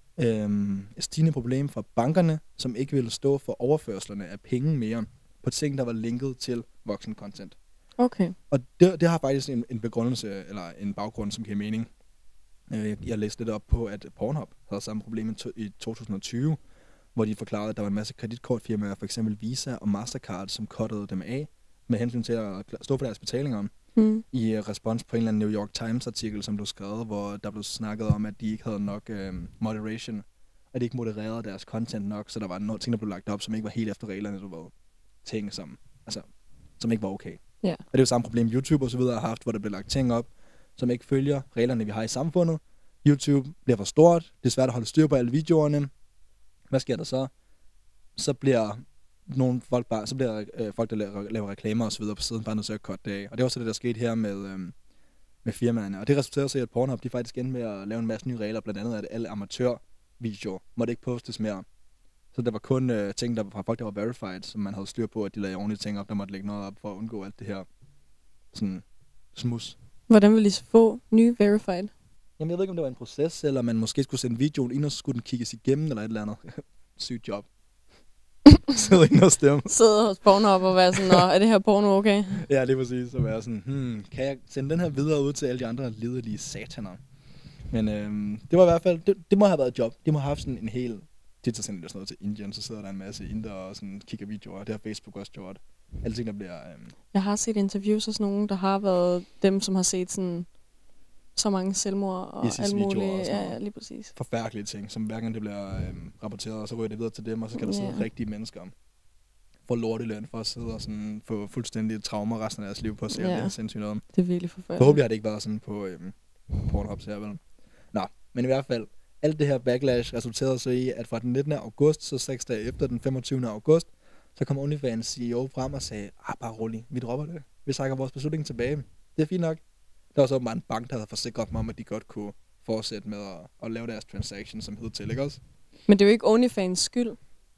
um, et stigende problem fra bankerne, som ikke ville stå for overførslerne af penge mere på ting, der var linket til voksen content. Okay. Og det, det har faktisk en, en begrundelse, eller en baggrund, som giver mening. Uh, jeg, jeg læste lidt op på, at Pornhub havde samme problem i to tusind og tyve, hvor de forklarede, at der var en masse kreditkortfirmaer, for eksempel Visa og Mastercard, som cuttede dem af med hensyn til at stå for deres betalinger. Mm. I uh, respons på en eller anden New York Times artikel, som blev skrevet, hvor der blev snakket om, at de ikke havde nok uh, moderation, at de ikke modererede deres content nok, så der var noget ting, der blev lagt op, som ikke var helt efter reglerne, du ved, ting, som, altså, som ikke var okay. Yeah. Og det er jo samme problem, YouTube og så videre har haft, hvor der blev lagt ting op, som ikke følger reglerne, vi har i samfundet. YouTube bliver for stort, det er svært at holde styr på alle videoerne. Hvad sker der så? Så bliver nogle folk bare, så bliver øh, folk, der laver, laver reklamer og så videre på siden, bare nødt til at cutte det af. Og det var så det, der skete her med, øh, med firmaerne. Og det resulterede så i, at Pornhub, de faktisk endte med at lave en masse nye regler, blandt andet, at alle amatørvideoer måtte ikke postes mere. Så der var kun øh, ting, der var fra folk, der var verified, som man havde styr på, at de lavede ordentlige ting op, der måtte lægge noget op for at undgå alt det her sådan smus. Hvordan ville de så få nye verified? Jamen, jeg ved ikke, om det var en proces, eller man måske skulle sende videoen ind, og så skulle den kigges igennem, eller et eller andet. Sygt job. Sidde ind hos dem. Sidde hos Pornhub og være sådan, nå, er det her porno okay? Ja, det er præcis. Så være sådan, hmm, kan jeg sende den her videre ud til alle de andre liderlige sataner? Men øhm, det var i hvert fald, det, det må have været et job. De må have haft sådan en hel, tit så sender de sådan noget til Indien, så sidder der en masse inder og sådan kigger videoer. Det har Facebook også gjort. Alle ting, der bliver... Øhm... Jeg har set interviews af sådan nogen, der har været dem, som har set sådan så mange selvmord og alt muligt. Ja, lige præcis. Forfærdelige ting, som hver gang det bliver øhm, rapporteret, og så ryger det videre til dem, og så kan der sidde yeah. rigtige mennesker for lorteløn for at sidde og sådan få fuldstændig traumer resten af deres liv på at se yeah. det her sindssygt noget. Det er virkelig forfærdeligt. Forhåbentlig har det ikke været sådan på øhm, Pornhub her, vel? Nå, men i hvert fald, alt det her backlash resulterede så i, at fra den nittende august, så seks dage efter den femogtyvende august, så kom OnlyFans C E O frem og sagde, ah, bare rolig, vi dropper det. Vi trækker vores beslutning tilbage. Det er fint nok. Der var så bare en bank, der havde forsikret dem om, at de godt kunne fortsætte med at, at lave deres transaction som hidtil, ikke også? Men det er jo ikke OnlyFans skyld.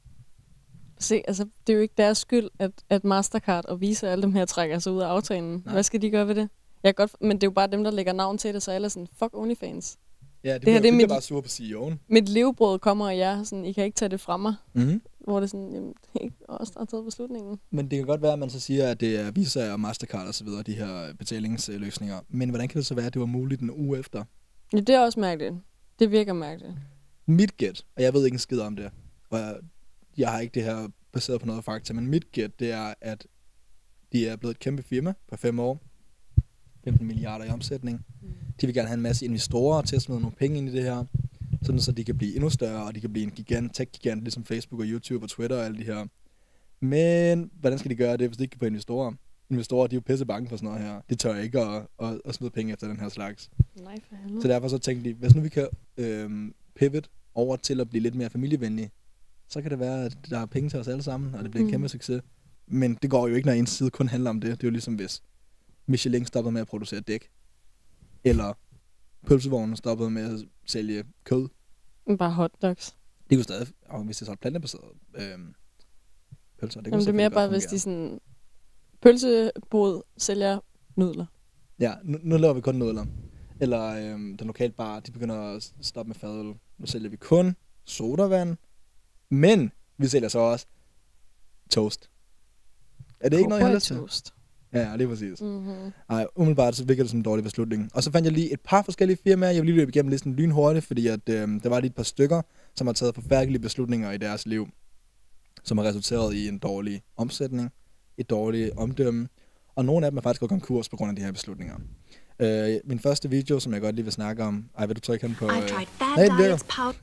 Se, altså, det er jo ikke deres skyld, at, at Mastercard og Visa og alle dem her trækker sig ud af aftalen. Nej. Hvad skal de gøre ved det? Jeg godt, men det er jo bare dem, der lægger navn til det, så alle er sådan, fuck OnlyFans. Ja, det, det her, det, det mit, bare sur på C E O'en. Mit levebrød kommer, og jeg sådan, I kan ikke tage det fra mig. Mm-hmm. Hvor det er sådan, jamen, det er ikke os, der har taget beslutningen. Men det kan godt være, at man så siger, at det er Visa og Mastercard og så videre, de her betalingsløsninger. Men hvordan kan det så være, at det var muligt en uge efter? Ja, det er også mærkeligt. Det virker mærkeligt. Mit gæt, og jeg ved ikke en skid om det, og jeg, jeg har ikke det her baseret på noget fakta, men mit gæt, det er, at de er blevet et kæmpe firma på fem år. femten milliarder i omsætning. Mm. De vil gerne have en masse investorer til at smide nogle penge ind i det her, sådan så de kan blive endnu større, og de kan blive en gigant, tech-gigant, ligesom Facebook og YouTube og Twitter og alle de her. Men hvordan skal de gøre det, hvis de ikke kan få investorer? Investorer, de er jo pisse bange for sådan noget her. De tør ikke at, at, at smide penge efter den her slags. Nej, for helvede. Så derfor så tænkte de, hvis nu vi kan øhm, pivot over til at blive lidt mere familievenlige, så kan det være, at der er penge til os alle sammen, og det bliver en mm. kæmpe succes. Men det går jo ikke, når ens side kun handler om det. Det er jo ligesom hvis Michelin stoppede med at producere dæk, eller pølsevognen stoppede med at sælge kød. Bare hotdogs. Det kunne stadig, og hvis det er så plantebaseret øhm, pølser, det kunne Jamen, det er mere bare, hvis de sådan, pølsebod sælger nudler. Ja, nu, nu laver vi kun nudler. Eller øhm, den lokale bar, de begynder at stoppe med fadøl. Nu sælger vi kun sodavand, men vi sælger så også toast. Er det ikke noget, jeg har lyst til? Toast. Ja, det er præcis. Mm-hmm. Ej, umiddelbart så virker det som en dårlig beslutning. Og så fandt jeg lige et par forskellige firmaer. Jeg vil lige løbe igennem listen lynhurtigt, fordi at, øh, der var lige et par stykker, som har taget forfærdelige beslutninger i deres liv, som har resulteret i en dårlig omsætning, et dårligt omdømme, og nogle af dem er faktisk gået konkurs på grund af de her beslutninger. Øh, min første video, som jeg godt lige vil snakke om... Ej, vil du trykke hen på... Øh... Nej, det virker.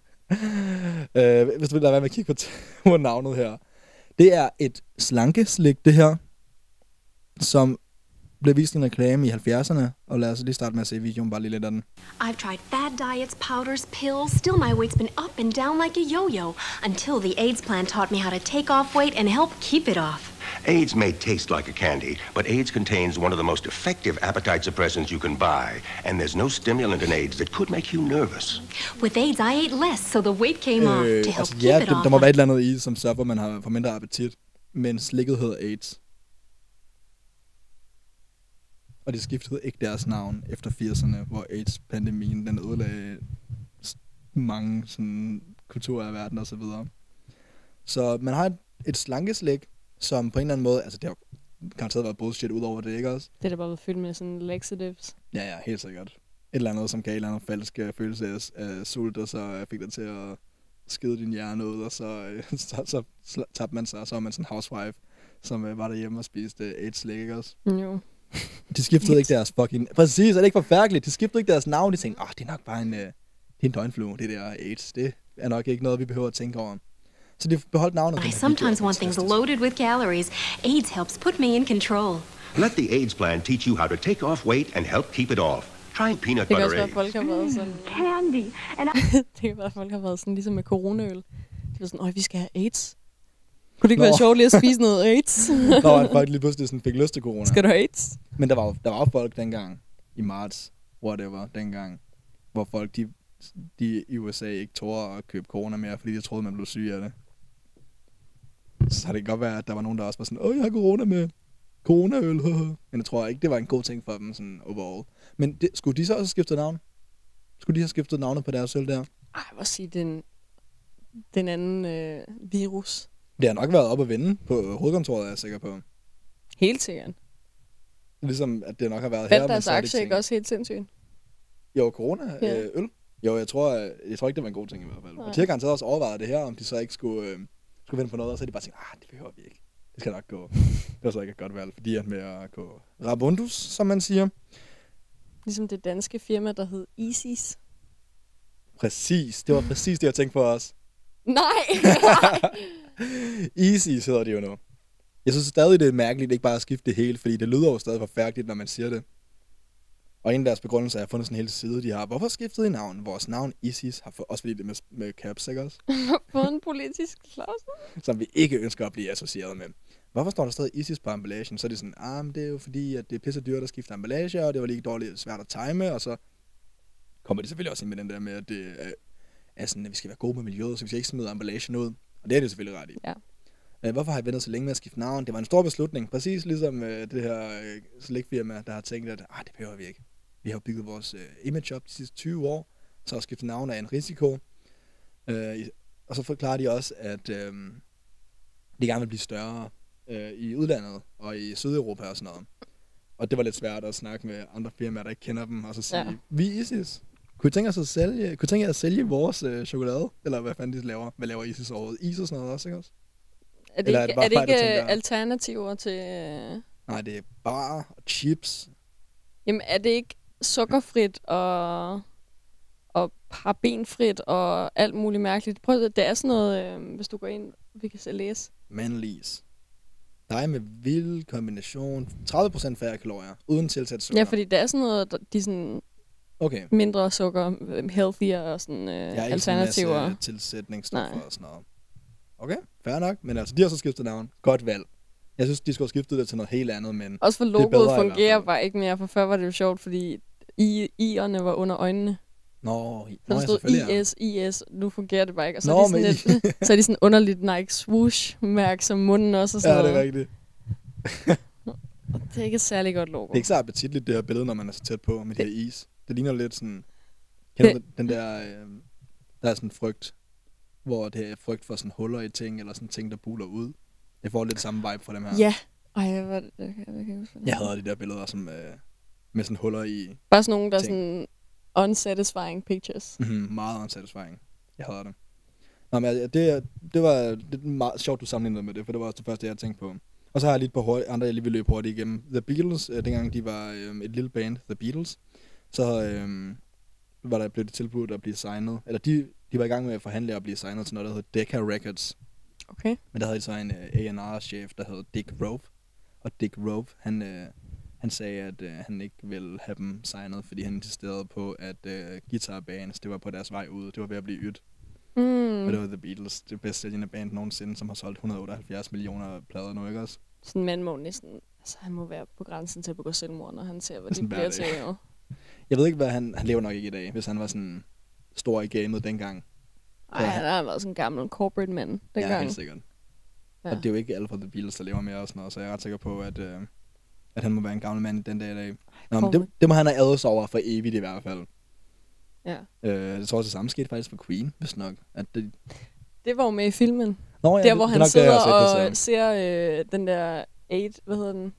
øh, hvis du vil lade være med at kigge på, på navnet her. Det er et slankeslik, det her, som blev vist i en reklame i halvfjerdserne, og lad os lige starte med at se videoen, bare lige lidt af den. I've tried fad diets, powders, pills, still my weight's been up and down like a yo-yo, until the AIDS plan taught me how to take off weight and help keep it off. AIDS may taste like a candy, but AIDS contains one of the most effective appetite suppressants you can buy, and there's no stimulant in AIDS that could make you nervous. With AIDS, I ate less, so the weight came øh, off to help altså, keep ja, it det, off. der må være et eller andet i, som sørger for, at man har for mindre appetit, men slikket hedder AIDS. Og de skiftede ikke deres navn efter firserne, hvor AIDS-pandemien den ødelagde mange sådan, kulturer af verden og så videre. Så man har et, et slankeslik, som på en eller anden måde, altså det har garanteret været bullshit ud over det, ikke også? Det er da bare været fyldt med sådan laxatives. Ja, ja, helt sikkert. Et eller andet, som gav et eller andet falsk følelse af, af sult, og så fik dig til at skide din hjerne ud, og så, så, så, så tabte man sig, og så var man sådan en housewife, som uh, var derhjemme og spiste uh, AIDS-slik, ikke også? Jo. De skiftede ikke deres fucking... Præcis, er det ikke forfærdeligt? De skiftede ikke deres navn. De tænkte, åh, oh, det er nok bare en, uh, det er en døgnflue, det der AIDS. Det er nok ikke noget, vi behøver at tænke over. Så de beholdt navnet. I sometimes want things loaded with calories. AIDS helps put me in control. Let the AIDS plan teach you how to take off weight and help keep it off. Try peanut butter eggs. Det kan også være, at folk har været sådan... Candy. Det kan være, at folk har været sådan, ligesom med coronaøl. Det var sådan, åh, vi skal have AIDS. Kunne det ikke Nå. være sjovt lige at spise noget AIDS? Der var folk lige pludselig sådan, fik lyst til corona. Skal du have AIDS? Men der var der var folk dengang, i marts, whatever, dengang, hvor folk, de, de i U S A ikke turde at købe corona mere, fordi de troede, man blev syg af det. Så det kan godt være, at der var nogen, der også var sådan, åh, jeg har corona med coronaøl. Men jeg tror ikke, det var en god ting for dem, sådan overall. Men det, skulle de så også skifte navn? Skulle de have skiftet navnet på deres øl der? Ej, jeg vil sige, den, den anden øh, virus. Det har nok været op at vende på hovedkontoret, er jeg sikker på. Helt sikkert. Ligesom, at det nok har været Fældt her. deres aktie ikke også helt sindssygt? Jo, corona, ja. øh, øl. Jo, jeg tror, jeg, jeg tror ikke, det var en god ting i hvert fald. Nej. Og de har garanteret også overvejet det her, om de så ikke skulle, øh, skulle vende på noget, og så har de bare tænkt, ah, det behøver vi ikke. Det skal nok gå. Det var så ikke et godt valg, fordi at med at gå rabundus, som man siger. Ligesom det danske firma, der hed Easys. Præcis, det var præcis det, jeg tænkte på os. Nej! Easy hedder det jo nu. Jeg synes stadig, det er mærkeligt ikke bare at skifte det hele, fordi det lyder jo stadig forfærdeligt, når man siger det. Og en af deres begrundelser er, at jeg har fundet sådan en hel side, de har. Hvorfor skiftede I navn? Vores navn Isis har fået, også fordi det er med, med caps, ikke også? Fået en politisk klausel. Som vi ikke ønsker at blive associeret med. Hvorfor står der stadig Isis på emballagen? Så er det sådan, ah, men det er jo fordi, at det er pisse dyrt at skifte emballage, og det var lige dårligt svært at time, og så kommer de selvfølgelig også ind med den der med, at det er, er sådan, at vi skal være gode med miljøet, så vi skal ikke smide emballagen ud. Og det er det selvfølgelig ret i. Ja. Hvorfor har jeg ventet så længe med at skifte navn? Det var en stor beslutning, præcis ligesom øh, det her øh, slikfirma, der har tænkt, at ah, det behøver vi ikke. Vi har bygget vores øh, image op de sidste tyve år, så at skifte navn er en risiko. Øh, og så forklarer de også, at øh, de gerne vil blive større øh, i udlandet og i Sydeuropa og sådan noget. Og det var lidt svært at snakke med andre firmaer, der ikke kender dem, og så sige, ja. Vi er Isis. Kunne I tænke os at sælge, kunne I tænke jer at sælge vores øh, chokolade? Eller hvad fanden de laver? Hvad laver Isis overhovedet? Is og sådan noget også, ikke også? Er det ikke, er det bare, er det ikke tænker, alternativer til... Øh... Nej, det er bar og chips. Jamen, er det ikke sukkerfrit og, og parabenfrit og alt muligt mærkeligt? Prøv at det er sådan noget, øh, hvis du går ind, vi kan så læse. Manlis. Dig med vild kombination. tredive procent færre kalorier, uden tilsat sukker. Ja, fordi det er sådan noget, de er sådan... Okay. Mindre sukker, healthier og sådan øh, ja, alternativer. Ja, ikke tilsætningsstoffer og sådan noget. Okay, fair nok. Men altså, de har så skiftet navn. Godt valg. Jeg synes, de skulle have skiftet det til noget helt andet, men også for logoet fungerer bare ikke mere, for før var det jo sjovt, fordi I, i'erne var under øjnene. Nå, i, så der stod I S, I S, nu fungerer det bare ikke. Og så, Nå, er, de sådan lidt, så er de sådan underligt Nike swoosh-mærke som munden også og sådan ja, noget. Ja, det er rigtigt. Det er ikke et særligt godt logo. Det er ikke så appetitligt, det her billede, når man er så tæt på med det her is. Det ligner lidt sådan... Kender du den der... Øh, der er sådan frygt, hvor det er frygt for sådan huller i ting, eller sådan ting, der buler ud. Jeg får lidt samme vibe fra dem her. Ja. Ej, hvad det, det, det kan jeg huske. Jeg havde de der billeder, som, øh, med sådan huller i... Bare sådan nogle, der er sådan unsatisfying pictures. Mm-hmm, meget unsatisfying. Jeg havde det. Nå, men det, det var det meget sjovt, du sammenlignede med det, for det var også det første, jeg tænkte på. Og så har jeg lidt på hurtigt, andre, jeg lige vil løbe hurtigt igennem. The Beatles, øh, dengang de var øh, et lille band, The Beatles, så øh, var der blevet tilbudt at blive signet. Eller de, de var i gang med at forhandle at blive signet til noget, der hedder Decca Records. Okay. Men der havde de så en uh, A and R-chef, der hed Dick Rove. Og Dick Rove, han, uh, han sagde, at uh, han ikke ville have dem signet, fordi han insisterede på, at uh, guitar bands, det var på deres vej ud. Det var ved at blive ydt. Mm. Og det var The Beatles, det bedst sælgende band nogensinde, som har solgt et hundrede og otteoghalvfjerds millioner plader nu, ikke også? Sådan en mand må næsten, altså han må være på grænsen til at begå selvmord, når han ser, hvad de bliver til. Jo. Jeg ved ikke, hvad han, han lever nok ikke i dag, hvis han var sådan stor i gamet dengang. Nej, han har været sådan en gammel corporate man dengang. Ja, helt sikkert. Ja. Og det er jo ikke alle fra The Beatles, der lever med og sådan noget, så jeg er ret sikker på, at, øh, at han må være en gammel mand den dag i dag. Nå, men det, det må han have ædet sig over for evigt i hvert fald. Ja. Øh, jeg tror også, det samme skete faktisk for Queen, hvis nok. At det... det var jo med i filmen. Nå, ja, der, hvor det, han det sidder det, og det, ser øh, den der eight, hvad hedder den?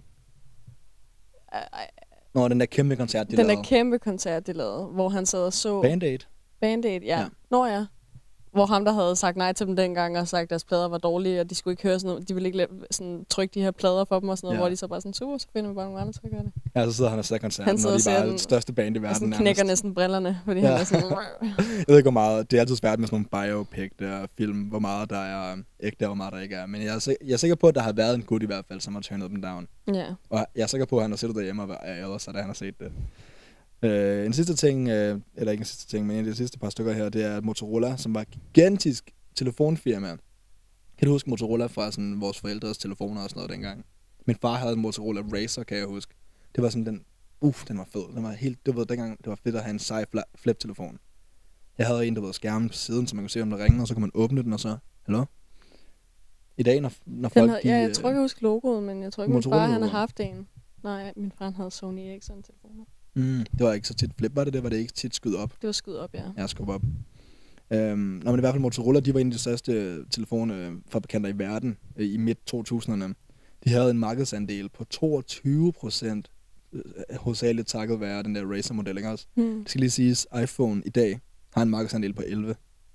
Nå, den der kæmpe koncert, de Den lavede. der kæmpe koncert, de lavede, hvor han sad og så... Band-Aid. Band-Aid, ja. ja. Nå ja. Hvor ham, der havde sagt nej til dem dengang, og sagt, at deres plader var dårlige, og de skulle ikke høre sådan noget. De ville ikke sådan, trykke de her plader for dem og sådan noget, ja. Hvor de så bare sådan, super, så finder vi bare nogle andre til at gøre det. Ja, så sidder han og ser koncerten, og de er bare den største band i verden. Og sådan knækker næsten brillerne, fordi ja. Han er sådan... Jeg ved ikke, hvor meget... Det er altid svært med sådan nogle biopic der film, hvor meget der er ægte, og hvor meget der ikke er. Men jeg er, sik- jeg er sikker på, at der har været en gut i hvert fald, som har turnet dem down. Ja. Og jeg er sikker på, at han har siddet derhjemme og været ellers, så da han har set det. Uh, en sidste ting, uh, eller ikke en sidste ting, men en af de sidste par stykker her, det er at Motorola, som var gigantisk telefonfirma. Kan du huske Motorola fra sådan vores forældres telefoner og sådan noget dengang? Min far havde en Motorola Razr, kan jeg huske. Det var sådan den, uff, den var fed. Den var helt, det var dengang, det var fedt at have en sej flip-telefon. Jeg havde en, der var skærmen på siden, så man kunne se, om der ringede, og så kunne man åbne den, og så, hallo? I dag, når, når folk... Havde, de, ja, jeg tror ikke, jeg husker logoet, men jeg tror ikke, min far han har haft en. Nej, min far havde Sony Ericsson-telefoner. Mm, det var ikke så tit flip, var det det? Var det ikke tit skud op? Det var skud op, ja. Ja, skud op. Øhm, nå, men i hvert fald Motorola, de var en af de største telefonfabrikanter i verden øh, i midt to tusinderne. De havde en markedsandel på toogtyve procent, øh, hovedsageligt takket være den der Razr-model, ikke også? Mm. Det skal lige siges, iPhone i dag har en markedsandel på elleve.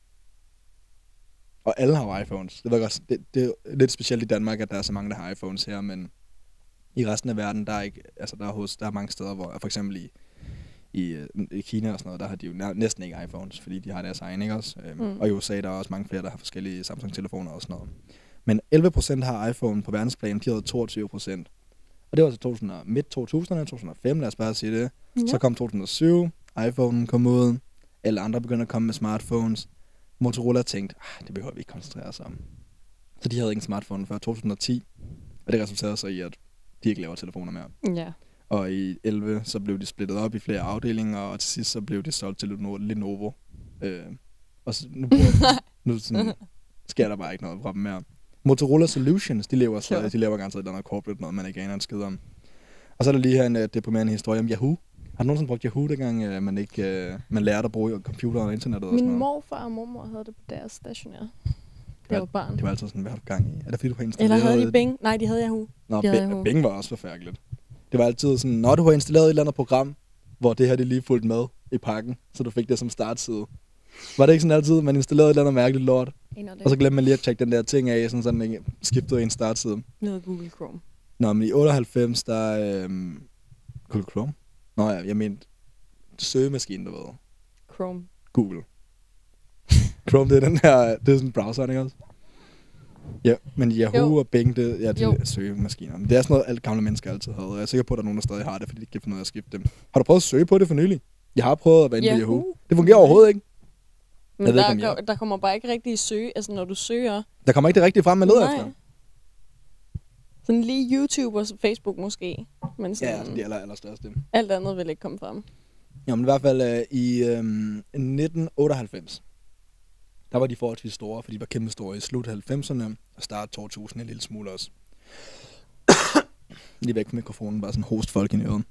Og alle har jo iPhones. Det, var godt, det, det er lidt specielt i Danmark, at der er så mange, der har iPhones her, men i resten af verden, der er ikke, altså der er, hos, der er mange steder, hvor for eksempel i, i, i Kina og sådan noget, der har de jo næsten ikke iPhones, fordi de har deres egen, ikke også? Øhm, mm. Og i U S A der er også mange flere, der har forskellige Samsung-telefoner og sådan noget. Men elleve procent har iPhone på verdensplan, de havde toogtyve procent. Og det var så midt to tusinde, to tusind og fem, lad os bare sige det. Ja. Så kom to tusind og syv, iPhone kom ud, alle andre begyndte at komme med smartphones. Motorola tænkte, ah, det behøver vi ikke koncentrere os om. Så de havde ikke en smartphone før to tusind og ti, og det resulterede så i, at de ikke laver telefoner mere. Ja. Og i elleve, så blev de splittet op i flere afdelinger, og til sidst så blev de solgt til Lenovo. Øh, og så nu, nu sådan, sker der bare ikke noget fra dem mere. Motorola Solutions, de lever stadig, de laver garanteret noget corporate noget, man ikke aner en skid om. Og så er der lige her en uh, deprimerende historie om Yahoo. Har du nogensinde brugt Yahoo, dengang uh, man ikke uh, man lærte at bruge computer og internettet og Min sådan noget? morfar og mormor havde det på deres stationær. Det var barn. Det var altid sådan, hvad har du gang i? Er det fordi, du har installeret... Eller havde de Bing? Nej, de havde Yahoo. Nå, de havde Bing, Yahoo. Bing var også forfærdeligt. Det var altid sådan, når du har installeret et eller andet program, hvor det her det lige fulgt med i pakken, så du fik det som startside. Var det ikke sådan altid, man installerede et eller andet mærkeligt lort, og så glemte man lige at tjekke den der ting af, sådan sådan en skiftede en startside. Noget Google Chrome. Nå, men i otteoghalvfems, der... Øhm, Google Chrome? Nå ja, jeg mente søgemaskinen, du ved. Chrome. Google. Chrome, det er den her, det er sådan en browser, ikke også? Ja, men Yahoo jo. Og Bing, det, ja, det er søgemaskiner. Men det er sådan noget, alle gamle mennesker altid havde. Jeg er sikker på, at der er nogen, der stadig har det, fordi de ikke kan finde ud af at skifte dem. Har du prøvet at søge på det for nylig? Jeg har prøvet at være inde på Yahoo. Det fungerer overhovedet ikke. Men der, ikke, der, der kommer bare ikke rigtig søge, altså når du søger. Der kommer ikke det rigtige frem, man leder efter. Sådan lige YouTube og Facebook måske. Men sådan, ja, sådan de aller, aller største. Alt andet vil ikke komme frem. Ja, men i hvert fald øh, i øh, nitten otteoghalvfems, der var de forholdsvis store, for de var kæmpe store i slut halvfemserne og start to tusind en lille smule også. Lige væk fra mikrofonen, bare sådan host folk i øret.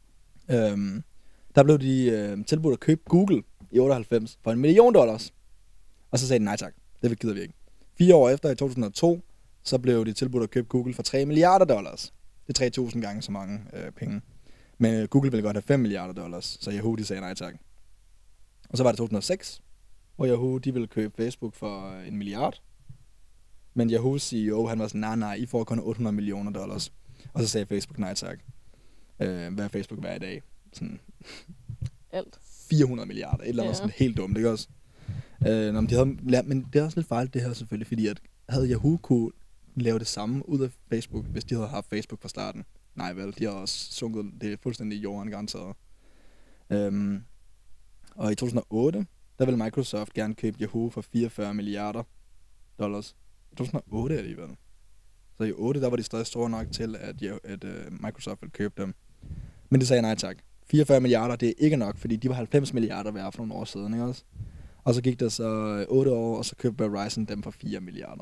Øhm, der blev de øh, tilbudt at købe Google i otteoghalvfems for en million dollars. Og så sagde de nej tak, det gider vi ikke. Fire år efter, i to tusind og to, så blev de tilbudt at købe Google for tre milliarder dollars. Det er tre tusind gange så mange øh, penge. Men øh, Google ville godt have fem milliarder dollars, så Yahoo de sagde nej tak. Og så var det to tusind og seks, hvor Yahoo de ville købe Facebook for en milliard. Men Yahoos C E O, han var sådan, nej nej, I får kun otte hundrede millioner dollars. Og så sagde Facebook nej tak. Øh, hvad er Facebook hver i dag? Sådan alt. fire hundrede milliarder, et eller andet ja. Sådan helt dumt, ikke også? Øh, når de havde, men det er også lidt fejl det her selvfølgelig, fordi at havde Yahoo kunne lave det samme ud af Facebook, hvis de havde haft Facebook fra starten? Nej vel, de har også sunket det fuldstændig i jorden garanteret. Øhm, og i to tusind og otte, der ville Microsoft gerne købe Yahoo for fireogfyrre milliarder dollars. I to tusind og otte alligevel. Så i otte, der var de stadig store nok til, at, at uh, Microsoft ville købe dem. Men det sagde nej tak. fireogfyrre milliarder, det er ikke nok, fordi de var halvfems milliarder værd for nogle år siden, ikke også? Og så gik der så otte år, og så købte Verizon dem for fire milliarder.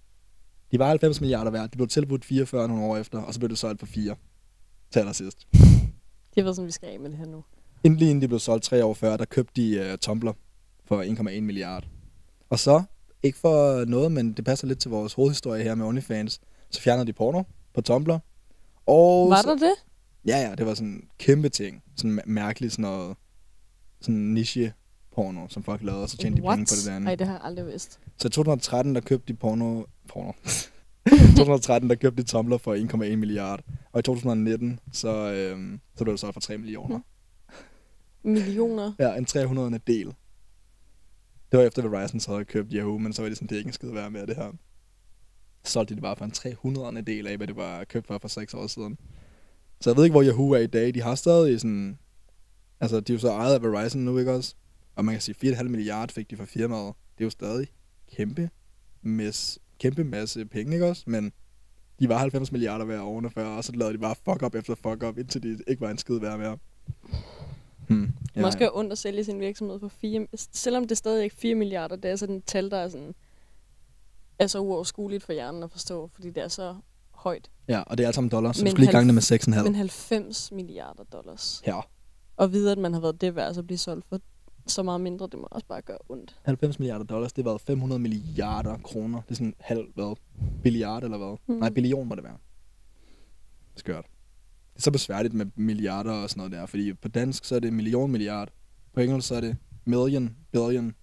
De var halvfems milliarder værd, de blev tilbudt fireogfyrre nogle år efter, og så blev det solgt for fire til allersidst. Det var sådan, vi skal af med det her nu. Endelig inden de blev solgt tre år før, der købte de uh, Tumblr for en komma en milliard. Og så, ikke for noget, men det passer lidt til vores hovedhistorie her med OnlyFans, så fjernede de porno på Tumblr. Og var så, der det? Ja, ja, det var sådan en kæmpe ting. Sådan mærkeligt sådan noget, sådan niche porno, som folk lavede, og så tjente What? de penge på det der. Nej, det har jeg aldrig vidst. Så i to tusind og tretten, der købte de porno... porno. I to tusind og tretten, der købte de Tumblr for en komma en milliard. Og i to tusind og nitten, så, øhm, så blev det solgt for tre millioner. Millioner? Ja, en tre hundrede del. Det var efter Verizon så havde købt Yahoo, men så var det sådan, det er ikke en skide værd med det her. Så solgte de det bare for en tre hundrede del af, hvad det var købt for for seks år siden. Så jeg ved ikke, hvor Yahoo er i dag. De har stadig sådan... Altså, de er jo så ejet af Verizon nu, ikke også? Og man kan sige, fire komma fem milliard fik de for firmaet. Det er jo stadig kæmpe, mes, kæmpe masse penge, ikke også? Men de var halvfems milliarder hver årene før, og så lavede de bare fuck up efter fuck up, indtil de ikke var en skid værd mere. Hmm. Ja, man skal jo ondt at sælge sin virksomhed for fire... Selvom det stadig ikke er fire milliarder, det er sådan et tal, der er sådan... er så uoverskueligt for hjernen at forstå, fordi det er så højt. Ja, og det er alt sammen dollars, så du skal lige gange det med seks komma fem. Men halvfems milliarder dollars. Ja. Og vide, at man har været det værd, så blive solgt for så meget mindre, det må også bare gøre ondt. halvfems milliarder dollars, det har været fem hundrede milliarder kroner. Det er sådan halv, hvad? Billiard eller hvad? Mm. Nej, billion må det være. Skørt. Det er så besværligt med milliarder og sådan noget der, fordi på dansk så er det million milliard. På engelsk så er det million, billion.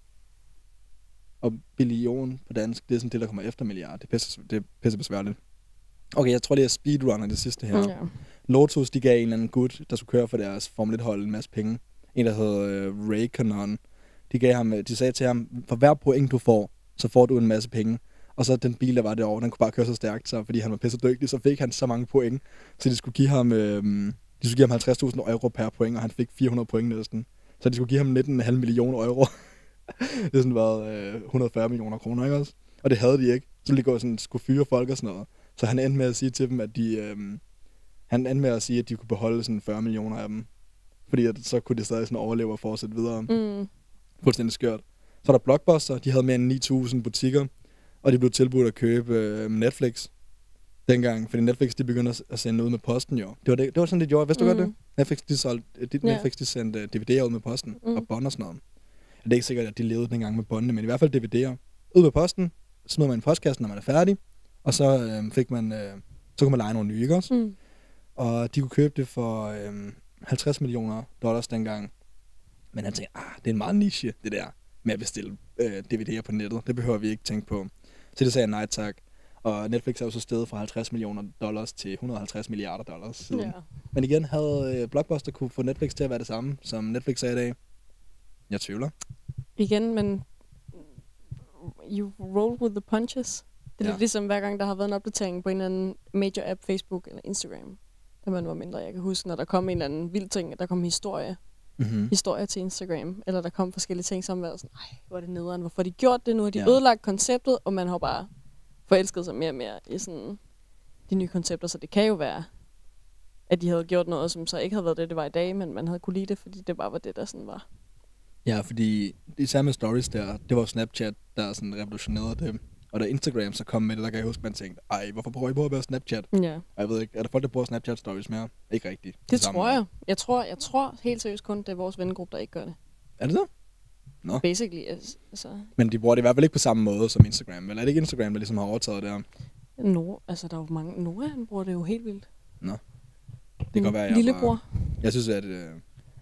Og billion på dansk, det er sådan det, der kommer efter milliard. Det er pisse, det er pisse besværligt. Okay, jeg tror, det er speedrunner det sidste her. Ja. Lotus, de gav en eller anden gut, der skulle køre for deres Formel et hold en masse penge. en der hed øh, Ray Cannon. De, gav ham, de sagde til ham, for hver point du får, så får du en masse penge. Og så den bil, der var derovre, den kunne bare køre så stærkt, så fordi han var pisse dygtig, så fik han så mange point. Så de skulle give ham, øh, de skulle give ham halvtreds tusind euro per point, og han fik fire hundrede point næsten. Så de skulle give ham nitten komma fem millioner euro. Det er sådan været øh, et hundrede og fyrre millioner kroner, ikke også? Og det havde de ikke. Så de gå sådan, skulle fyre folk og sådan noget. Så han endte med at sige til dem, at de, øh, han endte med at sige, at de kunne beholde sådan fyrre millioner af dem. Fordi at, så kunne de stadig sådan overleve og fortsætte videre. Mm. Fuldstændig skørt. Så er der Blockbuster, de havde mere end ni tusind butikker, og de blev tilbudt at købe øh, Netflix dengang, fordi Netflix de begyndte at sende ud med posten jo. Det var, det, det var sådan, de gjorde. Vidste du mm. godt det? Netflix, de, solgte, de, yeah. Netflix, de sendte D V D'er ud med posten, mm. og bånd og sådan noget. Det er ikke sikkert, at de levede dengang med båndene, men i hvert fald D V D'er. Ud med posten, smed man i postkassen, når man er færdig, og så øh, fik man, øh, så kunne man lege nogle nye, ikke også? Mm. Og de kunne købe det for øh, halvtreds millioner dollars dengang. Men han tænkte, ah, det er en meget niche, det der med at bestille øh, D V D'er på nettet. Det behøver vi ikke tænke på. Så det sagde jeg nej tak. Og Netflix er jo så steget fra halvtreds millioner dollars til et hundrede og halvtreds milliarder dollars siden. Ja. Men igen, havde øh, Blockbuster kunne få Netflix til at være det samme, som Netflix er i dag. Jeg tvivler. Igen, men you roll with the punches. Det er ja. lidt ligesom hver gang, der har været en opdatering på en eller anden major app, Facebook eller Instagram. Da man var mindre, jeg kan huske, når der kom en eller anden vild ting, der kom historie. Mm-hmm. Historier til Instagram, eller der kom forskellige ting, som var sådan, ej, hvor er det nederen, hvorfor har de gjort det nu? Har de ja. ødelagt konceptet, og man har bare forelsket sig mere og mere i sådan de nye koncepter, så det kan jo være, at de havde gjort noget, som så ikke havde været det, det var i dag, men man havde kunne lide det, fordi det bare var det, der sådan var. Ja, fordi de samme stories der, det var Snapchat, der sådan revolutionerede det. Og da Instagram så kom med det, der kan jeg huske, man tænkte, ej, hvorfor bruger I på at være Snapchat? Ja. Og jeg ved ikke, er der folk, der bruger Snapchat stories mere? Ikke rigtigt. Det, det tror jeg. Jeg tror, jeg tror helt seriøst kun, det er vores vennegruppe, der ikke gør det. Er det så? Nå. Basically, altså. Men de bruger det i hvert fald ikke på samme måde som Instagram. Eller er det ikke Instagram, der ligesom har overtaget det her? No, altså der er jo mange. Noah, han bruger det jo helt vildt. Nå. Det kan godt være, jeg lillebror. Bare... Jeg synes, at... Øh...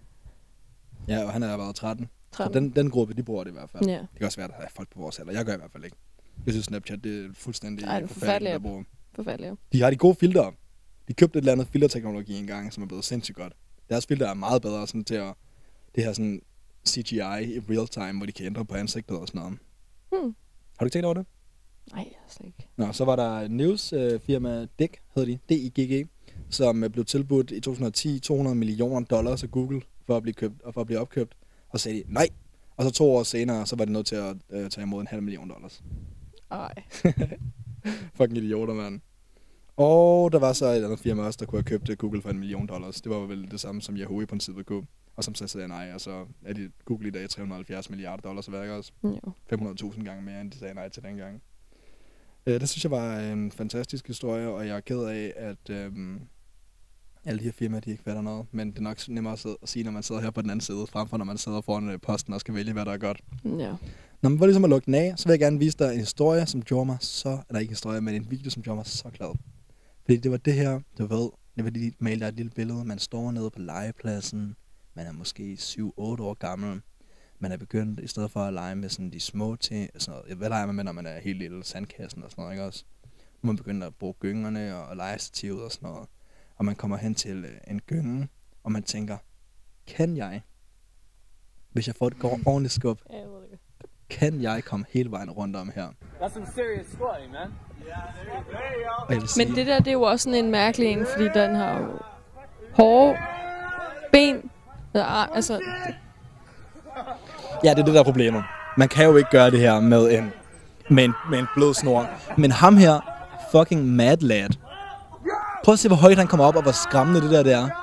Ja, og han er været tretten. tretten. Så den, den gruppe, de bruger det i hvert fald. Ja. Det kan også være, at der er folk på vores alder. Jeg gør i hvert fald ikke. Jeg synes, Snapchat det er fuldstændig Ej, det er forfærdeligt at bruge. Forfærdeligt. De har de gode filtre. De købte et eller andet filterteknologi engang, som er blevet sindssygt godt. Deres filter er meget bedre sådan til at... Det her sådan C G I i real time, hvor de kan ændre på ansigtet og sådan noget. Hmm. Har du ikke tænkt over det? Nej, slet ikke. Nå, så var der et news-firma, D I G, hedder de, D I G G, som blev tilbudt i to tusind og ti to hundrede millioner dollars af Google for at blive købt og for at blive opkøbt. Og så sagde de nej. Og så to år senere, så var det nødt til at øh, tage imod en halv million dollars. Ej. Fucking idioter, mand. Og der var så et andet firma også, der kunne have købt Google for en million dollars. Det var vel det samme som Yahoo i princippet kunne. Og som så sagde nej, og så er de Google i dag tre hundrede og halvfjerds milliarder dollars værk også. Jo. fem hundrede tusind gange mere, end de sagde nej til dengang. Øh, det synes jeg var en fantastisk historie, og jeg er ked af, at øhm, alle de her firmaer, de ikke fatter noget. Men det er nok nemmere at, at sige, når man sidder her på den anden side, fremfor når man sidder foran posten og skal vælge, hvad der er godt. Ja. Når man var ligesom at lukke den af, så vil jeg gerne vise dig en historie, som gjorde mig så... Eller ikke en historie, men en video, som gjorde mig så glad. Fordi det var det her, du ved, det var de malte et lille billede. Man står nede på legepladsen. Man er måske syv otte år gammel. Man er begyndt, i stedet for at lege med sådan de små ting, sådan noget. Hvad leger man med, når man er helt lille, sandkassen og sådan noget, ikke også? Nu man begynder at bruge gyngerne og, og lege stativet og sådan noget. Og man kommer hen til øh, en gynge, og man tænker, kan jeg, hvis jeg får et ordentligt skub, kan jeg komme hele vejen rundt om her? That's some serious squatting, man. Yeah, sige, men det der, det er jo også sådan en mærkelig en, fordi den har jo hårde ben. Altså... Ja, det er det der problemet. Man kan jo ikke gøre det her med en, med en, med en blød snor. Men ham her, fucking mad lad. Prøv at se, hvor højt han kommer op, og hvor skræmmende det der det er.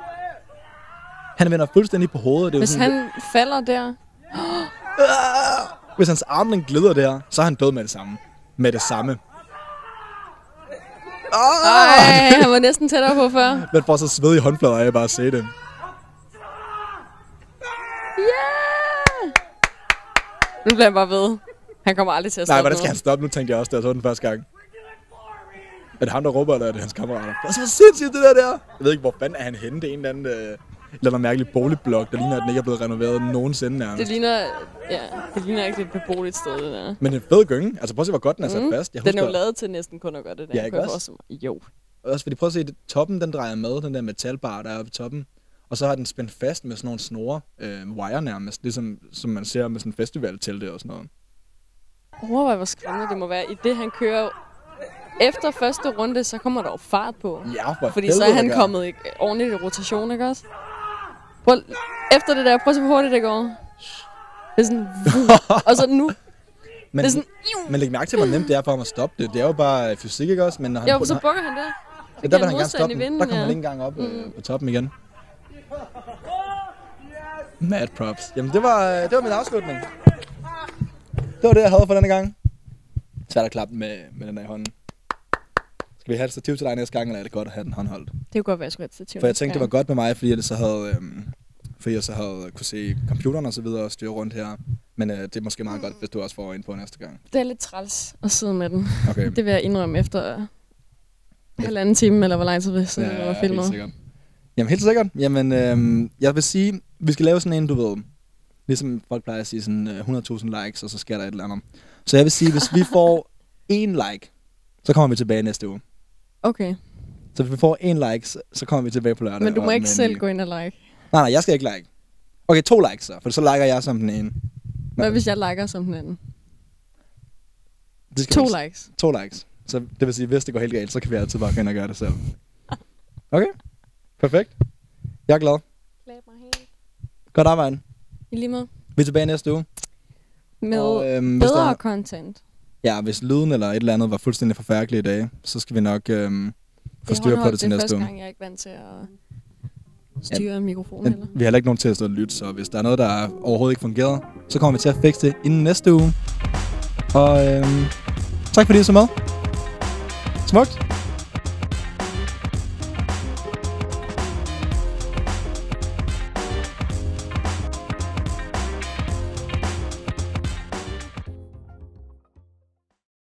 Han vender fuldstændig på hovedet. Det er Hvis sådan, han falder der... Hvis hans arm den glider der, så er han død med det samme. Med det samme. Ej, han var næsten tættere på før. Man får så sved i håndflader af bare at se det. Yeah! Nu bliver han bare ved. Han kommer aldrig til at stoppe. Nej, hvordan skal han stoppe? Nu tænkte jeg også, da jeg så den første gang. Er det ham, der råber, eller er det hans kammerater? Det er så sindssygt, det der der. Jeg ved ikke, hvor fanden er han henne. Det er en eller anden, øh, eller anden mærkelig boligblok, der ligner, at den ikke er blevet renoveret nogensinde nærmest. Det ligner, ja, det ligner ikke et beboeligt sted, det der. Men en fed gynge. Altså prøv at se, hvor godt den er sat mm. fast. Jeg den er jo lavet til næsten kun at gøre det der. Ja, ikke også? Også? Jo. Også fordi prøv at se, det, toppen den drejer med, den der metalbar, der er oppe i toppen. Og så har den spændt fast med sådan nogle snore, øh, wire nærmest, ligesom som man ser med sådan en festivaltelte og sådan noget. Overvej, hvor skræmmende det må være. I det, han kører efter første runde, så kommer der jo fart på. Ja, for Fordi helvede, så er han der kommet i, ordentligt i rotation, ikke også? Prøv, efter det der, prøv at se, hvor hurtigt det går. Det er sådan... og så nu... Men, det er sådan... men læg mærke til, hvor nemt det er for ham at stoppe det. Det er jo bare fysik, ikke også? Men når han jo, så bukker han der. Ja, der vil han gerne stoppe den. Der kommer han ikke engang op mm. øh, på toppen igen. Mad props. Jamen, det var, det var min afslutning. Det var det, jeg havde for denne gang. Svært at klappe med, med den der i hånden. Skal vi have et stativ til dig næste gang, eller er det godt at have den håndholdt? Det kunne godt være, at jeg skulle have et stativ. For jeg tænkte, det var godt med mig, fordi jeg så havde, øhm, fordi jeg så havde kunne se computeren og så videre og styre rundt her. Men øh, det er måske meget godt, hvis du også får en på næste gang. Det er lidt træls at sidde med den. Okay. Det vil jeg indrømme efter halvanden time, eller hvor lang tid vi siden ja, vi var filmet. Helt sikkert. Jamen helt sikkert. Jamen, øhm, jeg vil sige, vi skal lave sådan en, du ved, ligesom folk plejer at sige, sådan uh, hundrede tusind likes, og så sker der et eller andet. Så jeg vil sige, hvis vi får én like, så kommer vi tilbage næste uge. Okay. Så hvis vi får én like, så, så kommer vi tilbage på lørdag. Men du må ikke selv ny... gå ind og like. Nej, nej, jeg skal ikke like. Okay, to likes så, for så liker jeg som den ene. Hvad hvis jeg liker som den anden? Det to vi... likes. To likes. Så det vil sige, hvis det går helt galt, så kan vi altid bare gå ind og gøre det selv. Okay, perfekt. Jeg er glad. Klap mig helt. Godt arbejde. I lige måde. Vi er tilbage næste uge. Med og, øhm, bedre der... content. Ja, hvis lyden eller et eller andet var fuldstændig forfærdeligt i dag, så skal vi nok øhm, få styr på det til næste uge. Det er første gang, jeg er ikke vant til at styre ja, en mikrofon heller. Vi har heller ikke nogen til at stå og lytte, så hvis der er noget, der overhovedet ikke fungerer, så kommer vi til at fikse det inden næste uge. Og øhm, tak fordi I så med. Smukt.